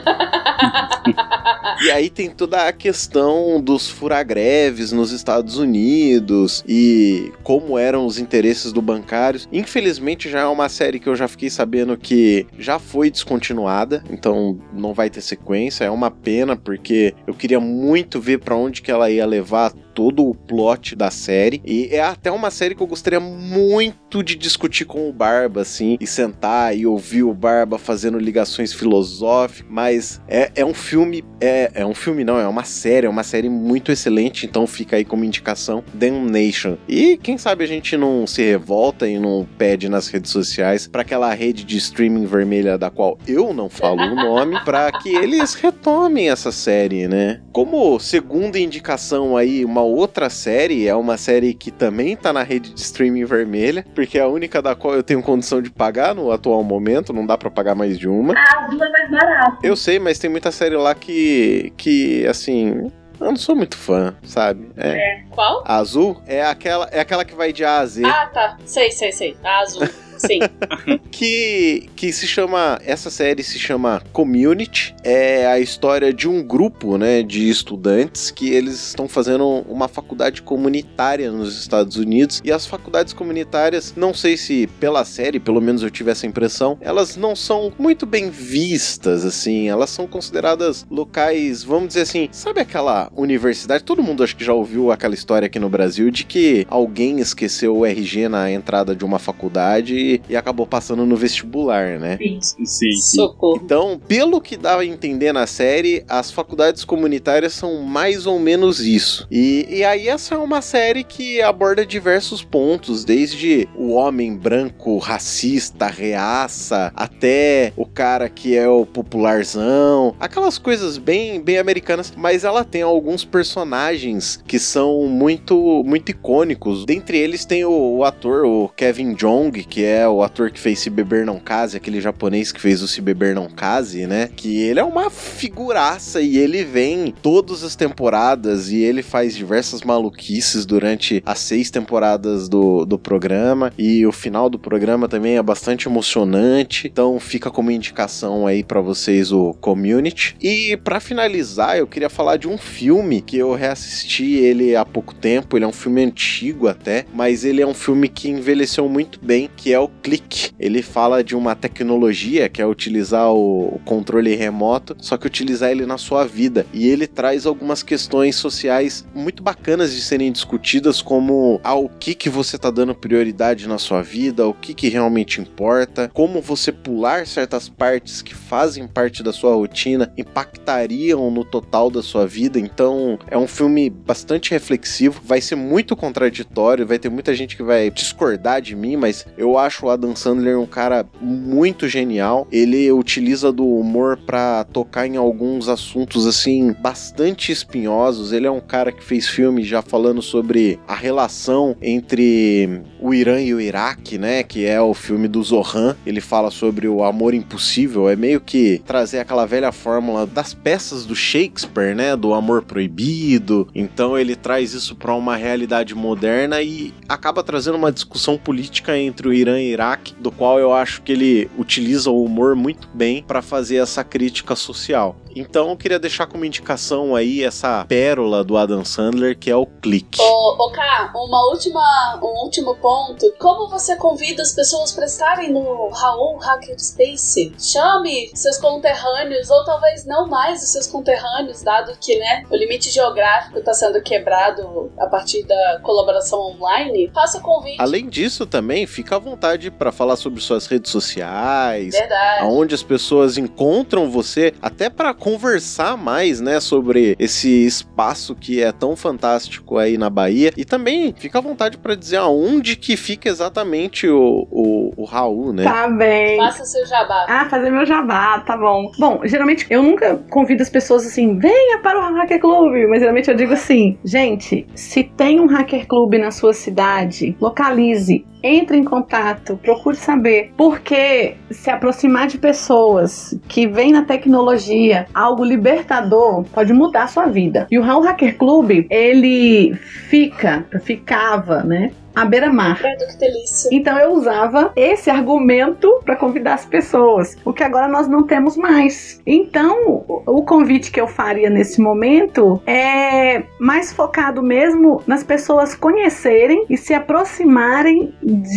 E aí tem toda a questão dos furagreves nos Estados Unidos e como eram os interesses do bancários. Infelizmente já é uma série que eu já fiquei sabendo que já foi descontinuada, então não vai ter sequência. É uma pena porque eu queria muito ver pra onde que ela ia levar todo o plot da série, e é até uma série que eu gostaria muito de discutir com o Barba, assim, e sentar e ouvir o Barba fazendo ligações filosóficas, mas é, é um filme, é, é um filme não, é uma série, é uma série muito excelente, então fica aí como indicação, Damnation. E quem sabe a gente não se revolta e não pede nas redes sociais pra aquela rede de streaming vermelha da qual eu não falo o nome, pra que eles retomem essa série, né? Como segunda indicação aí, uma outra série, é uma série que também tá na rede de streaming vermelha, porque é a única da qual eu tenho condição de pagar no atual momento, não dá pra pagar mais de uma. A Azul é mais barata. Eu sei, mas tem muita série lá que, que assim, eu não sou muito fã, sabe? É. É. Qual? A Azul é aquela, é aquela que vai de A a Z. Ah, tá. Sei, sei, sei. A Azul. Sim. que, que se chama, essa série se chama Community, é a história de um grupo, né, de estudantes que eles estão fazendo uma faculdade comunitária nos Estados Unidos, e as faculdades comunitárias, não sei se pela série, pelo menos eu tive essa impressão, elas não são muito bem vistas, assim, elas são consideradas locais, vamos dizer assim, sabe aquela universidade, todo mundo acho que já ouviu aquela história aqui no Brasil de que alguém esqueceu o R G na entrada de uma faculdade e e acabou passando no vestibular, né? Sim. Sim, sim. Socorro. Então, pelo que dá a entender na série, as faculdades comunitárias são mais ou menos isso. E, e aí essa é uma série que aborda diversos pontos, desde o homem branco, racista, reaça, até o cara que é o popularzão, aquelas coisas bem, bem americanas, mas ela tem alguns personagens que são muito, muito icônicos. Dentre eles tem o, o ator, o Kevin Jong, que é o ator que fez Se Beber Não Case, aquele japonês que fez o Se Beber Não Case, né? Que ele é uma figuraça e ele vem todas as temporadas e ele faz diversas maluquices durante as seis temporadas do, do programa, e o final do programa também é bastante emocionante, então fica como indicação aí pra vocês o Community. E pra finalizar, eu queria falar de um filme que eu reassisti ele há pouco tempo, ele é um filme antigo até, mas ele é um filme que envelheceu muito bem, que é o Click. Ele fala de uma tecnologia que é utilizar o controle remoto, só que utilizar ele na sua vida. E ele traz algumas questões sociais muito bacanas de serem discutidas, como ao que que você tá dando prioridade na sua vida, o que que realmente importa, como você pular certas partes que fazem parte da sua rotina impactariam no total da sua vida. Então é um filme bastante reflexivo, vai ser muito contraditório, vai ter muita gente que vai discordar de mim, mas eu acho acho o Adam Sandler um cara muito genial. Ele utiliza do humor pra tocar em alguns assuntos, assim, bastante espinhosos. Ele é um cara que fez filme já falando sobre a relação entre o Irã e o Iraque, né? Que é o filme do Zohan. Ele fala sobre o amor impossível. É meio que trazer aquela velha fórmula das peças do Shakespeare, né? Do amor proibido. Então ele traz isso pra uma realidade moderna e acaba trazendo uma discussão política entre o Irã e o Iraque, do qual eu acho que ele utiliza o humor muito bem para fazer essa crítica social. Então eu queria deixar como indicação aí essa pérola do Adam Sandler, que é o Clique. Ô, ô Ká, uma última, um último ponto. Como você convida as pessoas para estarem no Raul Hackerspace? Chame seus conterrâneos, ou talvez não mais os seus conterrâneos, dado que, né, o limite geográfico está sendo quebrado a partir da colaboração online. Faça o convite. Além disso, também fica à vontade para falar sobre suas redes sociais, Verdade. Onde as pessoas encontram você, até para conversar mais, né, sobre esse espaço que é tão fantástico aí na Bahia. E também fica à vontade para dizer aonde que fica exatamente o, o, o Raul, né? Tá bem. Faça seu jabá. Ah, fazer meu jabá, tá bom. Bom, geralmente eu nunca convido as pessoas assim, venha para o Hacker Clube, mas geralmente eu digo assim, gente, se tem um Hacker Clube na sua cidade, localize. Entre em contato, procure saber, porque se aproximar de pessoas que vêm na tecnologia, algo libertador, pode mudar a sua vida. E o Raul Hacker Club, ele fica, ficava, né, à beira-mar. Credo, que delícia. Então eu usava esse argumento para convidar as pessoas, o que agora nós não temos mais. Então o convite que eu faria nesse momento é mais focado mesmo nas pessoas conhecerem e se aproximarem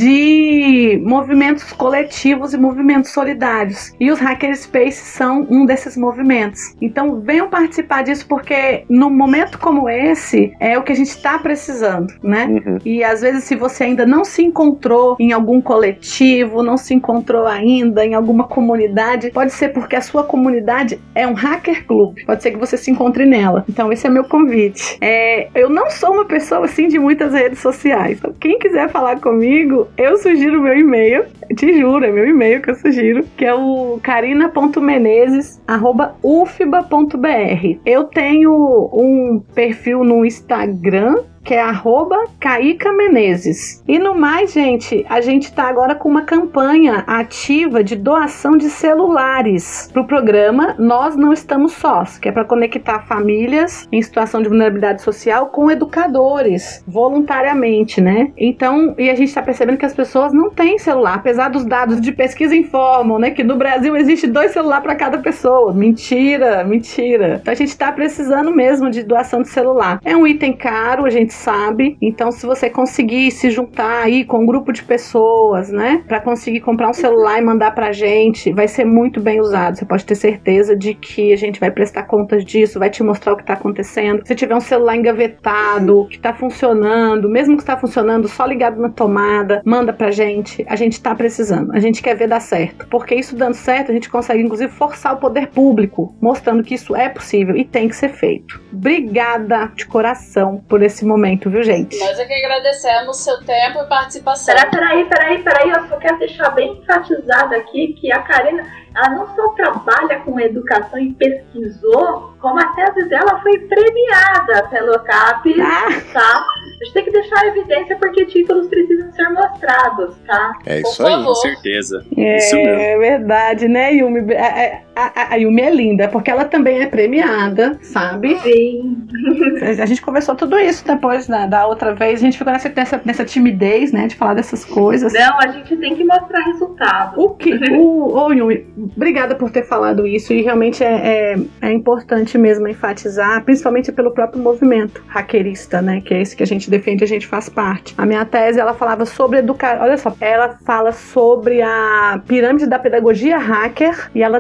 de movimentos coletivos e movimentos solidários. E os Hackerspace são um desses movimentos. Então venham participar disso, porque num momento como esse é o que a gente está precisando, né? Uhum. E às vezes, se você ainda não se encontrou em algum coletivo, não se encontrou ainda em alguma comunidade, pode ser porque a sua comunidade é um hacker club, pode ser que você se encontre nela. Então esse é meu convite. É, eu não sou uma pessoa assim de muitas redes sociais, então quem quiser falar comigo, eu sugiro o meu e-mail, te juro, é meu e-mail que eu sugiro, que é o carina ponto menezes arroba u f b a ponto b r. Eu tenho um perfil no Instagram, que é arroba Caíca Menezes. E no mais, gente, a gente tá agora com uma campanha ativa de doação de celulares pro programa Nós Não Estamos Sós, que é para conectar famílias em situação de vulnerabilidade social com educadores, voluntariamente, né? Então, e a gente tá percebendo que as pessoas não têm celular, apesar dos dados de pesquisa informam, né, que no Brasil existe dois celulares para cada pessoa. Mentira, mentira. Então a gente tá precisando mesmo de doação de celular. É um item caro, a gente sabe, então se você conseguir se juntar aí com um grupo de pessoas, né, para conseguir comprar um celular e mandar pra gente, vai ser muito bem usado. Você pode ter certeza de que a gente vai prestar contas disso, vai te mostrar o que tá acontecendo. Se tiver um celular engavetado, que tá funcionando, mesmo que está funcionando só ligado na tomada, manda pra gente. A gente tá precisando, a gente quer ver dar certo, porque isso dando certo, a gente consegue inclusive forçar o poder público, mostrando que isso é possível e tem que ser feito. Obrigada de coração por esse momento, viu, gente? Nós é que agradecemos seu tempo e participação. Peraí, peraí, peraí, peraí, eu só quero deixar bem enfatizado aqui que a Karina, ela não só trabalha com educação e pesquisou, como a tese dela foi premiada pelo CAPES, ah. tá? A gente tem que deixar a evidência porque títulos precisam ser mostrados, tá? É isso Por aí. favor. Com certeza. É, isso mesmo. É verdade, né, Yumi? A, a, a Yumi é linda, porque ela também é premiada, sabe? Sim. A gente conversou tudo isso depois da, da outra vez, a gente ficou nessa, nessa, nessa timidez, né, de falar dessas coisas. Não, a gente tem que mostrar resultado. O que? O, oh, Yumi, obrigada por ter falado isso, e realmente é, é, é importante mesmo enfatizar, principalmente pelo próprio movimento hackerista, né, que é esse que a gente defende, a gente faz parte. A minha tese, ela falava sobre educar, olha só, ela fala sobre a pirâmide da pedagogia hacker, e ela trata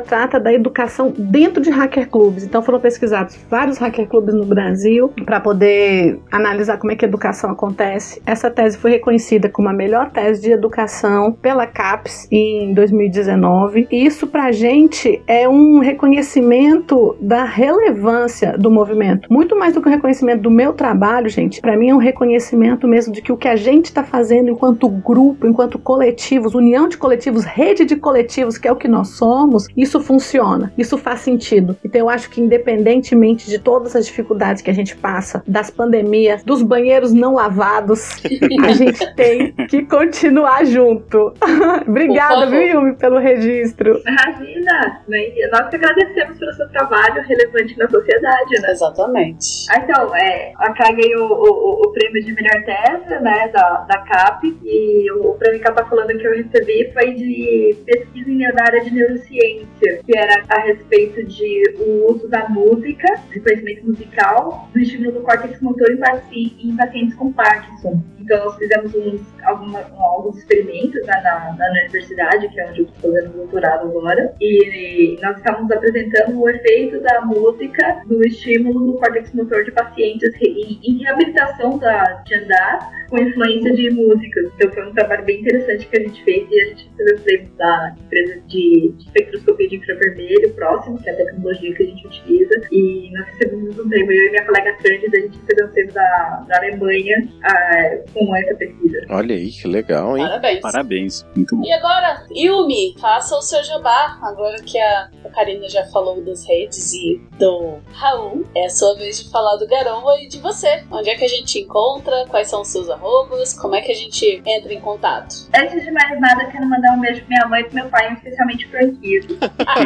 da educação dentro de hacker clubes. Então foram pesquisados vários hacker clubes no Brasil para poder analisar como é que a educação acontece. Essa tese foi reconhecida como a melhor tese de educação pela CAPES em dois mil e dezenove. E isso pra gente é um reconhecimento da relevância do movimento. Muito mais do que o reconhecimento do meu trabalho, gente, pra mim é um reconhecimento mesmo de que o que a gente tá fazendo enquanto grupo, enquanto coletivos, união de coletivos, rede de coletivos, que é o que nós somos, isso funciona, isso faz sentido. Então eu acho que independentemente de todas as dificuldades que a gente passa, das pandemias, dos banheiros não lavados, a gente tem que continuar junto. Obrigada, viu, Yumi, pelo registro. Imagina, nós que agradecemos pelo seu trabalho relevante na sociedade, né? Exatamente. Ah, então, é, a Cá ganhou o, o, o prêmio de melhor tese, né, da, da CAPES, e o, o prêmio que ela tá falando que eu recebi foi de pesquisa na área de neurociência, que era a respeito de o uso da música, de conhecimento musical, no estímulo do córtex motor em, paci- em pacientes com Parkinson. Então, nós fizemos uns, alguma, alguns experimentos, né, na, na universidade, que é onde eu estou fazendo doutorado agora, e nós estávamos apresentando o efeito da música no estímulo do córtex motor de pacientes em, em reabilitação da, de andar com influência de músicas. Então, foi um trabalho bem interessante que a gente fez, e a gente recebeu o prêmio da empresa de, de espectroscopia de infravermelho próximo, que é a tecnologia que a gente utiliza, e nós recebemos um prêmio, eu e minha colega Cândida, a gente recebeu um prêmio da, da Alemanha, a, com essa pesquisa. Olha aí, que legal, hein? Parabéns. Parabéns, muito bom. E agora, Yumi, faça o seu jabá. Agora que a, a Karina já falou das redes e do Raul, é a sua vez de falar do Garoa e de você. Onde é que a gente te encontra? Quais são os seus arrobas? Como é que a gente entra em contato? Antes de mais nada, quero mandar um beijo pra minha mãe e pro meu pai, especialmente pro Anquido.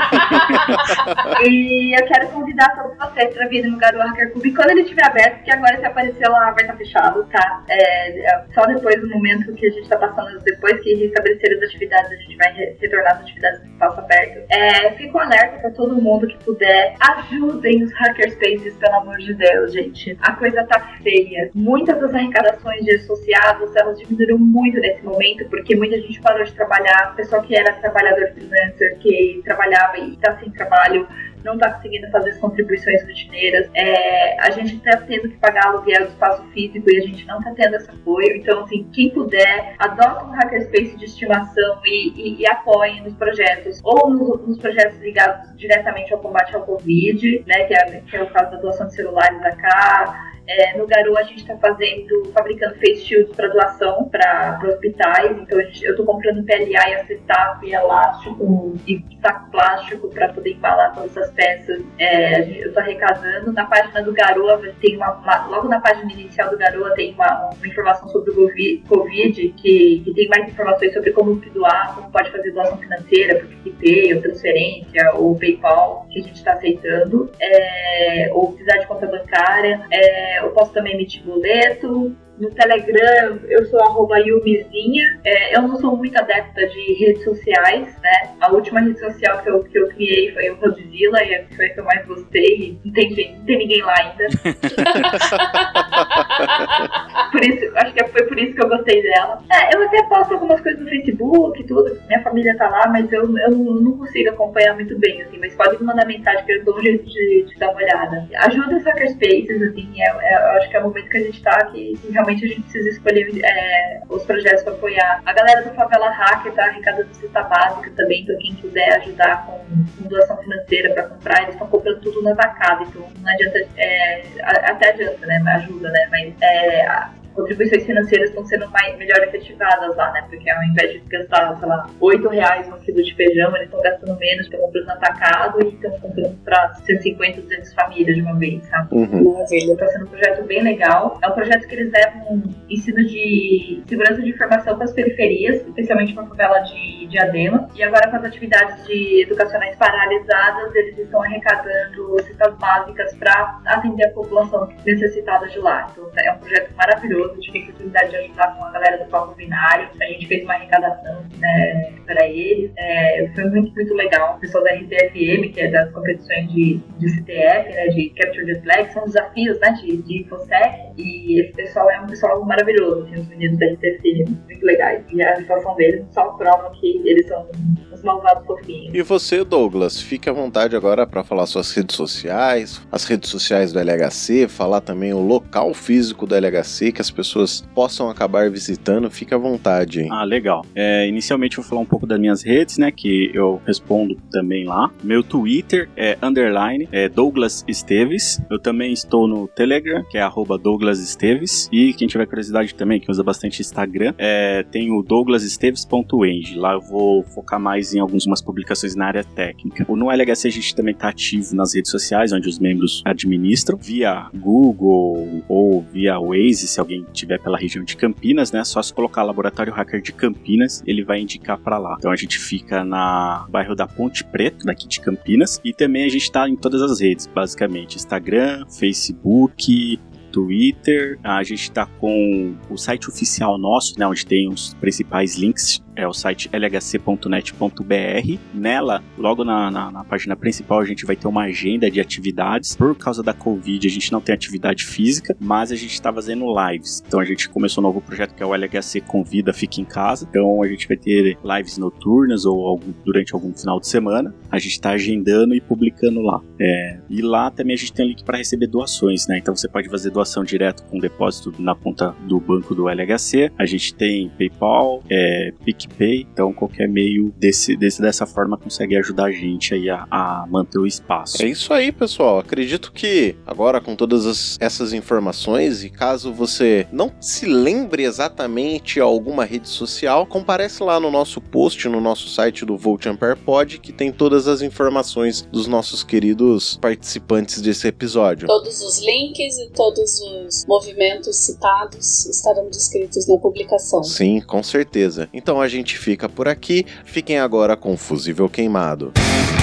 E eu quero convidar todos vocês pra vir no Garoa Hacker Club quando ele estiver aberto, porque agora se aparecer lá vai estar fechado, tá? É, só depois do momento que a gente tá passando, depois que restabelecer as atividades, a gente vai re- retornar às atividades no espaço aberto. É, fico alerta pra todo mundo que puder, ajudem os hackerspaces, pelo amor de Deus, gente. A coisa tá feia. Muitas das arrecadações de associados, elas diminuíram muito nesse momento, porque muita gente parou de trabalhar, pessoal que era trabalhador freelancer, que trabalhava e tá sem trabalho, não está conseguindo fazer as contribuições rotineiras, é, a gente está tendo que pagar aluguel do espaço físico e a gente não está tendo esse apoio. Então, assim, quem puder, adota um hackerspace de estimação e, e, e apoie nos projetos, ou nos, nos projetos ligados diretamente ao combate ao Covid, né, que é, que é o caso da doação de celulares da Cá. É, no Garoa a gente está fazendo, fabricando face shields para doação para hospitais. Então a gente, eu estou comprando P L A e acetato e elástico e saco plástico para poder embalar todas essas peças. É, eu estou arrecadando. Na página do Garoa tem uma, uma, logo na página inicial do Garoa tem uma, uma informação sobre o Covid, que, que tem mais informações sobre como doar, como pode fazer doação financeira, por PicPay, ou transferência, ou PayPal, que a gente está aceitando, é, ou precisar de conta bancária. É, eu posso também emitir boleto. No Telegram, eu sou arroba Yumizinha. É, eu não sou muito adepta de redes sociais, né? A última rede social que eu, que eu criei foi o Rodzilla, e foi a que eu mais gostei. Não tem, gente, não tem ninguém lá ainda. Por isso, acho que foi por isso que eu gostei dela. É, eu até posto algumas coisas no Facebook e tudo, minha família tá lá, mas eu, eu não consigo acompanhar muito bem, assim. Mas pode me mandar mensagem que eu dou um jeito de, de dar uma olhada. Ajuda os hackerspaces, assim, é, é, eu acho que é o momento que a gente tá, que, que realmente a gente precisa escolher é, os projetos para apoiar. A galera do Favela Hacker tá arrecadando cesta básica também, então quem quiser ajudar com, com doação financeira para comprar, eles estão comprando tudo no atacado, então não adianta, é, até adianta, né, ajuda, né, mas é, a, contribuições financeiras estão sendo mais, melhor efetivadas lá, né? Porque ao invés de gastar, sei lá, oito reais no quilo de feijão, eles estão gastando menos, estão comprando no atacado e estão comprando para cento e cinquenta, duzentas famílias de uma vez, sabe? Uhum. Maravilha. Está sendo um projeto bem legal. É um projeto que eles levam ensino de segurança de informação para as periferias, especialmente para a favela de Diadema. E agora, com as atividades de educacionais paralisadas, eles estão arrecadando cestas básicas para atender a população necessitada de lá. Então, é um projeto maravilhoso. Eu tive a oportunidade de ajudar com a galera do Palco Binário. A gente fez uma arrecadação, né, para eles. É, foi muito, muito legal. O pessoal da R T F M, que é das competições de, de C T F, né, de Capture the Flag, são desafios, né, de, de InfoSec. E esse pessoal é um pessoal maravilhoso, assim, os meninos da R T F, muito legais. E a situação deles só prova que eles são uns malvados fofinhos. E você, Douglas, fique à vontade agora para falar suas redes sociais, as redes sociais do L H C, falar também o local físico do L H C, que as pessoas possam acabar visitando. Fique à vontade, hein? Ah, legal. É, inicialmente eu vou falar um pouco das minhas redes, né, que eu respondo também lá. Meu Twitter é underline, é Douglas Esteves. Eu também estou no Telegram, que é arroba Douglas Esteves. E quem tiver curiosidade também, que usa bastante Instagram, é, tem o douglas esteves ponto eng. Lá eu vou focar mais em algumas publicações na área técnica. No L H C a gente também está ativo nas redes sociais, onde os membros administram, via Google ou via Waze, se alguém tiver pela região de Campinas, né? Só se colocar Laboratório Hacker de Campinas, ele vai indicar para lá. Então a gente fica na bairro da Ponte Preta, daqui de Campinas, e também a gente está em todas as redes, basicamente, Instagram, Facebook, Twitter. A gente está com o site oficial nosso, né, onde tem os principais links, é o site l h c ponto net ponto b r. Nela, logo na, na, na página principal, a gente vai ter uma agenda de atividades. Por causa da Covid, a gente não tem atividade física, mas a gente está fazendo lives. Então a gente começou um novo projeto que é o L H C Convida Fica em Casa. Então a gente vai ter lives noturnas ou algum, durante algum final de semana. A gente está agendando e publicando lá. É, e lá também a gente tem um link para receber doações, né? Então você pode fazer doação direto com depósito na conta do banco do L H C. A gente tem PayPal, é, PicPay. Então qualquer meio desse, desse, dessa forma consegue ajudar a gente aí a, a manter o espaço. É isso aí, pessoal. Acredito que agora com todas as, essas informações, e caso você não se lembre exatamente alguma rede social, comparece lá no nosso post, no nosso site do Volt Ampere Pod, que tem todas as informações dos nossos queridos participantes desse episódio. Todos os links e todos os movimentos citados estarão descritos na publicação. Sim, com certeza. Então a gente fica por aqui. Fiquem agora com Fusível Queimado.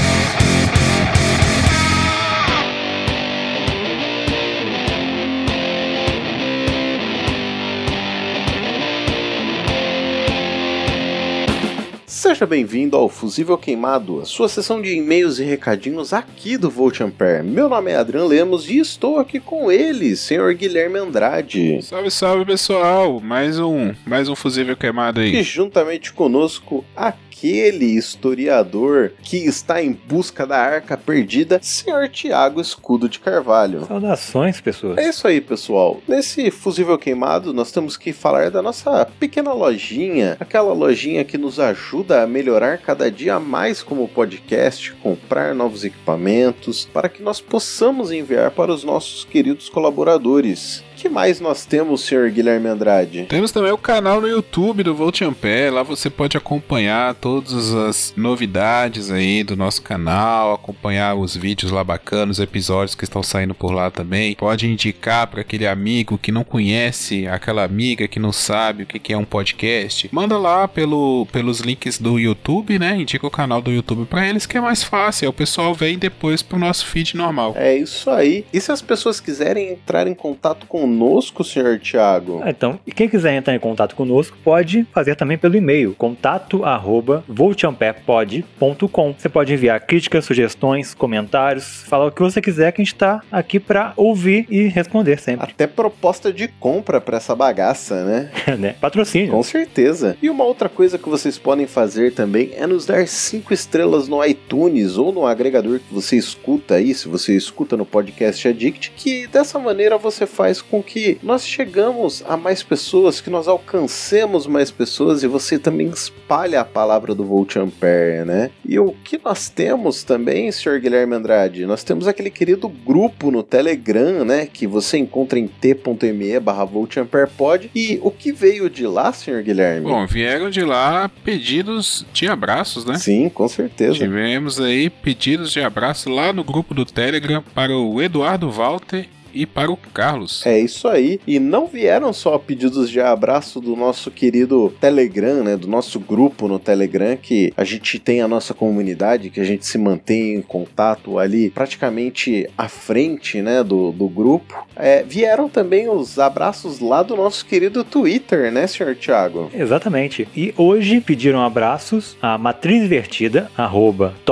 Seja bem-vindo ao Fusível Queimado, a sua sessão de e-mails e recadinhos aqui do Volt Ampere. Meu nome é Adrian Lemos e estou aqui com ele, senhor Guilherme Andrade. Salve, salve, pessoal! Mais um, mais um Fusível Queimado aí. E juntamente conosco, aquele historiador que está em busca da arca perdida, senhor Tiago Escudo de Carvalho. Saudações, pessoas. É isso aí, pessoal. Nesse Fusível Queimado, nós temos que falar da nossa pequena lojinha, aquela lojinha que nos ajuda a melhorar cada dia mais como podcast, comprar novos equipamentos, para que nós possamos enviar para os nossos queridos colaboradores. O que mais nós temos, senhor Guilherme Andrade? Temos também o canal no YouTube do Volt Ampere. Lá você pode acompanhar todas as novidades aí do nosso canal, acompanhar os vídeos lá bacanas, os episódios que estão saindo por lá também. Pode indicar para aquele amigo que não conhece, aquela amiga que não sabe o que é um podcast. Manda lá pelo, pelos links do YouTube, né? Indica o canal do YouTube para eles, que é mais fácil. O pessoal vem depois pro nosso feed normal. É isso aí. E se as pessoas quiserem entrar em contato com conosco, senhor Thiago? Ah, então, e quem quiser entrar em contato conosco pode fazer também pelo e-mail contato arroba voltamperepod ponto com. Você pode enviar críticas, sugestões, comentários, falar o que você quiser, que a gente está aqui para ouvir e responder sempre. Até proposta de compra para essa bagaça, né? né? Patrocínio. Com certeza. E uma outra coisa que vocês podem fazer também é nos dar cinco estrelas no iTunes ou no agregador que você escuta aí, se você escuta no Podcast Addict, que dessa maneira você faz com que nós chegamos a mais pessoas, que nós alcancemos mais pessoas e você também espalha a palavra do Volt Ampere, né? E o que nós temos também, senhor Guilherme Andrade, nós temos aquele querido grupo no Telegram, né? Que você encontra em t.me barra voltamperepod. E o que veio de lá, senhor Guilherme? Bom, vieram de lá pedidos de abraços, né? Sim, com certeza. Tivemos aí pedidos de abraço lá no grupo do Telegram para o Eduardo Walter e para o Carlos. É isso aí. E não vieram só pedidos de abraço do nosso querido Telegram, né? Do nosso grupo no Telegram, que a gente tem a nossa comunidade, que a gente se mantém em contato ali praticamente à frente, né? Do, do grupo. É, vieram também os abraços lá do nosso querido Twitter, né, senhor Thiago? Exatamente. E hoje pediram abraços a Matriz Invertida, arroba Thor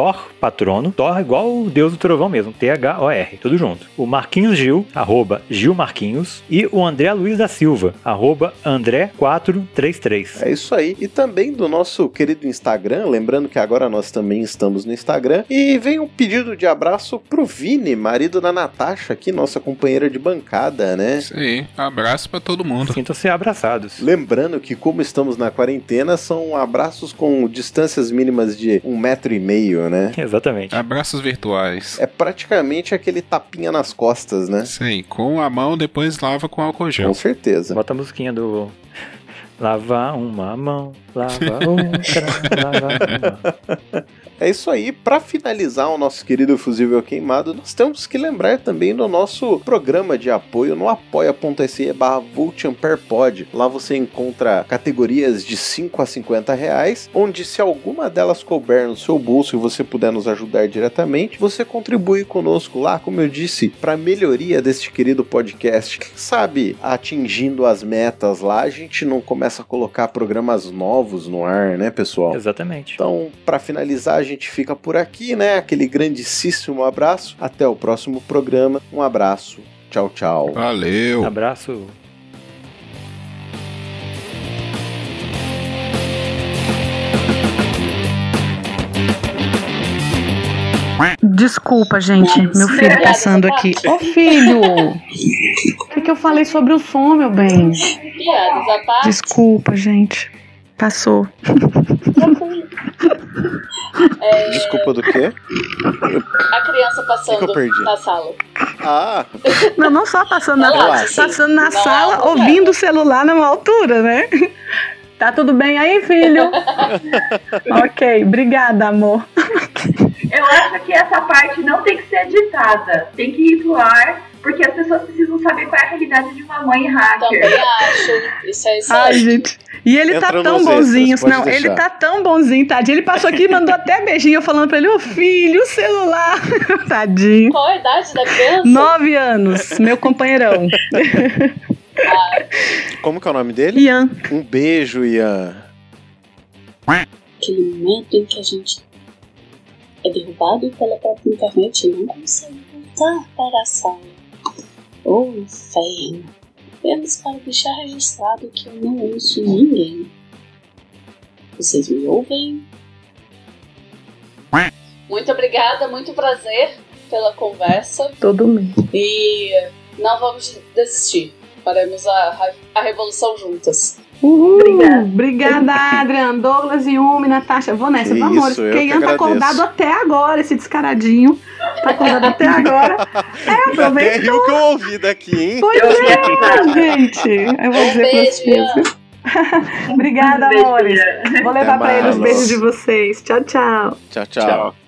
patrono, Thor igual o Deus do Trovão mesmo, T H O R, tudo junto. O Marquinhos Gil, arroba Gil Marquinhos, e o André Luiz da Silva, arroba André quatro três três. É isso aí. E também do nosso querido Instagram, lembrando que agora nós também estamos no Instagram. E vem um pedido de abraço pro Vini, marido da Natasha, aqui, nossa companheira de bancada, né? Isso aí, abraço pra todo mundo. Sintam-se abraçados. Lembrando que, como estamos na quarentena, são abraços com distâncias mínimas de um metro e meio, né? Exatamente. Abraços virtuais. É praticamente aquele tapinha nas costas, né? Sim, com a mão, depois lava com álcool gel. Com certeza. Bota a musiquinha do... Lava uma mão, lava outra, lava uma. É isso aí. Para finalizar o nosso querido Fusível Queimado, nós temos que lembrar também do nosso programa de apoio no apoia.se barra VoltAmperePod. Lá você encontra categorias de cinco a cinquenta reais, onde se alguma delas couber no seu bolso e você puder nos ajudar diretamente, você contribui conosco lá, como eu disse, para a melhoria deste querido podcast. Quem sabe, atingindo as metas lá, a gente não começa a colocar programas novos no ar, né, pessoal? Exatamente. Então, para finalizar, a gente fica por aqui, né? Aquele grandíssimo abraço. Até o próximo programa. Um abraço. Tchau, tchau. Valeu. Abraço. Desculpa, gente. Meu filho passando aqui. Ô, filho! O que, que eu falei sobre o som, meu bem? Piadas à parte. Desculpa, gente. Passou. É... Desculpa do quê? A criança passando Que que eu perdi? na sala. Ah, Não, não só passando na, Relaxa, passando sim. na Não sala, é um problema. ouvindo o celular numa altura, né? Tá tudo bem aí, filho? Ok, obrigada, amor. Eu acho que essa parte não tem que ser editada. Tem que ir pro ar, porque as pessoas precisam saber qual é a realidade de uma mãe hacker. Também acho. Isso é isso Ai, aí. gente. E ele Entra tá tão nos bonzinho, extras, pode não, deixar. ele tá tão bonzinho, tadinho. Ele passou aqui e mandou até beijinho, eu falando pra ele, ô filho, o celular. Tadinho. Qual a idade da criança? Nove anos, meu companheirão. Ah, como que é o nome dele? Ian. Um beijo, Ian. aquele momento em que a gente é derrubado pela própria internet e não consegue voltar para a sala. Oh, inferno. Apenas para deixar registrado que eu não ouço ninguém. Vocês me ouvem? Muito obrigada, muito prazer pela conversa. Todo mundo. E não vamos desistir. Faremos a, a revolução juntas. Uhul. Obrigada. Obrigada, Adrian, Douglas, Yumi, Natasha. Vou nessa, Que vamos, isso, eu porque que Ian tá agradeço. acordado até agora, esse descaradinho. Tá acordado até agora. É, Até aproveita. riu que eu ouvi daqui, hein? Pois Eu é, gente. Eu vou Um dizer pra beijo, vocês. Ian. Obrigada, Um beijo, amores. Ian. Vou levar Até pra ele os mais. beijos de vocês. Tchau, tchau. Tchau, tchau. Tchau.